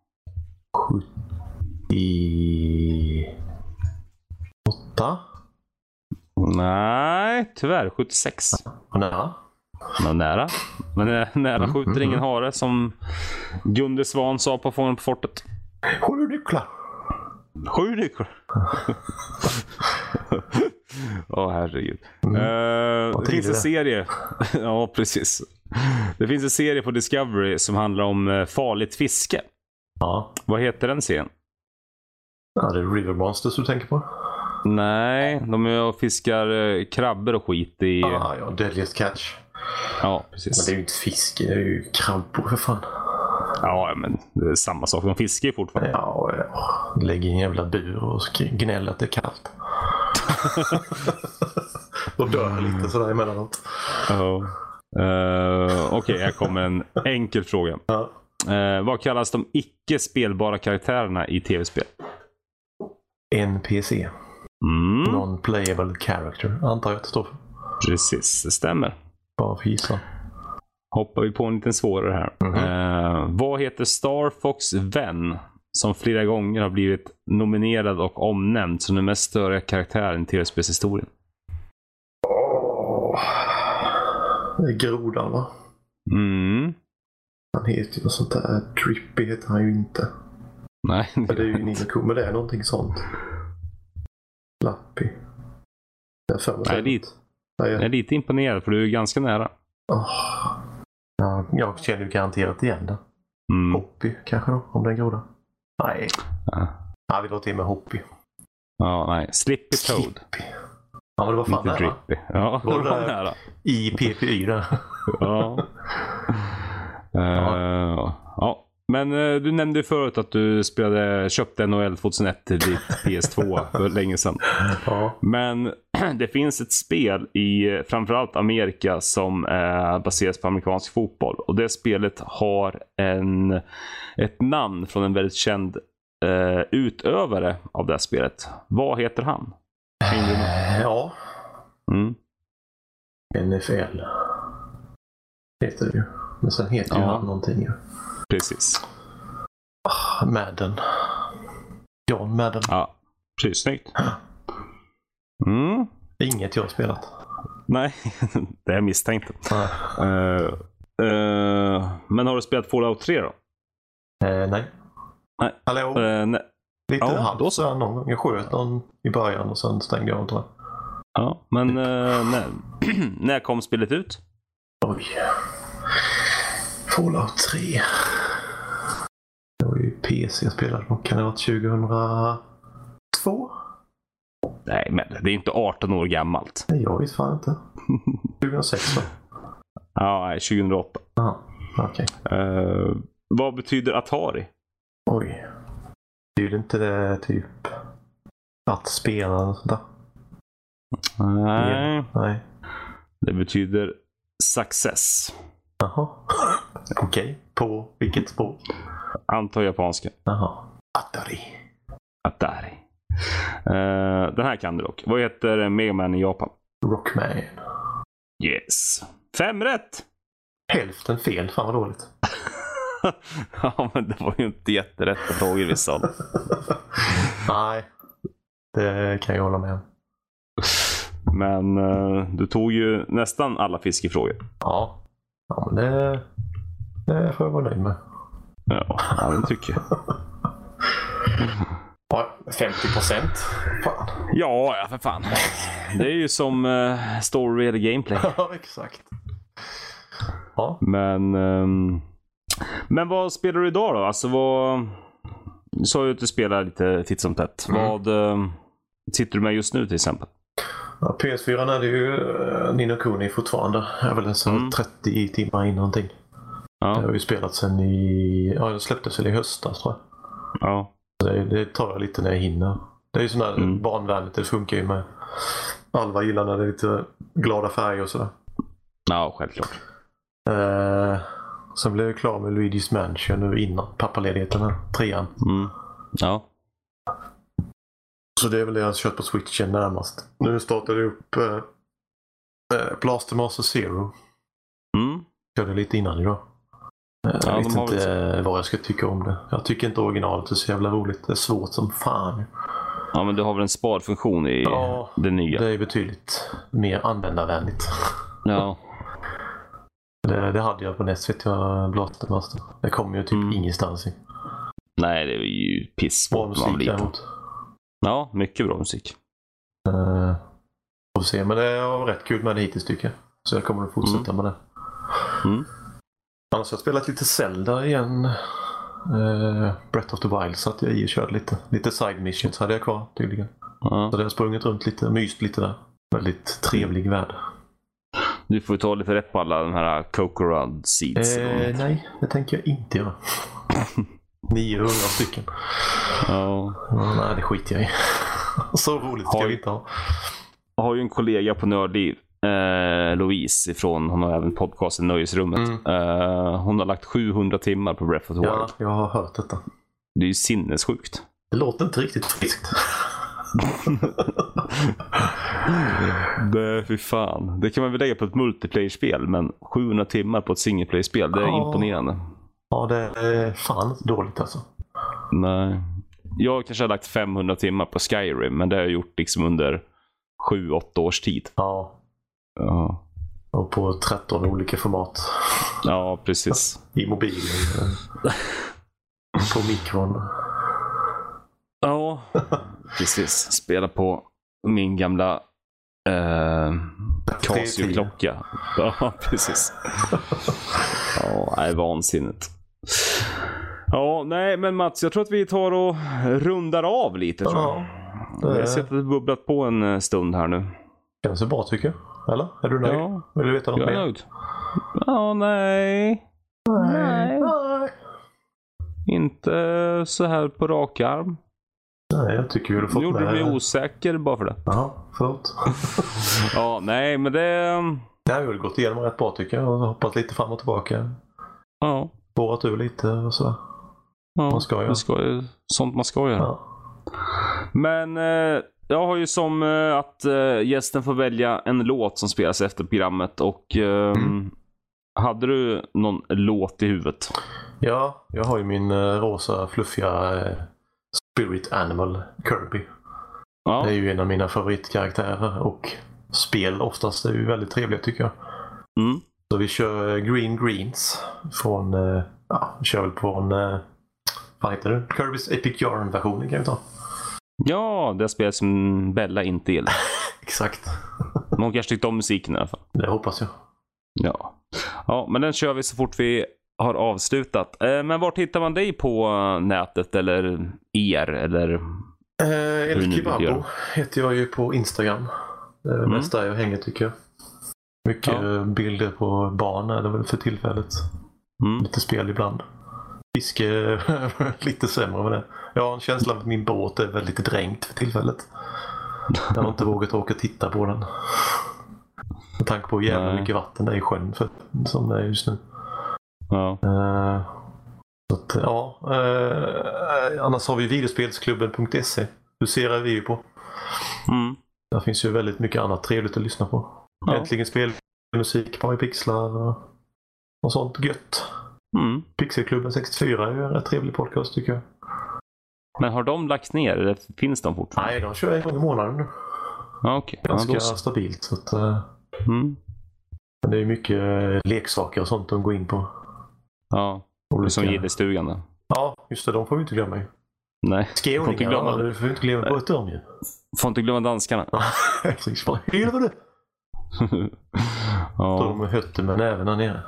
Speaker 2: sjuttioåtta?
Speaker 1: Nej, tyvärr. sjuttiosex.
Speaker 2: Var nära?
Speaker 1: Men nära. Men nära mm, skjuter mm, ingen mm. hare, som Gunde Svan sa på Fången på fortet.
Speaker 2: Sju nycklar.
Speaker 1: Sju nycklar. Åh, oh, herregud. Mm. Uh, det finns en serie. Ja, precis. Det finns en serie på Discovery som handlar om uh, farligt fiske.
Speaker 2: Ja.
Speaker 1: Vad heter den serien?
Speaker 2: Ja, det är River Monsters du tänker på.
Speaker 1: Nej, de är och fiskar uh, krabbor och skit i...
Speaker 2: Ah, ja, Deadliest Catch.
Speaker 1: Ja, precis.
Speaker 2: Men det är ju inte fiske, det är ju krabbor för fan.
Speaker 1: Ja, men det är samma sak. De fiskar ju fortfarande.
Speaker 2: Ja, ja. Lägg i en jävla bur och gnäll att det är kallt. Och dör lite sådär emellanåt.
Speaker 1: Uh, uh, Okej, okay, här kommer en enkel fråga.
Speaker 2: Ja.
Speaker 1: Uh, vad kallas de icke spelbara karaktärerna i tv-spel?
Speaker 2: N P C.
Speaker 1: Mm.
Speaker 2: Non-playable character, antar jag att det står för.
Speaker 1: Precis, det stämmer.
Speaker 2: Bara för gissa.
Speaker 1: Hoppar vi på en liten svårare här. Mm-hmm. Uh, vad heter Star Fox vän som flera gånger har blivit nominerad och omnämnd som den mest större karaktären i tv-spelshistorien?
Speaker 2: Oh. Det är Grodan, va?
Speaker 1: Mm.
Speaker 2: Han heter ju något sånt där. Drippy heter han ju inte.
Speaker 1: Nej,
Speaker 2: det, det är ju Nino, men det är någonting sånt. Lappy. Jag är,
Speaker 1: Nej, dit. Jag är lite imponerad för du är ganska nära.
Speaker 2: Oh. Ja, jag känner ju garanterat igen det.
Speaker 1: Mm.
Speaker 2: Hoppy kanske då, om den groda. Nej.
Speaker 1: Ja.
Speaker 2: Ja, vi låter in med Hoppy.
Speaker 1: Ja, nej. Slippy Toad.
Speaker 2: Slippy. Ja, men det var fan
Speaker 1: lite
Speaker 2: nära.
Speaker 1: Drippy. Ja, det var, var nära.
Speaker 2: I P P Y där.
Speaker 1: Ja.
Speaker 2: ja.
Speaker 1: Uh, ja. Men eh, du nämnde ju förut att du spelade, köpte N H L tjugohundraett till ditt P S två för länge sedan.
Speaker 2: Ja.
Speaker 1: Men det finns ett spel i framförallt Amerika som eh, baseras på amerikansk fotboll. Och det spelet har en, ett namn från en väldigt känd eh, utövare av det här spelet. Vad heter han?
Speaker 2: Ja.
Speaker 1: Mm.
Speaker 2: N F L heter det ju. Men sen heter ju
Speaker 1: ja.
Speaker 2: han någonting ju.
Speaker 1: Precis.
Speaker 2: Ah, Madden. John Madden.
Speaker 1: Ja, precis. Snyggt. Mm.
Speaker 2: Inget jag har spelat.
Speaker 1: Nej, det är misstänkt.
Speaker 2: Nej.
Speaker 1: Uh, uh, men har du spelat Fallout tre då?
Speaker 2: Eh, nej.
Speaker 1: Nej.
Speaker 2: Hallå?
Speaker 1: Uh, nej.
Speaker 2: Lite
Speaker 1: ja,
Speaker 2: halvt
Speaker 1: då
Speaker 2: så någon gång. Jag sköt någon i början och sen stängde jag inte.
Speaker 1: Ja, men uh, när, när kom spelet ut?
Speaker 2: Oj. Fallout tre. Det var ju P C jag spelade på. Kan det ha varit tjugohundratvå?
Speaker 1: Nej, men det är inte arton år gammalt.
Speaker 2: Nej, jag vet fan inte. tjugohundrasex då?
Speaker 1: Ja, nej, tjugohundraåtta.
Speaker 2: Jaha, okej.
Speaker 1: Okay. Uh, vad betyder Atari?
Speaker 2: Oj. Det är ju inte det typ att spela och sånt där.
Speaker 1: Nej.
Speaker 2: Nej.
Speaker 1: Det betyder success.
Speaker 2: Jaha. Okej. Okay. På vilket språk?
Speaker 1: Antar japanska.
Speaker 2: Jaha. Atari.
Speaker 1: Atari. Uh, den här kan du dock. Vad heter Mega Man i Japan?
Speaker 2: Rockman.
Speaker 1: Yes. Fem rätt!
Speaker 2: Hälften fel. Fan vad dåligt.
Speaker 1: Ja, men det var ju inte jätterätta frågor vi sa.
Speaker 2: Nej. Det kan jag hålla med om.
Speaker 1: Men uh, du tog ju nästan alla fiskefrågor.
Speaker 2: Ja. Ja, men det, det får jag vara nöjd med.
Speaker 1: Ja, ja det tycker jag.
Speaker 2: Ja, femtio procent. Fan.
Speaker 1: Ja, ja för fan. Det är ju som uh, story eller gameplay.
Speaker 2: Ja, exakt. Ja.
Speaker 1: Men um, men vad spelar du idag då? Alltså vad... Du sa ju att du spelar lite titt som tätt. Mm. Vad um, sitter du med just nu till exempel?
Speaker 2: Ja, P S fyra är det ju uh, Ni no Kuni fortfarande. Jag är väl en sån mm. trettio timmar in någonting. Ja. Det har ju spelat sen i... Ja, det släpptes väl i höstas tror jag.
Speaker 1: Ja.
Speaker 2: Det, det tar jag lite när jag hinner. Det är ju sån här mm. barnvänligt. Det funkar ju med... Alva gillar när det är lite glada färger och sådär.
Speaker 1: Ja, självklart.
Speaker 2: Uh, sen blev jag klar med Luigi's Mansion nu innan pappaledigheten här. Trean.
Speaker 1: Mm. Ja.
Speaker 2: Så det är väl det jag har kört på Switchen närmast. Nu startade jag upp uh, uh, Blaster Master Zero.
Speaker 1: Mm.
Speaker 2: Körde lite innan idag. Uh,
Speaker 1: ja,
Speaker 2: jag vet inte
Speaker 1: väl...
Speaker 2: vad jag ska tycka om det. Jag tycker inte originalet är så jävla roligt. Det är svårt som fan.
Speaker 1: Ja, men du har väl en sparfunktion i
Speaker 2: ja,
Speaker 1: det nya?
Speaker 2: Det är betydligt mer användarvänligt.
Speaker 1: Ja.
Speaker 2: Det, det hade jag på näst vet jag Blaster Master. Det kommer ju typ mm. ingenstans i.
Speaker 1: Nej, det är ju piss.
Speaker 2: Bra musik däremot.
Speaker 1: Ja, mycket bra musik.
Speaker 2: Uh, får se, men det var rätt kul med det hittills tycker jag. Så jag kommer att fortsätta mm. med det.
Speaker 1: Mm.
Speaker 2: Annars har jag spelat lite Zelda igen. Uh, Breath of the Wild så att jag i och körde lite. Lite side missions hade jag kvar tydligen.
Speaker 1: Ja.
Speaker 2: Så det har sprungit runt lite, myst lite där. Väldigt trevlig värld.
Speaker 1: Du får ta lite rätt på alla den här Cocorod Seeds.
Speaker 2: Uh, nej, det tänker jag inte göra. niohundra stycken.
Speaker 1: Ja.
Speaker 2: Ja, nej, det skiter jag i. Så roligt ska
Speaker 1: har,
Speaker 2: vi inte ha.
Speaker 1: Jag har ju en kollega på Nördliv, eh, Louise ifrån, hon har även podcasten Nöjesrummet. Mm. Eh, hon har lagt sjuhundra timmar på Breath of the Wild.
Speaker 2: Ja, jag har hört detta.
Speaker 1: Det är ju sinnessjukt.
Speaker 2: Det låter inte riktigt friskt.
Speaker 1: Det, fy fan. Det kan man väl lägga på ett multiplayer-spel, men sjuhundra timmar på ett singleplayer-spel, det är ja. imponerande.
Speaker 2: Ja, det är fan dåligt alltså.
Speaker 1: Nej. Jag kanske har lagt femhundra timmar på Skyrim, men det har jag gjort liksom under sju åtta års tid.
Speaker 2: Ja.
Speaker 1: Ja.
Speaker 2: Och på tretton olika format.
Speaker 1: Ja, precis.
Speaker 2: I mobilen. På mikron.
Speaker 1: Ja, precis. Spela på min gamla eh, Casio-klocka. Ja, precis. Ja, det är vansinnigt. Ja, nej, men Mats, jag tror att vi tar och rundar av lite, tror jag. Ja, det... Jag har sett att det bubblat på en stund här nu.
Speaker 2: Känns det bra, tycker jag. Eller? Är du nöjd?
Speaker 1: Ja.
Speaker 2: Vill du veta något
Speaker 1: jag är
Speaker 2: mer?
Speaker 1: Nöjd. Ja, nej.
Speaker 2: Nej. Nej.
Speaker 1: Inte så här på rak arm.
Speaker 2: Nej, jag tycker vi har fått
Speaker 1: nu gjorde
Speaker 2: med...
Speaker 1: du mig osäker bara för det.
Speaker 2: Ja, förlåt.
Speaker 1: Ja, nej, men det...
Speaker 2: Nej, vi har gått igenom rätt bra tycker jag. Och hoppat lite fram och tillbaka.
Speaker 1: Ja.
Speaker 2: Spårat ur lite och så.
Speaker 1: Ja,
Speaker 2: man ska göra.
Speaker 1: Det ska, sånt man ska göra.
Speaker 2: Ja.
Speaker 1: Men eh, jag har ju som eh, att eh, gästen får välja en låt som spelas efter programmet. Och eh, mm. hade du någon låt i huvudet?
Speaker 2: Ja, jag har ju min eh, rosa fluffiga eh, Spirit Animal Kirby.
Speaker 1: Ja.
Speaker 2: Det är ju en av mina favoritkaraktärer och spel oftast är ju väldigt trevliga tycker jag.
Speaker 1: Mm.
Speaker 2: Så vi kör Green Greens från, eh, ja, vi kör väl från, eh, vad heter det? Kirby's Epic Yarn-versionen kan vi ta.
Speaker 1: Ja, det spelar som Bella inte gillar.
Speaker 2: Exakt.
Speaker 1: Någon kanske tyckte om musiken i alla fall.
Speaker 2: Det hoppas jag.
Speaker 1: Ja. Ja, men den kör vi så fort vi har avslutat. Eh, men vart hittar man dig på nätet eller er eller?
Speaker 2: Eh, El Kebabo heter jag ju på Instagram. Det är det mm. mesta jag hänger tycker jag. Mycket ja. bilder på barn är det väl för tillfället. Mm. Lite spel ibland. Fiske lite sämre med det. Jag har en känsla av att min båt är väldigt dränkt för tillfället. Jag har inte vågat åka titta på den. Med tanke på hur jävla mycket vatten det är i sjön för, som det är just nu.
Speaker 1: Ja.
Speaker 2: Uh, så att, ja. Uh, annars har vi videospelsklubben punkt se. Du ser vi ju på.
Speaker 1: Mm.
Speaker 2: Där finns ju väldigt mycket annat trevligt att lyssna på. Ja. Äntligen spelmusik, par i pixlar och, och sånt gött.
Speaker 1: Mm.
Speaker 2: Pixelklubben sextiofyra är ju en rätt trevlig podcast tycker jag.
Speaker 1: Men har de lagt ner eller finns de fortfarande?
Speaker 2: Nej, de kör en gång i månaden nu.
Speaker 1: Ja, okej. Okay.
Speaker 2: Ganska
Speaker 1: ja,
Speaker 2: stabilt. Så att, uh,
Speaker 1: mm.
Speaker 2: det är mycket uh, leksaker och sånt de går in på.
Speaker 1: Ja, olika... som Gillestugan då.
Speaker 2: Ja, just det. De får vi inte glömma ju.
Speaker 1: Nej.
Speaker 2: Skåningar, får inte glömma. Du får inte glömma bort dem ju.
Speaker 1: Får inte glömma danskarna.
Speaker 2: Precis, bara hela det.
Speaker 1: Ja.
Speaker 2: De hötte med näven där nere.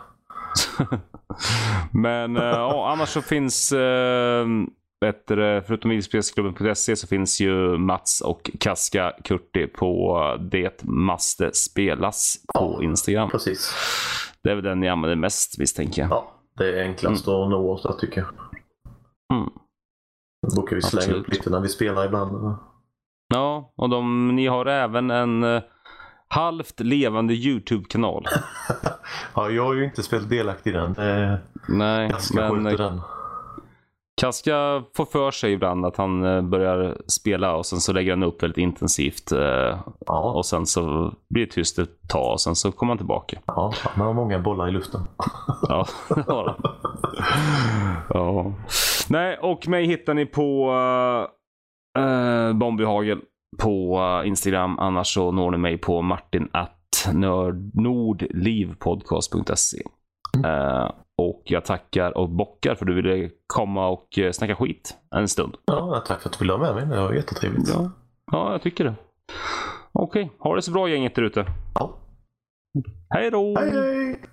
Speaker 1: Men äh, ja, annars så finns äh, ett, förutom videospelsklubben punkt se så finns ju Mats och Kaska Kurti på Det Måste Spelas på ja, Instagram.
Speaker 2: Precis.
Speaker 1: Det är väl den ni använder mest, visst tänker jag.
Speaker 2: Ja, det är enklast mm. att nå oss där tycker jag.
Speaker 1: Mm.
Speaker 2: Då brukar vi slänga Absolut. upp lite när vi spelar ibland.
Speaker 1: Ja, och de, ni har även en uh, halvt levande YouTube-kanal.
Speaker 2: Ja, jag har ju inte spelat delaktig i den. Eh,
Speaker 1: Nej,
Speaker 2: Kaska
Speaker 1: men
Speaker 2: den.
Speaker 1: Kaska får för sig ibland att han uh, börjar spela och sen så lägger han upp väldigt intensivt. Uh, ja. Och sen så blir det tyst ett tag och sen så kommer han tillbaka.
Speaker 2: Ja, han har många bollar i luften.
Speaker 1: Ja, det har han. Ja. Nej, och mig hittar ni på uh, uh, Bombyhagel på uh, Instagram. Annars så når ni mig på martin at nordlivpodcast punkt se. Uh, och jag tackar och bockar för att du ville komma och uh, snacka skit en stund.
Speaker 2: Ja, tack för att du ville ha med mig. Det var jättetrevligt.
Speaker 1: Ja, ja jag tycker det. Okej, okay. Ha det så bra gänget där ute.
Speaker 2: Ja.
Speaker 1: Hej då!
Speaker 2: Hej hej!